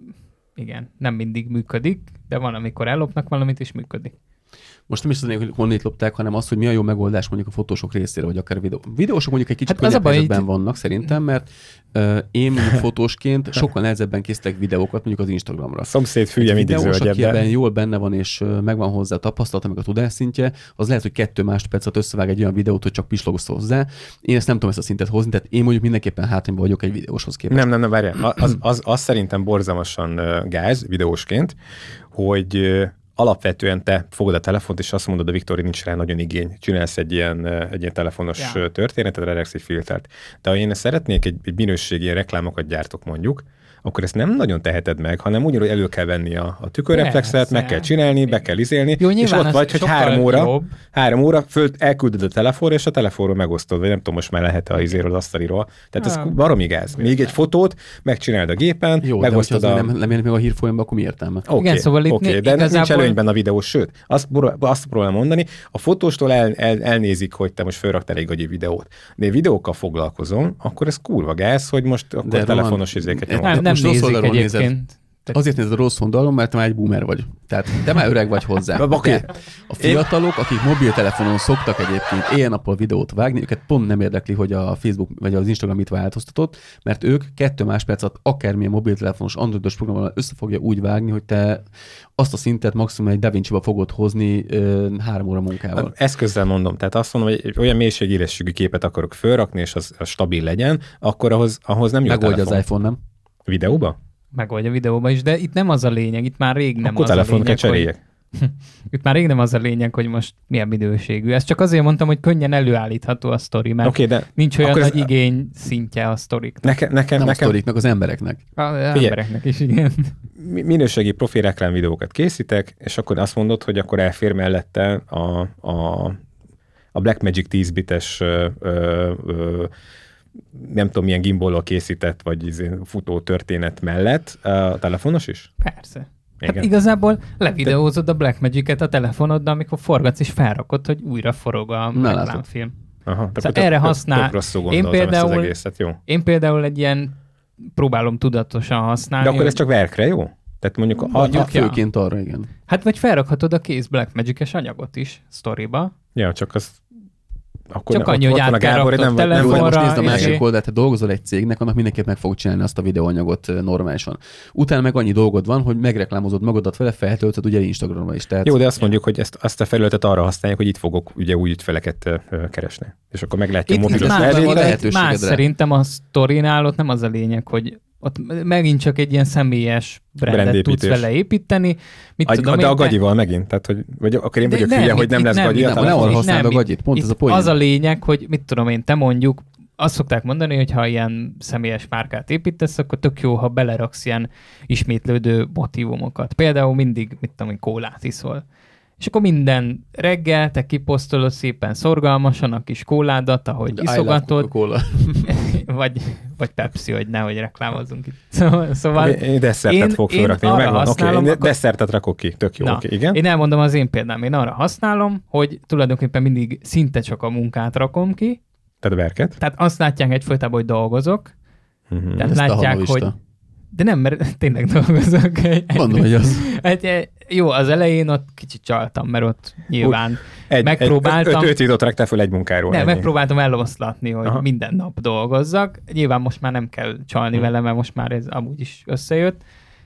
igen, nem mindig működik, de van, amikor ellopnak valamit, és működik. Most nem is az, hogy honnét lopták, hanem az, hogy mi a jó megoldás mondjuk a fotósok részére, vagy akár a videó. Videósok mondjuk egy kicsit Hát az könnyebb a baj, helyzetben itt- vannak szerintem, mert uh, én mondjuk fotósként sokkal nehezebben készítek videókat mondjuk az Instagramra. A szomszéd fülye Egy mindig videós, aki zöldjebben. ebben jól benne van, és ö, megvan hozzá a tapasztalata, meg a tudásszintje, az lehet, hogy kettő másodpercet összevág egy olyan videót, hogy csak pislogsz hozzá. Én ezt nem tudom ezt a szintet hozni, tehát én mondjuk mindenképpen hátrányban vagyok egy videóshoz képest. Nem, nem, nem, várjál. A- Az, az, az szerintem borzalmasan ö, gáz videósként, hogy ö, alapvetően te fogod a telefont, és azt mondod, a Viktori, nincs rá nagyon igény. Csinálsz egy ilyen, ö, egy ilyen telefonos Ja. ja. történetet, relegsz egy filtert. De ha én szeretnék egy, egy minőségi ilyen reklámokat gyártok mondjuk, akkor ezt nem nagyon teheted meg, hanem ugyanúgy elő kell venni a, a tükörreflexet, Persze. meg kell csinálni, be kell izélni, Jó, és nyilván ott az vagy, hogy sokkal három óra, jobb. három óra, föl elküldöd a telefonra, és a telefonról megosztod, vagy nem tudom, most már lehet a izéről, az asztaliról. Tehát ez Ah. baromi gáz. Még egy fotót megcsinálod a gépen, Jó, de hogyha megosztod az a... nem, nem jelenik meg a hírfolyamban, akkor mi értelme? Oké, Igen, szóval itt oké, né- de igazából... nincs igazából- előnyben a videó, sőt, azt, azt próbálom mondani, a fotóstól el, el, elnézik, hogy te most felraktál egy gagyi videót. De én videókkal foglalkozom, akkor ez kurva gáz, hogy most akkor De telefonos Roland, izéket ez nyomod. Nem, nem Most rossz nézik oldalról nézed. egyébként. Azért nézed a rossz oldalon, mert te már egy boomer vagy. Tehát te már öreg vagy hozzá. Oké. De a fiatalok, akik mobiltelefonon szoktak egyébként éjjel-nappal videót vágni, őket pont nem érdekli, hogy a Facebook vagy az Instagram mit változtatott, mert ők kettő másodpercet akármilyen mobiltelefonos androidos programmal össze fogja úgy vágni, hogy te azt a szintet maximum egy DaVinci-ba fogod hozni ö, három óra munkával. Eszközzel mondom, tehát azt mondom, hogy egy olyan mélységélességű képet akarok fölrakni, és az, az stabil legyen, akkor ahhoz, ahhoz nem jó Megoldja telefon. az iPhone, nem? Videóba? Megoldja videóba is, de itt nem az a lényeg, itt már rég nem Akkor az a telefon kell lényeg, hogy, cseréljek. itt már rég nem az a lényeg, hogy most milyen minőségű. Ezt csak azért mondtam, hogy könnyen előállítható a sztori, mert Oké, de nincs olyan akkor ez- nagy igény szintje a sztoriknak. neke, nekem, Nem a nekem sztoriknak, az embereknek. A embereknek is, igen. mi- minőségi profi reklám videókat készítek, és akkor azt mondod, hogy akkor elfér mellette a, a, a Blackmagic tíz bites ö, ö, ö, nem tudom, milyen gimballal készített, vagy izé futó történet mellett a telefonos is? Persze. Igen. Hát igazából levideózod a Blackmagic-et a telefonoddal, amikor forgatsz és felrakod, hogy újra forog a Na, reklámfilm. Aha, Szóval erre használ- Tök rosszul Én gondoltam ezt az például- egészet, jó. Én például egy ilyen próbálom tudatosan használni. De akkor ez hogy- csak verkre, jó? Tehát mondjuk, a, a, Mondjuk, ja. Főként arra, igen. Hát vagy felrakhatod a kész Blackmagic-es anyagot is sztoriba. ja, csak az akkor Csak nem, annyi, ott hogy van a át kell Gábor, raknod nem, nem, Jó, de telefonra, most nézd a és- másik oldalt, te dolgozol egy cégnek, annak mindenképp meg fog csinálni azt a videóanyagot ö, normálisan. Utána meg annyi dolgod van, hogy megreklámozod magadat vele, feltöltöd ugye Instagramra is. Tehát Jó, de azt mondjuk, hogy ezt, azt a felületet arra használják, hogy itt fogok ugye új ügyfeleket ö, keresni. És akkor meglátja a Itt, itt mobilos más- más, van verziót. itt lehetőséged más rá. szerintem a sztorinál ott nem az a lényeg, hogy ott megint csak egy ilyen személyes brandet tudsz vele építeni. Mit a, tudom, de a te... gagyival megint? Tehát, hogy, vagy akkor én vagyok nem, hülye, hogy nem lesz nem, gagyi? Nem, nem arra használod a gagyit, pont itt ez a poén. Az a lényeg, hogy mit tudom én, te mondjuk, azt szokták mondani, hogy ha ilyen személyes márkát építesz, akkor tök jó, ha beleraksz ilyen ismétlődő motívumokat. Például mindig, mit tudom én, kólát iszol. És akkor minden reggel te kiposztolod szépen szorgalmasan a kis kóládat, ahogy De iszogatod. vagy, vagy Pepsi, hogy nehogy reklámozzunk itt. Szóval, szóval én desszertet fogok felrakni. Én arra használom, okay, akkor... desszertet rakok ki, tök jó. Na, okay, igen? Én elmondom az én példám. Én arra használom, hogy tulajdonképpen mindig szinte csak a munkát rakom ki. Tehát a verket? Tehát azt látják egyfolytában, hogy dolgozok. Uh-huh. Tehát ezt látják, hogy... De nem, mert tényleg dolgozok. Mondom, hogy az. Egy, jó, az elején ott kicsit csaltam, mert ott nyilván egy, megpróbáltam... Öt videót raktál föl egy munkáról. Nem, megpróbáltam eloszlatni, hogy Aha. minden nap dolgozzak. Nyilván most már nem kell csalni hmm. vele, mert most már ez amúgy is összejött.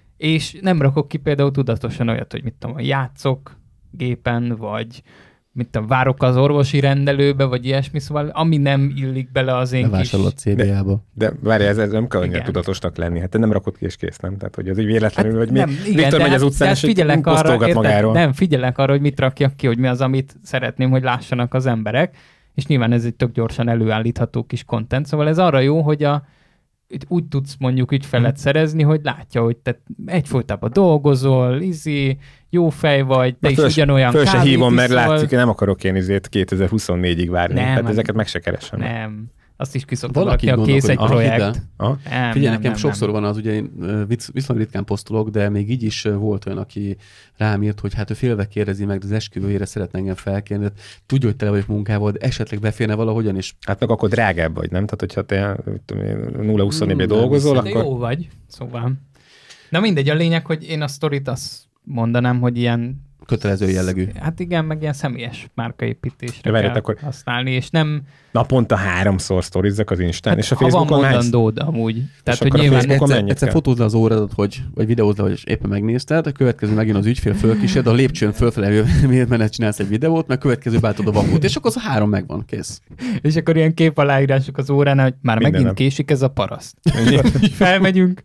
És nem rakok ki például tudatosan olyat, hogy mit tudom, játszok gépen, vagy mit tudom, várok az orvosi rendelőbe, vagy ilyesmi, szóval ami nem illik bele az én kis... a cé bé á-ba. De, de várj, ez, ez nem kell annyira tudatosnak lenni. Hát te nem rakod ki és kész, nem? Tehát, hogy az így véletlenül, hát, hogy nem, mi, Viktor megy az utcán, és figyelek arra, magáról. Nem, figyelek arra, hogy mit rakjak ki, hogy mi az, amit szeretném, hogy lássanak az emberek, és nyilván ez egy tök gyorsan előállítható kis content, szóval ez arra jó, hogy a úgy tudsz mondjuk ügyfelet hmm. szerezni, hogy látja, hogy te egyfolytában dolgozol, izi, jó fej vagy, de is föl, ugyanolyan föl se hívom, mert iszol. Látszik, nem akarok én izét kétezer-huszonnégyig várni. Nem, tehát ezeket meg se keresem. Nem. Azt is kiszoktam rakni, a kész egy projekt. Nem, Figyelj, nem, nekem nem, sokszor nem. van az, ugye én viszonylag ritkán posztolok, de még így is volt olyan, aki rám írt, hogy hát ő félve kérdezi meg, de az esküvőjére szeretne engem felkérni. Tudja, hogy tele vagyok munkával, de esetleg beférne valahogyan is. Hát meg akkor drágább vagy, nem? Tehát, hogyha te nulla huszonnégyben dolgozol, de akkor... jó vagy, szóval. Na mindegy, a lényeg, hogy én a sztorit azt mondanám, hogy ilyen kötelező jellegű. Hát igen, meg ilyen személyes márkaépítésre de kell akkor használni, és nem... Naponta háromszor sztorizzak az Instán, hát és a Facebookon ha van mondandód amúgy. Tehát, hogy nyilván egyszer, egyszer fotózd le az óradat, hogy, vagy videózd le, hogy éppen megnézted, a következő megint az ügyfél fölkísérd, a lépcsőn fölfele menet csinálsz egy videót, meg a következő váltod a vakut, és akkor az a három megvan, kész. És akkor ilyen képaláírások az órán, hogy már minden megint nap. Késik ez a paraszt. Felmegyünk.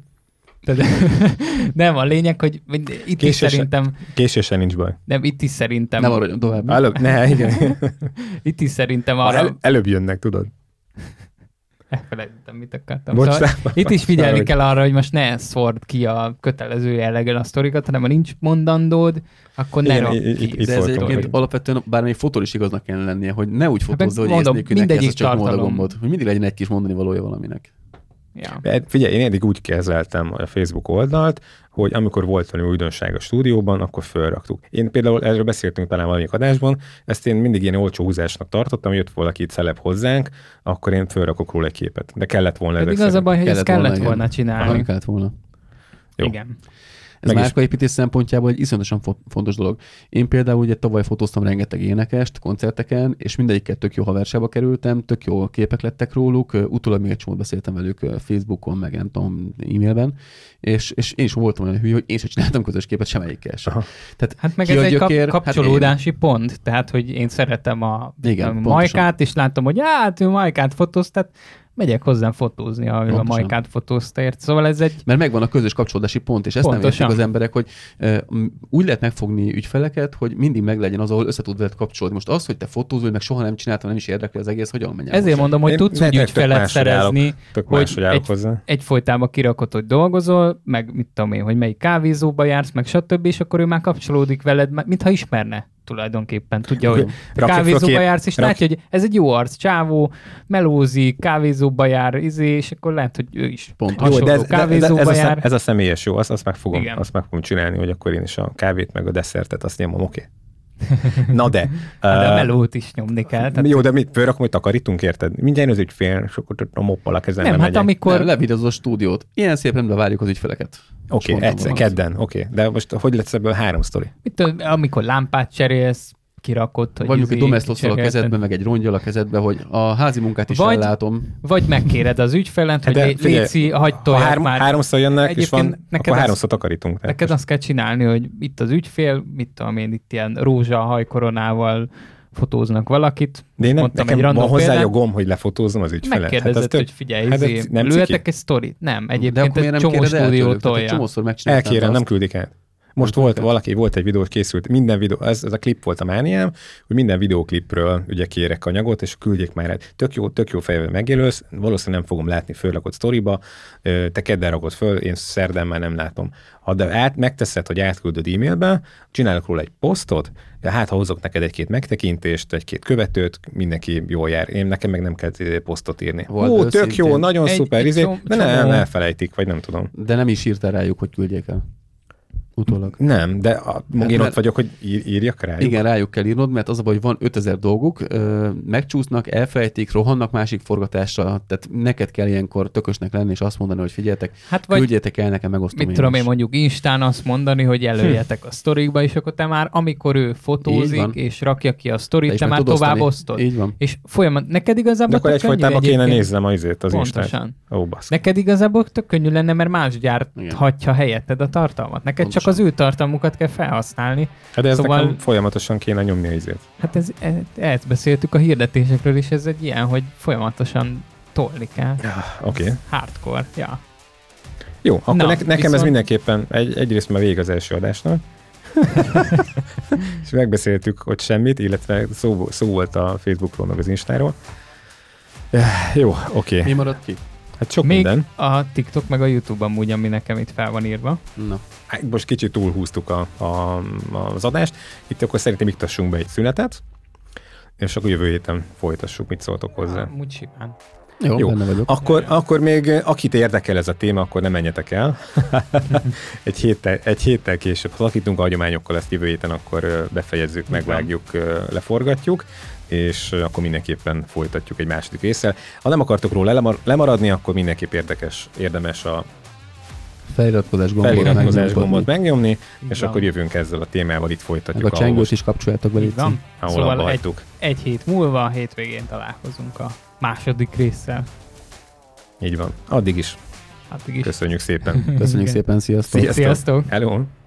De, nem, a lényeg, hogy itt Késés, is szerintem... Késéssel nincs baj. Nem, itt is szerintem... Nem arra, tovább. Előbb, ne, igen. Itt is szerintem arra... El, előbb jönnek, tudod. Elfelejtettem, mit akartam. Szóval itt is figyelni kell arra, hogy most ne szord ki a kötelező jelleggel a sztorikat, hanem ha nincs mondandód, akkor ne rakd ki. De ez egyébként alapvetően bármelyik fotól is igaznak kellene lennie, hogy ne úgy fotózza, hogy ész nélkül neki ez csak a gombot. Hogy mindig legyen egy kis mondani valója valaminek. Ja. Figyelj, én eddig úgy kezeltem a Facebook oldalt, hogy amikor volt valami újdonság a stúdióban, akkor fölraktuk. Én például erről beszéltünk talán valamelyik adásban, ezt én mindig ilyen olcsó húzásnak tartottam, hogy jött valaki itt celeb hozzánk, akkor én fölrakok róla egy képet. De kellett volna ezek szerint. Az a baj, hogy ezt kellett volna, volna csinálni. Kellett volna. Jó. Igen. Ez márkaépítés szempontjából egy iszonyatosan fontos dolog. Én például ugye tavaly fotóztam rengeteg énekest koncerteken, és mindegyikkel tök jó haversába kerültem, tök jó képek lettek róluk, utólag még egy csomót beszéltem velük Facebookon, meg nem tudom, e-mailben, és, és én is voltam olyan hülye, hogy én sem csináltam közös képet semmelyikkel sem. Tehát hát meg ez egy kap- kapcsolódási hát én... pont, tehát hogy én szeretem a, Igen, a Majkát, és látom, hogy hát ő Majkát fotóz, tehát megyek hozzám fotózni, ahol a Majkát fotózta, ért. Szóval ez egy... Mert megvan a közös kapcsolódási pont, és ezt Pontosan. nem értik az emberek, hogy uh, úgy lehet megfogni ügyfeleket, hogy mindig meglegyen az, ahol össze tud veled kapcsolódni. Most az, hogy te fotózol, meg soha nem csináltam, nem is érdekli az egész, hogyan menjen. Ezért mondom, hogy Én tudsz úgy ügyfelet szerezni, tök hogy egy, egyfolytában kirakod, hogy dolgozol, meg mit tudom én, hogy melyik kávézóba jársz, meg stb., és akkor ő már kapcsolódik veled, mintha ismerne. Tulajdonképpen tudja, hogy kávézóba jársz, és látja, hogy ez egy jó arc, csávó, melózik, kávézóba jár, izé, és akkor lehet, hogy ő is pont jó, de ez, kávézóba ez, ez, jár. A, ez a személyes jó, azt, azt, meg fogom, azt meg fogom csinálni, hogy akkor én is a kávét, meg a desszertet, azt nyomom, oké. Okay. Na de. de a melót is nyomni kell. Tehát jó, de mit fölrakom, hogy takarítunk, érted? Mindjárt az ügyfél, és akkor a moppal a kezemben Nem, hát amikor... Levideozod a stúdiót. Ilyen szép rendben várjuk az ügyfeleket. Oké, okay, egyszer, kedden, oké. Okay. De most hogy lesz ebből három sztori? Mit, amikor lámpát cserélsz, kirakod, hogy... Vagy egy domesztoszol a kezedbe, meg egy rongyal a kezedbe, hogy a házi munkát is vagy, ellátom. Vagy megkéred az ügyfelet, hogy léci, hagyd toljak három, már. Háromszor jönnek, és van, akkor háromszor takarítunk. Neked azt kell csinálni, hogy itt az ügyfél, mit tudom én, itt ilyen rózsa hajkoronával fotóznak valakit. De én nem, nekem van hozzá példán, jogom, hogy lefotózzam az ügyfelet. Megkérdezett, hát hogy figyelj, hát izé, nem lőhetek egy sztorit? Nem, egyébként egy csomó stúdió tolja. Elkérem, nem küldik el. Most volt valaki, volt egy videó, készült, minden videó, ez, ez a klip volt a mániám, hogy minden videóklipről ugye kérek anyagot, és küldjék már el. Tök jó, tök jó fejvel megjelölsz, valószínűleg nem fogom látni, fölrakod sztoriba, te kedden rakod föl, én szerdán már nem látom. Ha de át, megteszed, hogy átküldöd e-mailbe, csinálok róla egy posztot, hát ha hozok neked egy-két megtekintést, egy-két követőt, mindenki jól jár. Én nekem meg nem kell posztot írni. Volt Ó, tök szintén. Jó, nagyon egy, szuper, egy izé, csom, de nem, elfelejtik, vagy nem tudom. De nem is írtál rájuk, hogy küldjék el. Utólag. Nem, de a, hát, én ott vagyok, hogy ír, írjak rájuk. Igen, rájuk kell írnod, mert az a baj, hogy van ötezer dolguk, ö, megcsúsznak, elfelejtik, rohannak másik forgatásra, tehát neked kell ilyenkor tökösnek lenni, és azt mondani, hogy figyeljetek, hát küldjétek el nekem, megosztom. Mit tudom én mondjuk Instán azt mondani, hogy jelöljetek hm. a sztorikba, és akkor te már, amikor ő fotózik, és rakja ki a sztorit, te, te már tovább osztod. Így van. És folyamat, neked igazából de akkor egyfajtában kéne nézzem azért az Instán. Ó, neked igazából tök könnyű lenne, mert más gyárthatja helyetted a tartalmat. Neked pontosan. Csak az ő tartalmukat kell felhasználni. Hát de ez szóval, nekem folyamatosan kéne nyomni azért. Hát ez, ezt beszéltük a hirdetésekről is, ez egy ilyen, hogy folyamatosan tolni kell. Ja, oké. Okay. Hardcore, ja. Jó, akkor Na, ne, nekem viszont... ez mindenképpen egy, egyrészt már vég az első adásnak. És megbeszéltük, hogy semmit, illetve szó, szó volt a Facebookról, meg az Instáról. Jó, oké. Okay. Mi maradt ki? Hát sok még minden. A TikTok meg a YouTube amúgy, ami nekem itt fel van írva. Na. Hát most kicsit túlhúztuk a, a, az adást. Itt akkor szerintem iktassunk be egy szünetet, és akkor jövő héten folytassuk, mit szóltok hozzá. Úgy simán. Jó, Jó. Benne vagyok. Akkor, ja, ja. akkor még akit érdekel ez a téma, akkor nem menjetek el. egy, héttel, egy héttel később szakítunk a hagyományokkal, ezt jövő héten akkor befejezzük, megvágjuk, leforgatjuk, és akkor mindenképpen folytatjuk egy második résszel. Ha nem akartok róla lemaradni, akkor mindenképp érdekes, érdemes a feliratkozás gombot, feliratkozás gombot megnyomni, és van. Akkor jövünk ezzel a témával, itt folytatjuk. Meg a csengőt is kapcsoljátok be, így van. Szóval egy, egy hét múlva, hétvégén találkozunk a második résszel. Így van. Addig is. Addig is. Köszönjük szépen. Köszönjük szépen, sziasztok. Sziasztok. Sziasztok. Hello.